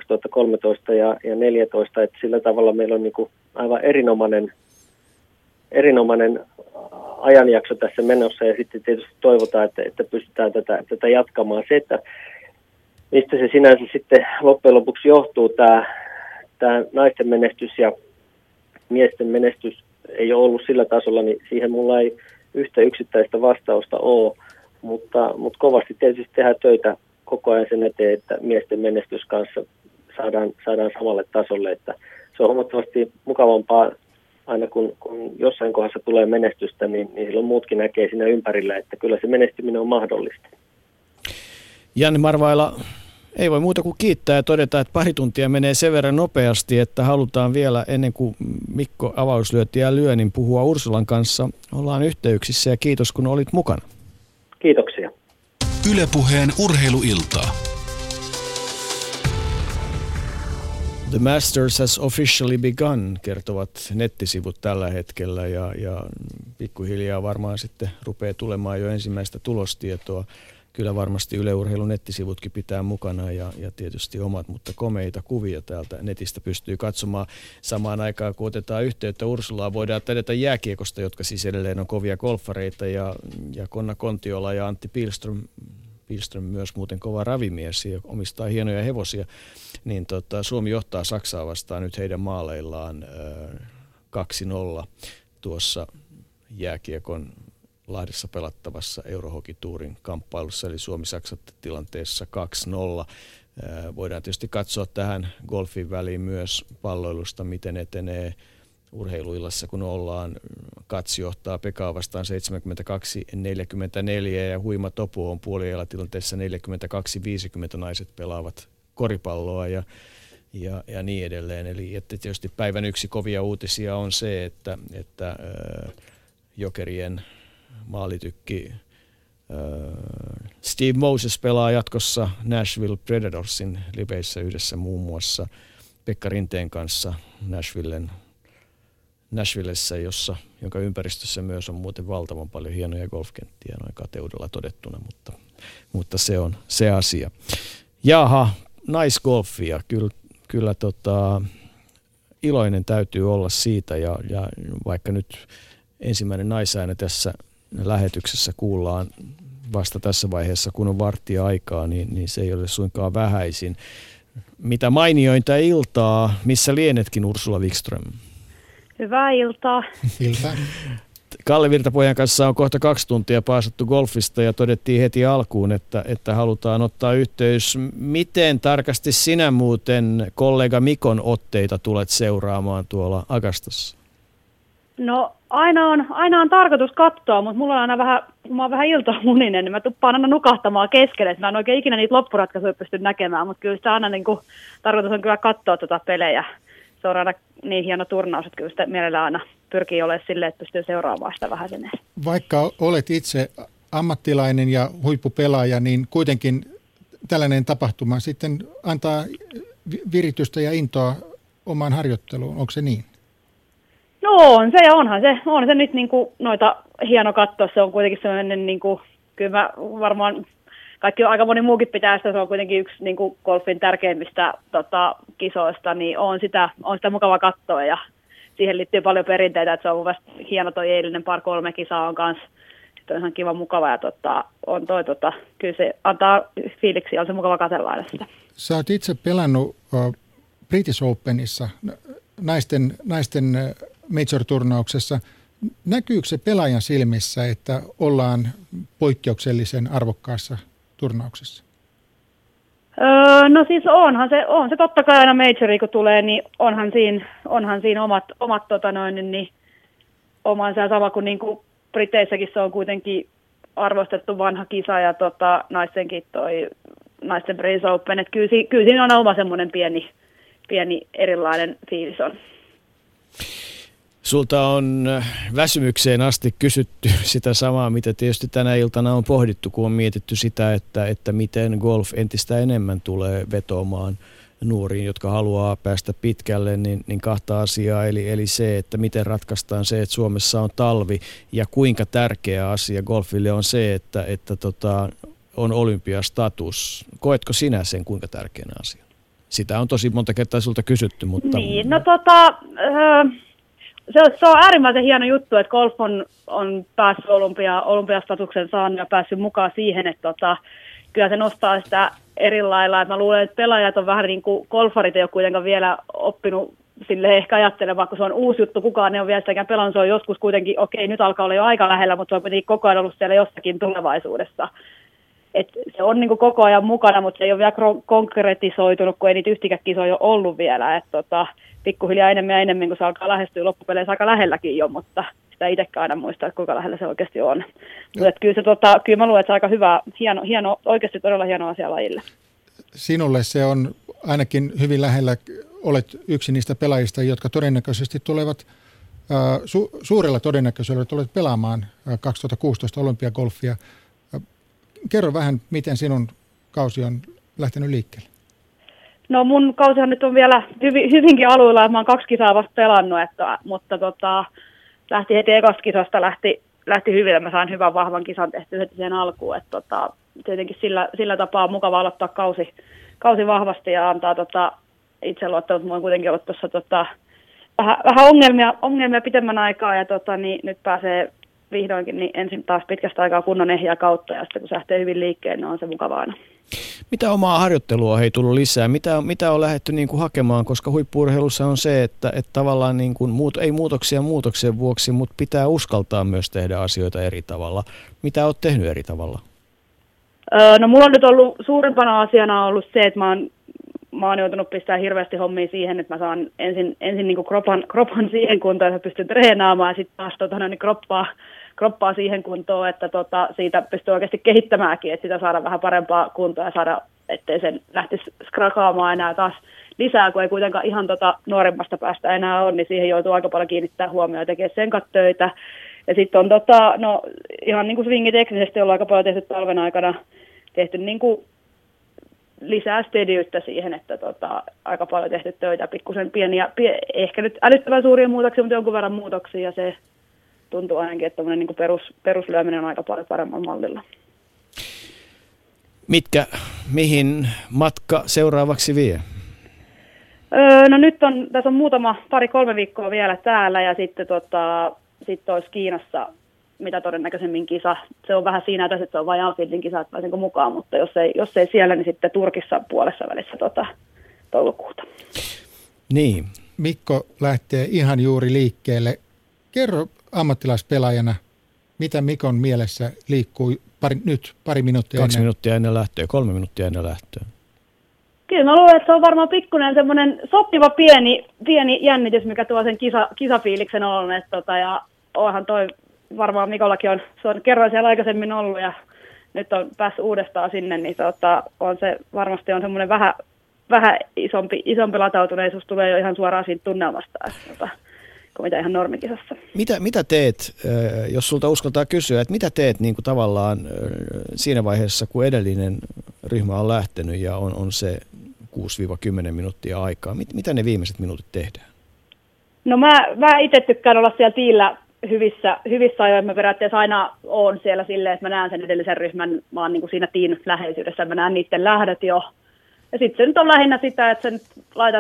2013 ja 2014, että sillä tavalla meillä on niin kuin aivan erinomainen erinomainen ajanjakso tässä menossa ja sitten tietysti toivotaan, että pystytään tätä jatkamaan. Se, että mistä se sinänsä sitten loppujen lopuksi johtuu, tämä naisten menestys ja miesten menestys ei ole ollut sillä tasolla, niin siihen mulla ei yhtä yksittäistä vastausta ole, mutta kovasti tietysti tehdään töitä koko ajan sen eteen, että miesten menestys kanssa saadaan samalle tasolle, että se on huomattavasti mukavampaa aina kun jossain kohdassa tulee menestystä, niin silloin muutkin näkee siinä ympärillä, että kyllä se menestyminen on mahdollista. Janne Marvaila, ei voi muuta kuin kiittää ja todeta, että pari tuntia menee sen verran nopeasti, että halutaan vielä ennen kuin Mikko avauslyötiä lyö, niin puhua Ursulan kanssa. Ollaan yhteyksissä ja kiitos kun olit mukana. Kiitoksia. Yle Puheen urheiluiltaa. The Masters has officially begun, kertovat nettisivut tällä hetkellä ja pikkuhiljaa varmaan sitten rupeaa tulemaan jo ensimmäistä tulostietoa. Kyllä varmasti Yle Urheilun nettisivutkin pitää mukana ja tietysti omat, mutta komeita kuvia täältä netistä pystyy katsomaan. Samaan aikaan kun otetaan yhteyttä Ursulaa, voidaan todeta jääkiekosta, jotka siis edelleen on kovia golfareita ja Konna Kontiola ja Antti Pilström myös muuten kova ravimies ja omistaa hienoja hevosia, niin Suomi johtaa Saksaa vastaan nyt heidän maaleillaan 2-0 tuossa jääkiekon Lahdessa pelattavassa Eurohockey-tuurin kamppailussa, eli Suomi-Saksa tilanteessa 2-0. Voidaan tietysti katsoa tähän golfin väliin myös palloilusta, miten etenee urheiluillassa, kun ollaan. Katsi johtaa Pekaa vastaan 72-44 ja Huima Topo on puoliajalla tilanteessa 42-50. Naiset pelaavat koripalloa ja niin edelleen. Eli että tietysti päivän yksi kovia uutisia on se, että Jokerien maalitykki Steve Moses pelaa jatkossa Nashville Predatorsin liveissä yhdessä muun muassa Pekka Rinteen kanssa Nashvillessä, jonka ympäristössä myös on muuten valtavan paljon hienoja golfkenttiä noin kateudella todettuna, mutta se on se asia. Jaha, naisgolfia, kyllä iloinen täytyy olla siitä ja vaikka nyt ensimmäinen naisääni tässä lähetyksessä kuullaan vasta tässä vaiheessa, kun on varttia aikaa, niin se ei ole suinkaan vähäisin. Mitä mainiointa iltaa, missä lienetkin Ursula Wikström? Hyvää iltaa. Iltaa. Kalle Virtapojan kanssa on kohta 2 tuntia paasattu golfista ja todettiin heti alkuun, että halutaan ottaa yhteys. Miten tarkasti sinä muuten kollega Mikon otteita tulet seuraamaan tuolla Agastassa? No aina on tarkoitus katsoa, mutta mulla on aina mä oon vähän iltamuninen, niin mä tuppaan aina nukahtamaan keskelle. Mä en oikein ikinä niitä loppuratkaisuja pysty näkemään, mutta kyllä sitä aina tarkoitus on kyllä katsoa pelejä. Se on aina niin hieno turnaus, että kyllä sitä mielellään aina pyrkii olemaan silleen, että pystyy seuraamaan sitä vähän sinne. Vaikka olet itse ammattilainen ja huippupelaaja, niin kuitenkin tällainen tapahtuma sitten antaa viritystä ja intoa omaan harjoitteluun. Onko se niin? No on se ja on se nyt noita hieno katsoa. Se on kuitenkin sellainen, kyllä mä varmaan kaikki aika moni muukin pitää sitä, se on kuitenkin yksi golfin tärkeimmistä kisoista, niin on sitä mukava katsoa ja siihen liittyy paljon perinteitä, että se on mun mielestä hieno toi eilinen par 3 kisaa on kanssa, on ihan kiva mukava ja on kyllä se antaa fiiliksi, on se mukava katsella aina sitä. Sä oot itse pelannut British Openissa, naisten major-turnauksessa. Näkyykö se pelaajan silmissä, että ollaan poikkeuksellisen arvokkaassa turnauksessa? No siis on se totta kai aina majori, kun tulee, niin onhan siinä omat omansa sama kuin Briteissäkin se on kuitenkin arvostettu vanha kisa ja naistenkin naisten British Open, että kyllä siinä on oma semmoinen pieni erilainen fiilis on. Sulta on väsymykseen asti kysytty sitä samaa, mitä tietysti tänä iltana on pohdittu, kun on mietitty sitä, että miten golf entistä enemmän tulee vetoamaan nuoriin, jotka haluaa päästä pitkälle, niin 2 asiaa. Eli se, että miten ratkaistaan se, että Suomessa on talvi ja kuinka tärkeä asia golfille on se, että on olympiastatus. Koetko sinä sen kuinka tärkeänä asia? Sitä on tosi monta kertaa sulta kysytty, mutta... Niin, no se on äärimmäisen hieno juttu, että golf on päässyt olympiastatuksen saanut ja päässyt mukaan siihen, että kyllä se nostaa sitä eri lailla. Mä luulen, että pelaajat on vähän niin kuin golfarit ei ole kuitenkaan vielä oppinut sille ehkä ajattelemaan, kun se on uusi juttu, kukaan ei ole vielä sitäkään pelannut. Se on joskus kuitenkin, okei, nyt alkaa olla jo aika lähellä, mutta se on kuitenkin koko ajan ollut siellä jossakin tulevaisuudessa. Et se on niin kuin koko ajan mukana, mutta se ei ole vielä konkretisoitunut, kun ei niitä yhtikäs kisoja ole ollut vielä. Että pikkuhiljaa enemmän ja enemmän, kun se alkaa lähestyä loppupeleissä aika lähelläkin jo, mutta sitä itsekään aina muistaa, että kuinka lähellä se oikeasti on. Mutta kyllä mä luulen, että se on aika hyvä, hieno, oikeasti todella hieno asia lajille. Sinulle se on ainakin hyvin lähellä, olet yksi niistä pelaajista, jotka todennäköisesti tulevat, suurella todennäköisyydellä tulet pelaamaan 2016 olympiagolfia. Kerro vähän, miten sinun kausi on lähtenyt liikkeelle. No mun kausihan nyt on vielä hyvinkin aluilla, että mä oon 2 kisaa vasta pelannut, mutta lähti heti ekasta kisasta, lähti hyvin, että mä sain hyvän vahvan kisan tehty heti sen alkuun. Että tietenkin sillä tapaa on mukava aloittaa kausi vahvasti ja antaa itseluottamus. Mulla on kuitenkin ollut tuossa vähän ongelmia pitemmän aikaa ja niin nyt pääsee vihdoinkin niin ensin taas pitkästä aikaa kunnon ehjää kautta ja sitten kun se lähtee hyvin liikkeen, niin on se mukavaa aina. Mitä omaa harjoittelua ei tullut lisää? Mitä on lähdetty niin kuin hakemaan, koska huippu-urheilussa on se, että tavallaan niin kuin ei muutoksia muutoksen vuoksi, mutta pitää uskaltaa myös tehdä asioita eri tavalla. Mitä olet tehnyt eri tavalla? No mulla on nyt ollut suurimpana asiana ollut se, että mä oon joutunut pistää hirveästi hommia siihen, että mä saan ensin niin kuin kropan siihen kuntoon, että pystyn treenaamaan ja sitten taas niin kroppaa siihen kuntoon, että siitä pystyy oikeasti kehittämäänkin, että sitä saada vähän parempaa kuntoa ja saada, ettei sen lähtisi skrakaamaan enää taas lisää, kun ei kuitenkaan ihan nuoremmasta päästä enää ole, niin siihen joutuu aika paljon kiinnittää huomioon ja tekemään sen töitä. Ja sitten on ihan niin kuin swingiteknisesti ollaan aika paljon tehty talven aikana, tehty niin kuin lisää steadiyttä siihen, että aika paljon tehty töitä, pikkusen pieniä, ehkä nyt älyttävän suuria muutoksia, mutta jonkun verran muutoksia ja se tuntuu ainakin, että niin kuin peruslyöminen on aika paljon paremmalla mallilla. Mihin matka seuraavaksi vie? No nyt tässä on 2-3 viikkoa vielä täällä ja sitten olisi Kiinassa mitä todennäköisemmin kisa. Se on vähän siinä tässä, että se on vain Anfieldin kisa, että pääsenkö mukaan, mutta jos ei siellä, niin sitten Turkissa puolessa välissä toukokuuta. Niin. Mikko lähtee ihan juuri liikkeelle. Kerro ammattilaispelaajana, mitä Mikon mielessä liikkuu pari minuuttia 2 minuuttia ennen lähtöä, 3 minuuttia ennen lähtöä. Kyllä mä luulen, että se on varmaan pikkuinen semmoinen sopiva pieni jännitys, mikä tuo sen kisafiiliksen on. Ja onhan toi varmaan Mikollakin kerroin siellä aikaisemmin ollut ja nyt on päässyt uudestaan sinne, niin on se varmasti on semmoinen vähän isompi latautuneisuus tulee jo ihan suoraan siitä tunnelmasta, kuin mitä ihan normikisassa. Mitä teet, jos sulta uskaltaa kysyä, että mitä teet niin kuin tavallaan siinä vaiheessa, kun edellinen ryhmä on lähtenyt ja on se 6-10 minuuttia aikaa, mitä ne viimeiset minuutit tehdään? No mä itse tykkään olla siellä tiillä hyvissä ajoin. Mä periaatteessa aina oon siellä silleen, että mä näen sen edellisen ryhmän, mä oon niin kuin siinä tiin läheisyydessä, mä näen niiden lähdöt jo. Ja sitten se nyt on lähinnä sitä, että sä nyt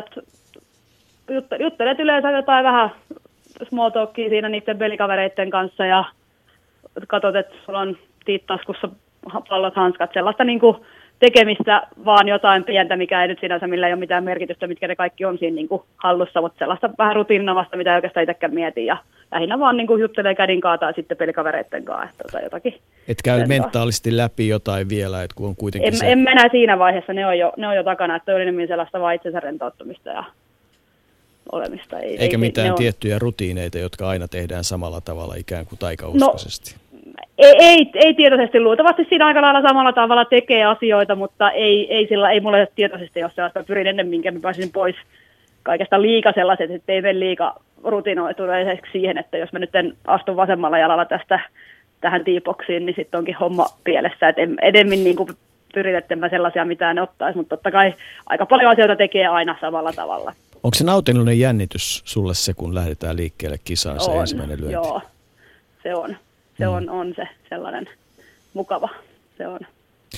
juttelet yleensä jotain vähän small talkia siinä niiden pelikavereiden kanssa ja katsot, että sulla on taskussa pallot, hanskat, sellaista niin kuin tekemistä, vaan jotain pientä, mikä ei nyt sinänsä millä ei ole mitään merkitystä, mitkä ne kaikki on siinä niin kuin hallussa, mutta sellaista vähän rutiininavasta, mitä oikeastaan itsekään mietin ja lähinnä vaan niin kuin juttelee kädin kanssa tai sitten pelikavereiden kanssa, jotakin. Et käy mentaalisesti läpi jotain vielä, että kun on kuitenkin en mennä siinä vaiheessa, ne on jo takana, että on enemmän sellaista vaan itsensä rentouttamista ja olemista. Eikä mitään tiettyjä rutiineita, jotka aina tehdään samalla tavalla ikään kuin taikauskoisesti. Ei tietoisesti, luultavasti siinä aika lailla samalla tavalla tekee asioita, mutta ei mulle tietoisesti, jos sellaista pyrin ennemminkin, mä pääsin pois kaikesta liika sellaiset, että ei mene liika rutinoituneeksi siihen, että jos mä nyt en astu vasemmalla jalalla tähän teeboksiin, niin sitten onkin homma pielessä, että enemmän niin kuin pyrin, että mä sellaisia mitään ne ottaisi, mutta totta kai aika paljon asioita tekee aina samalla tavalla. Onko se nautinnollinen jännitys sulle se, kun lähdetään liikkeelle kisaan, se ensimmäinen lyönti? Joo, se on. Se on se sellainen mukava. Se on.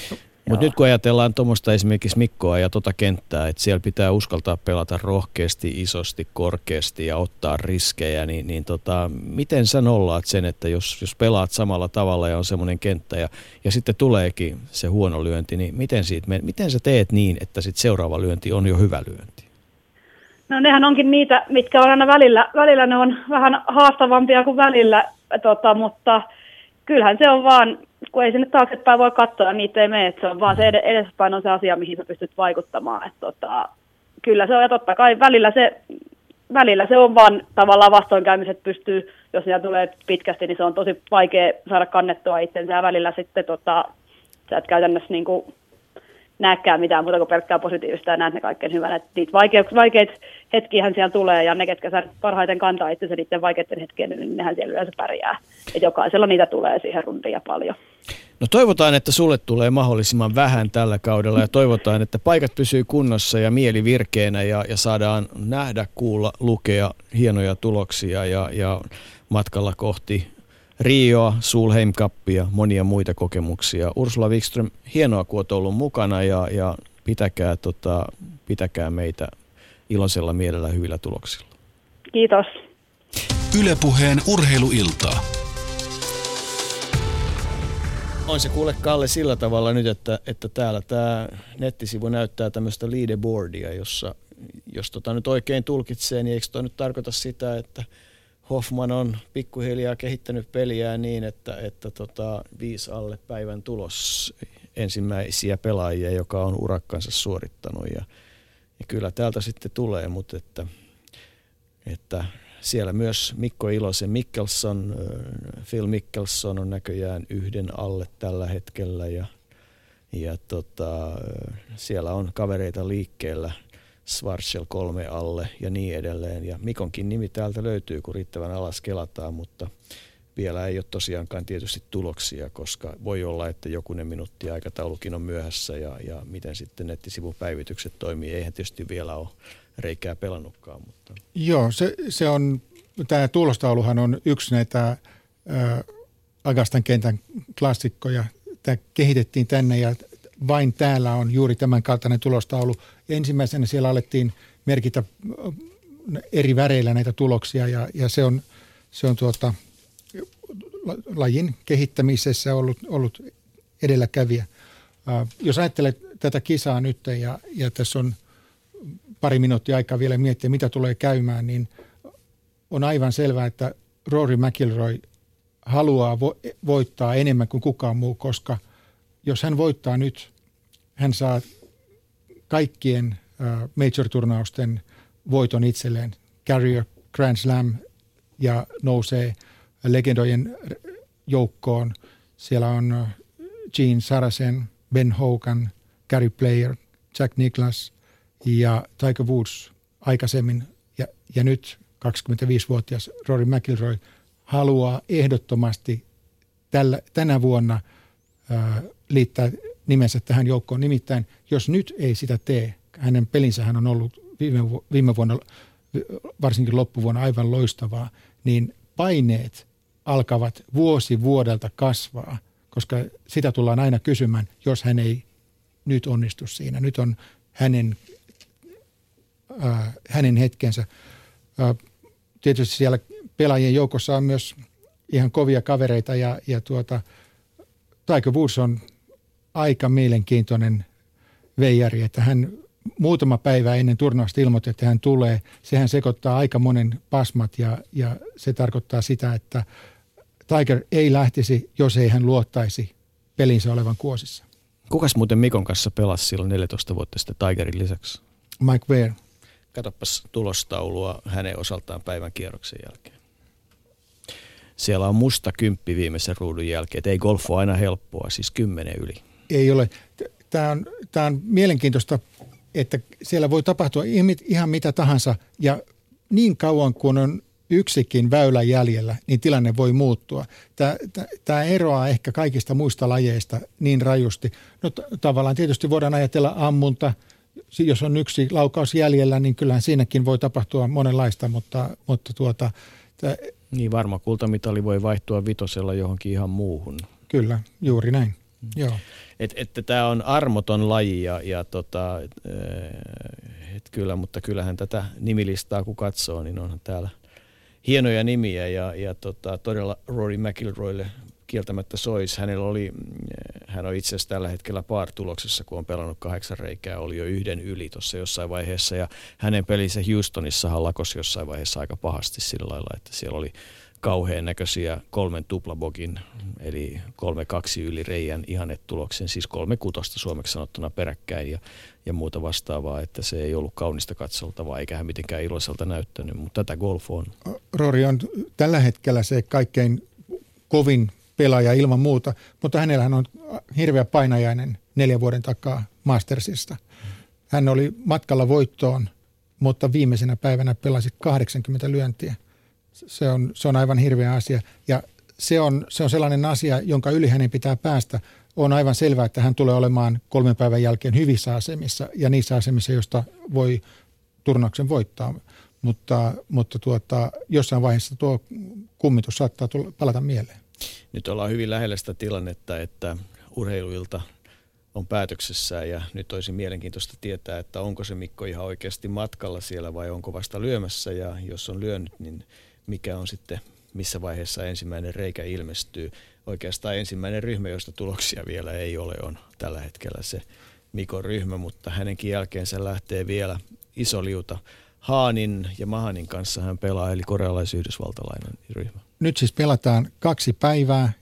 Mutta nyt kun ajatellaan tuommoista esimerkiksi Mikkoa ja kenttää, että siellä pitää uskaltaa pelata rohkeasti, isosti, korkeasti ja ottaa riskejä, niin miten sä nollaat sen, että jos pelaat samalla tavalla ja on semmoinen kenttä ja sitten tuleekin se huono lyönti, niin miten sä teet niin, että sitten seuraava lyönti on jo hyvä lyönti? No nehän onkin niitä, mitkä on aina välillä ne on vähän haastavampia kuin välillä, mutta kyllähän se on vaan, kun ei sinne taaksepäin voi katsoa, niitä ei mene, että se on vaan se edespäin on se asia, mihin sä pystyt vaikuttamaan. Kyllä se on, ja totta kai välillä se on vaan tavallaan vastoinkäymiset pystyy, jos niitä tulee pitkästi, niin se on tosi vaikea saada kannettua itsensä, ja välillä sitten sä et käytännössä niinku näkään mitään muuta kuin pelkkää positiivista ja näet ne kaikkein hyvänä. Niitä vaikeita hetkiähän siellä tulee ja ne, ketkä saa parhaiten kantaa itsensä niiden vaikeiden hetkien, niin nehän siellä yleensä pärjää. Et jokaisella niitä tulee siihen rundiin ja paljon. No toivotaan, että sulle tulee mahdollisimman vähän tällä kaudella ja toivotaan, että paikat pysyy kunnossa ja mieli virkeänä ja saadaan nähdä, kuulla, lukea hienoja tuloksia ja matkalla kohti Rioa, Solheim Cupia, monia muita kokemuksia. Ursula Wikström, hienoa kun olet ollut mukana ja pitäkää meitä iloisella mielellä hyvillä tuloksilla. Kiitos. Yle Puheen urheiluiltaa. On se kuule Kalle sillä tavalla nyt, että täällä tämä nettisivu näyttää tämmöistä leaderboardia, jos nyt oikein tulkitsee, niin eikö toi nyt tarkoita sitä, että Hoffman on pikkuhiljaa kehittänyt peliään niin, että 5 alle päivän tulos ensimmäisiä pelaajia, joka on urakkansa suorittanut. Ja kyllä täältä sitten tulee, mutta että siellä myös Mikko Ilosen Mikkelson, Phil Mickelson on näköjään 1 alle tällä hetkellä ja siellä on kavereita liikkeellä. Schwarzel 3 alle ja niin edelleen. Ja Mikonkin nimi täältä löytyy, kun riittävän alas kelataan, mutta vielä ei ole tosiaankaan tietysti tuloksia, koska voi olla, että jokunen minuutti aikataulukin on myöhässä ja miten sitten nettisivun päivitykset toimii. Eihän tietysti vielä ole reikää pelannutkaan. Mutta. Joo, se on, tämä tulostauluhan on yksi näitä Agastan kentän klassikkoja. Tämä kehitettiin tänne ja vain täällä on juuri tämän kaltainen tulostaulu. Ensimmäisenä siellä alettiin merkitä eri väreillä näitä tuloksia ja se on lajin kehittämisessä ollut edelläkävijä. Jos ajattelet tätä kisaa nyt ja tässä on pari minuuttia aikaa vielä miettiä, mitä tulee käymään, niin on aivan selvää, että Rory McIlroy haluaa voittaa enemmän kuin kukaan muu, koska jos hän voittaa nyt, hän saa kaikkien major-turnausten voiton itselleen. Carrier Grand Slam ja nousee legendojen joukkoon. Siellä on Gene Sarazen, Ben Hogan, Gary Player, Jack Nicklaus ja Tiger Woods aikaisemmin. Ja nyt 25-vuotias Rory McIlroy haluaa ehdottomasti tänä vuonna liittää nimensä tähän joukkoon. Nimittäin, jos nyt ei sitä tee, hänen pelinsähän on ollut viime vuonna, varsinkin loppuvuonna aivan loistavaa, niin paineet alkavat vuosi vuodelta kasvaa, koska sitä tullaan aina kysymään, jos hän ei nyt onnistu siinä. Nyt on hänen hetkensä. Tietysti siellä pelaajien joukossa on myös ihan kovia kavereita ja Tiger Woods on aika mielenkiintoinen veijari, että hän muutama päivä ennen turnausta ilmoitti, että hän tulee. Sehän sekoittaa aika monen pasmat ja se tarkoittaa sitä, että Tiger ei lähtisi, jos ei hän luottaisi pelinsä olevan kuosissa. Kukas muuten Mikon kanssa pelasi silloin 14 vuotta sitten Tigerin lisäksi? Mike Weir. Katsopas tulostaulua hänen osaltaan päivän kierroksen jälkeen. Siellä on musta 10 viimeisen ruudun jälkeen, että ei golf ole aina helppoa, siis 10 yli. Ei ole. Tämä on mielenkiintoista, että siellä voi tapahtua ihan mitä tahansa ja niin kauan kuin on yksikin väylä jäljellä, niin tilanne voi muuttua. Tämä eroaa ehkä kaikista muista lajeista niin rajusti. No tavallaan tietysti voidaan ajatella ammunta. Jos on yksi laukaus jäljellä, niin kyllähän siinäkin voi tapahtua monenlaista, mutta niin varma kultamitali voi vaihtua 5 johonkin ihan muuhun. Kyllä, juuri näin. Joo. Että tämä on armoton laji mutta kyllähän tätä nimilistaa kun katsoo, niin onhan täällä hienoja nimiä ja todella Rory McIlroylle kieltämättä sois. Hän on itse asiassa tällä hetkellä par-tuloksessa, kun on pelannut 8 reikää, oli jo 1 yli tuossa jossain vaiheessa ja hänen pelinsä Houstonissahan lakosi jossain vaiheessa aika pahasti sillä lailla, että siellä oli kauhean näköisiä 3 tuplabogin, eli 3-2 yli reijän ihannetuloksen, siis 3-6 suomeksi sanottuna peräkkäin ja muuta vastaavaa, että se ei ollut kaunista katsoltavaa, eikä hän mitenkään iloiselta näyttänyt, mutta tätä golf on. Rory on tällä hetkellä se kaikkein kovin pelaaja ilman muuta, mutta hänellähän on hirveä painajainen 4 vuoden takaa Mastersista. Hän oli matkalla voittoon, mutta viimeisenä päivänä pelasi 80 lyöntiä. Se on aivan hirveä asia ja se on sellainen asia, jonka yli hänen pitää päästä. On aivan selvää, että hän tulee olemaan 3 päivän jälkeen hyvissä asemissa ja niissä asemissa, joista voi turnauksen voittaa. Mutta jossain vaiheessa tuo kummitus saattaa palata mieleen. Nyt ollaan hyvin lähellä sitä tilannetta, että urheiluilta on päätöksessä ja nyt olisi mielenkiintoista tietää, että onko se Mikko ihan oikeasti matkalla siellä vai onko vasta lyömässä ja jos on lyönyt, niin mikä on sitten, missä vaiheessa ensimmäinen reikä ilmestyy. Oikeastaan ensimmäinen ryhmä, josta tuloksia vielä ei ole, on tällä hetkellä se Mikon ryhmä, mutta hänenkin jälkeensä lähtee vielä iso liuta. Haanin ja Mahanin kanssa hän pelaa, eli korealais-yhdysvaltalainen ryhmä. Nyt siis pelataan 2 päivää,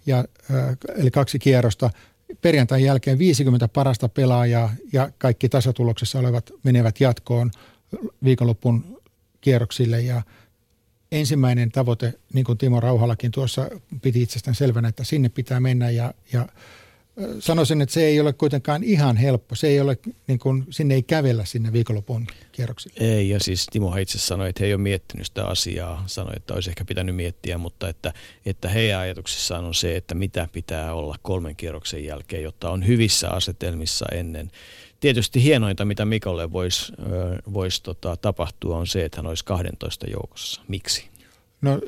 eli 2 kierrosta. Perjantain jälkeen 50 parasta pelaajaa ja kaikki tasatuloksessa olevat menevät jatkoon viikonlopun kierroksille. Ja ensimmäinen tavoite, niin kuin Timo Rauhalakin tuossa piti itsestään selvänä, että sinne pitää mennä ja sanoisin, että se ei ole kuitenkaan ihan helppo. Se ei ole, niin kuin, sinne ei kävellä sinne viikonlopun kierroksille. Ei, ja siis Timo itse sanoi, että he ei ole miettinyt sitä asiaa. Sanoi, että olisi ehkä pitänyt miettiä, mutta että heidän ajatuksissaan on se, että mitä pitää olla 3 kierroksen jälkeen, jotta on hyvissä asetelmissa ennen. Tietysti hienointa, mitä Mikolle voisi tapahtua, on se, että hän olisi 12 joukossa. Miksi? No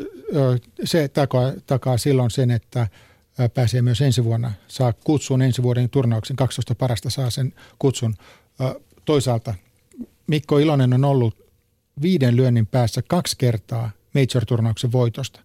se takaa silloin sen, että pääsee myös ensi vuonna, saa kutsun ensi vuoden turnauksen, 12 parasta saa sen kutsun. Toisaalta Mikko Ilonen on ollut 5 lyönnin päässä 2 kertaa Major-turnauksen voitosta.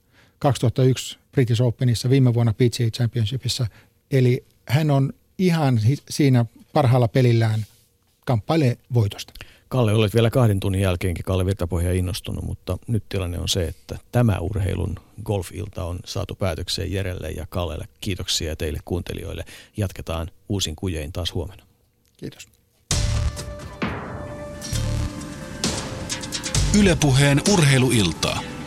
2001 British Openissa, viime vuonna PGA Championshipissa. Eli hän on ihan siinä parhaalla pelillään kamppailee voitosta. Kalle, olet vielä 2 tunnin jälkeenkin Kalle Virtapohja innostunut, mutta nyt tilanne on se, että tämä urheilun golf-ilta on saatu päätökseen Jerelle ja Kallelle. Kiitoksia teille kuuntelijoille. Jatketaan uusin kujein taas huomenna. Kiitos. Yle Puheen urheiluiltaa.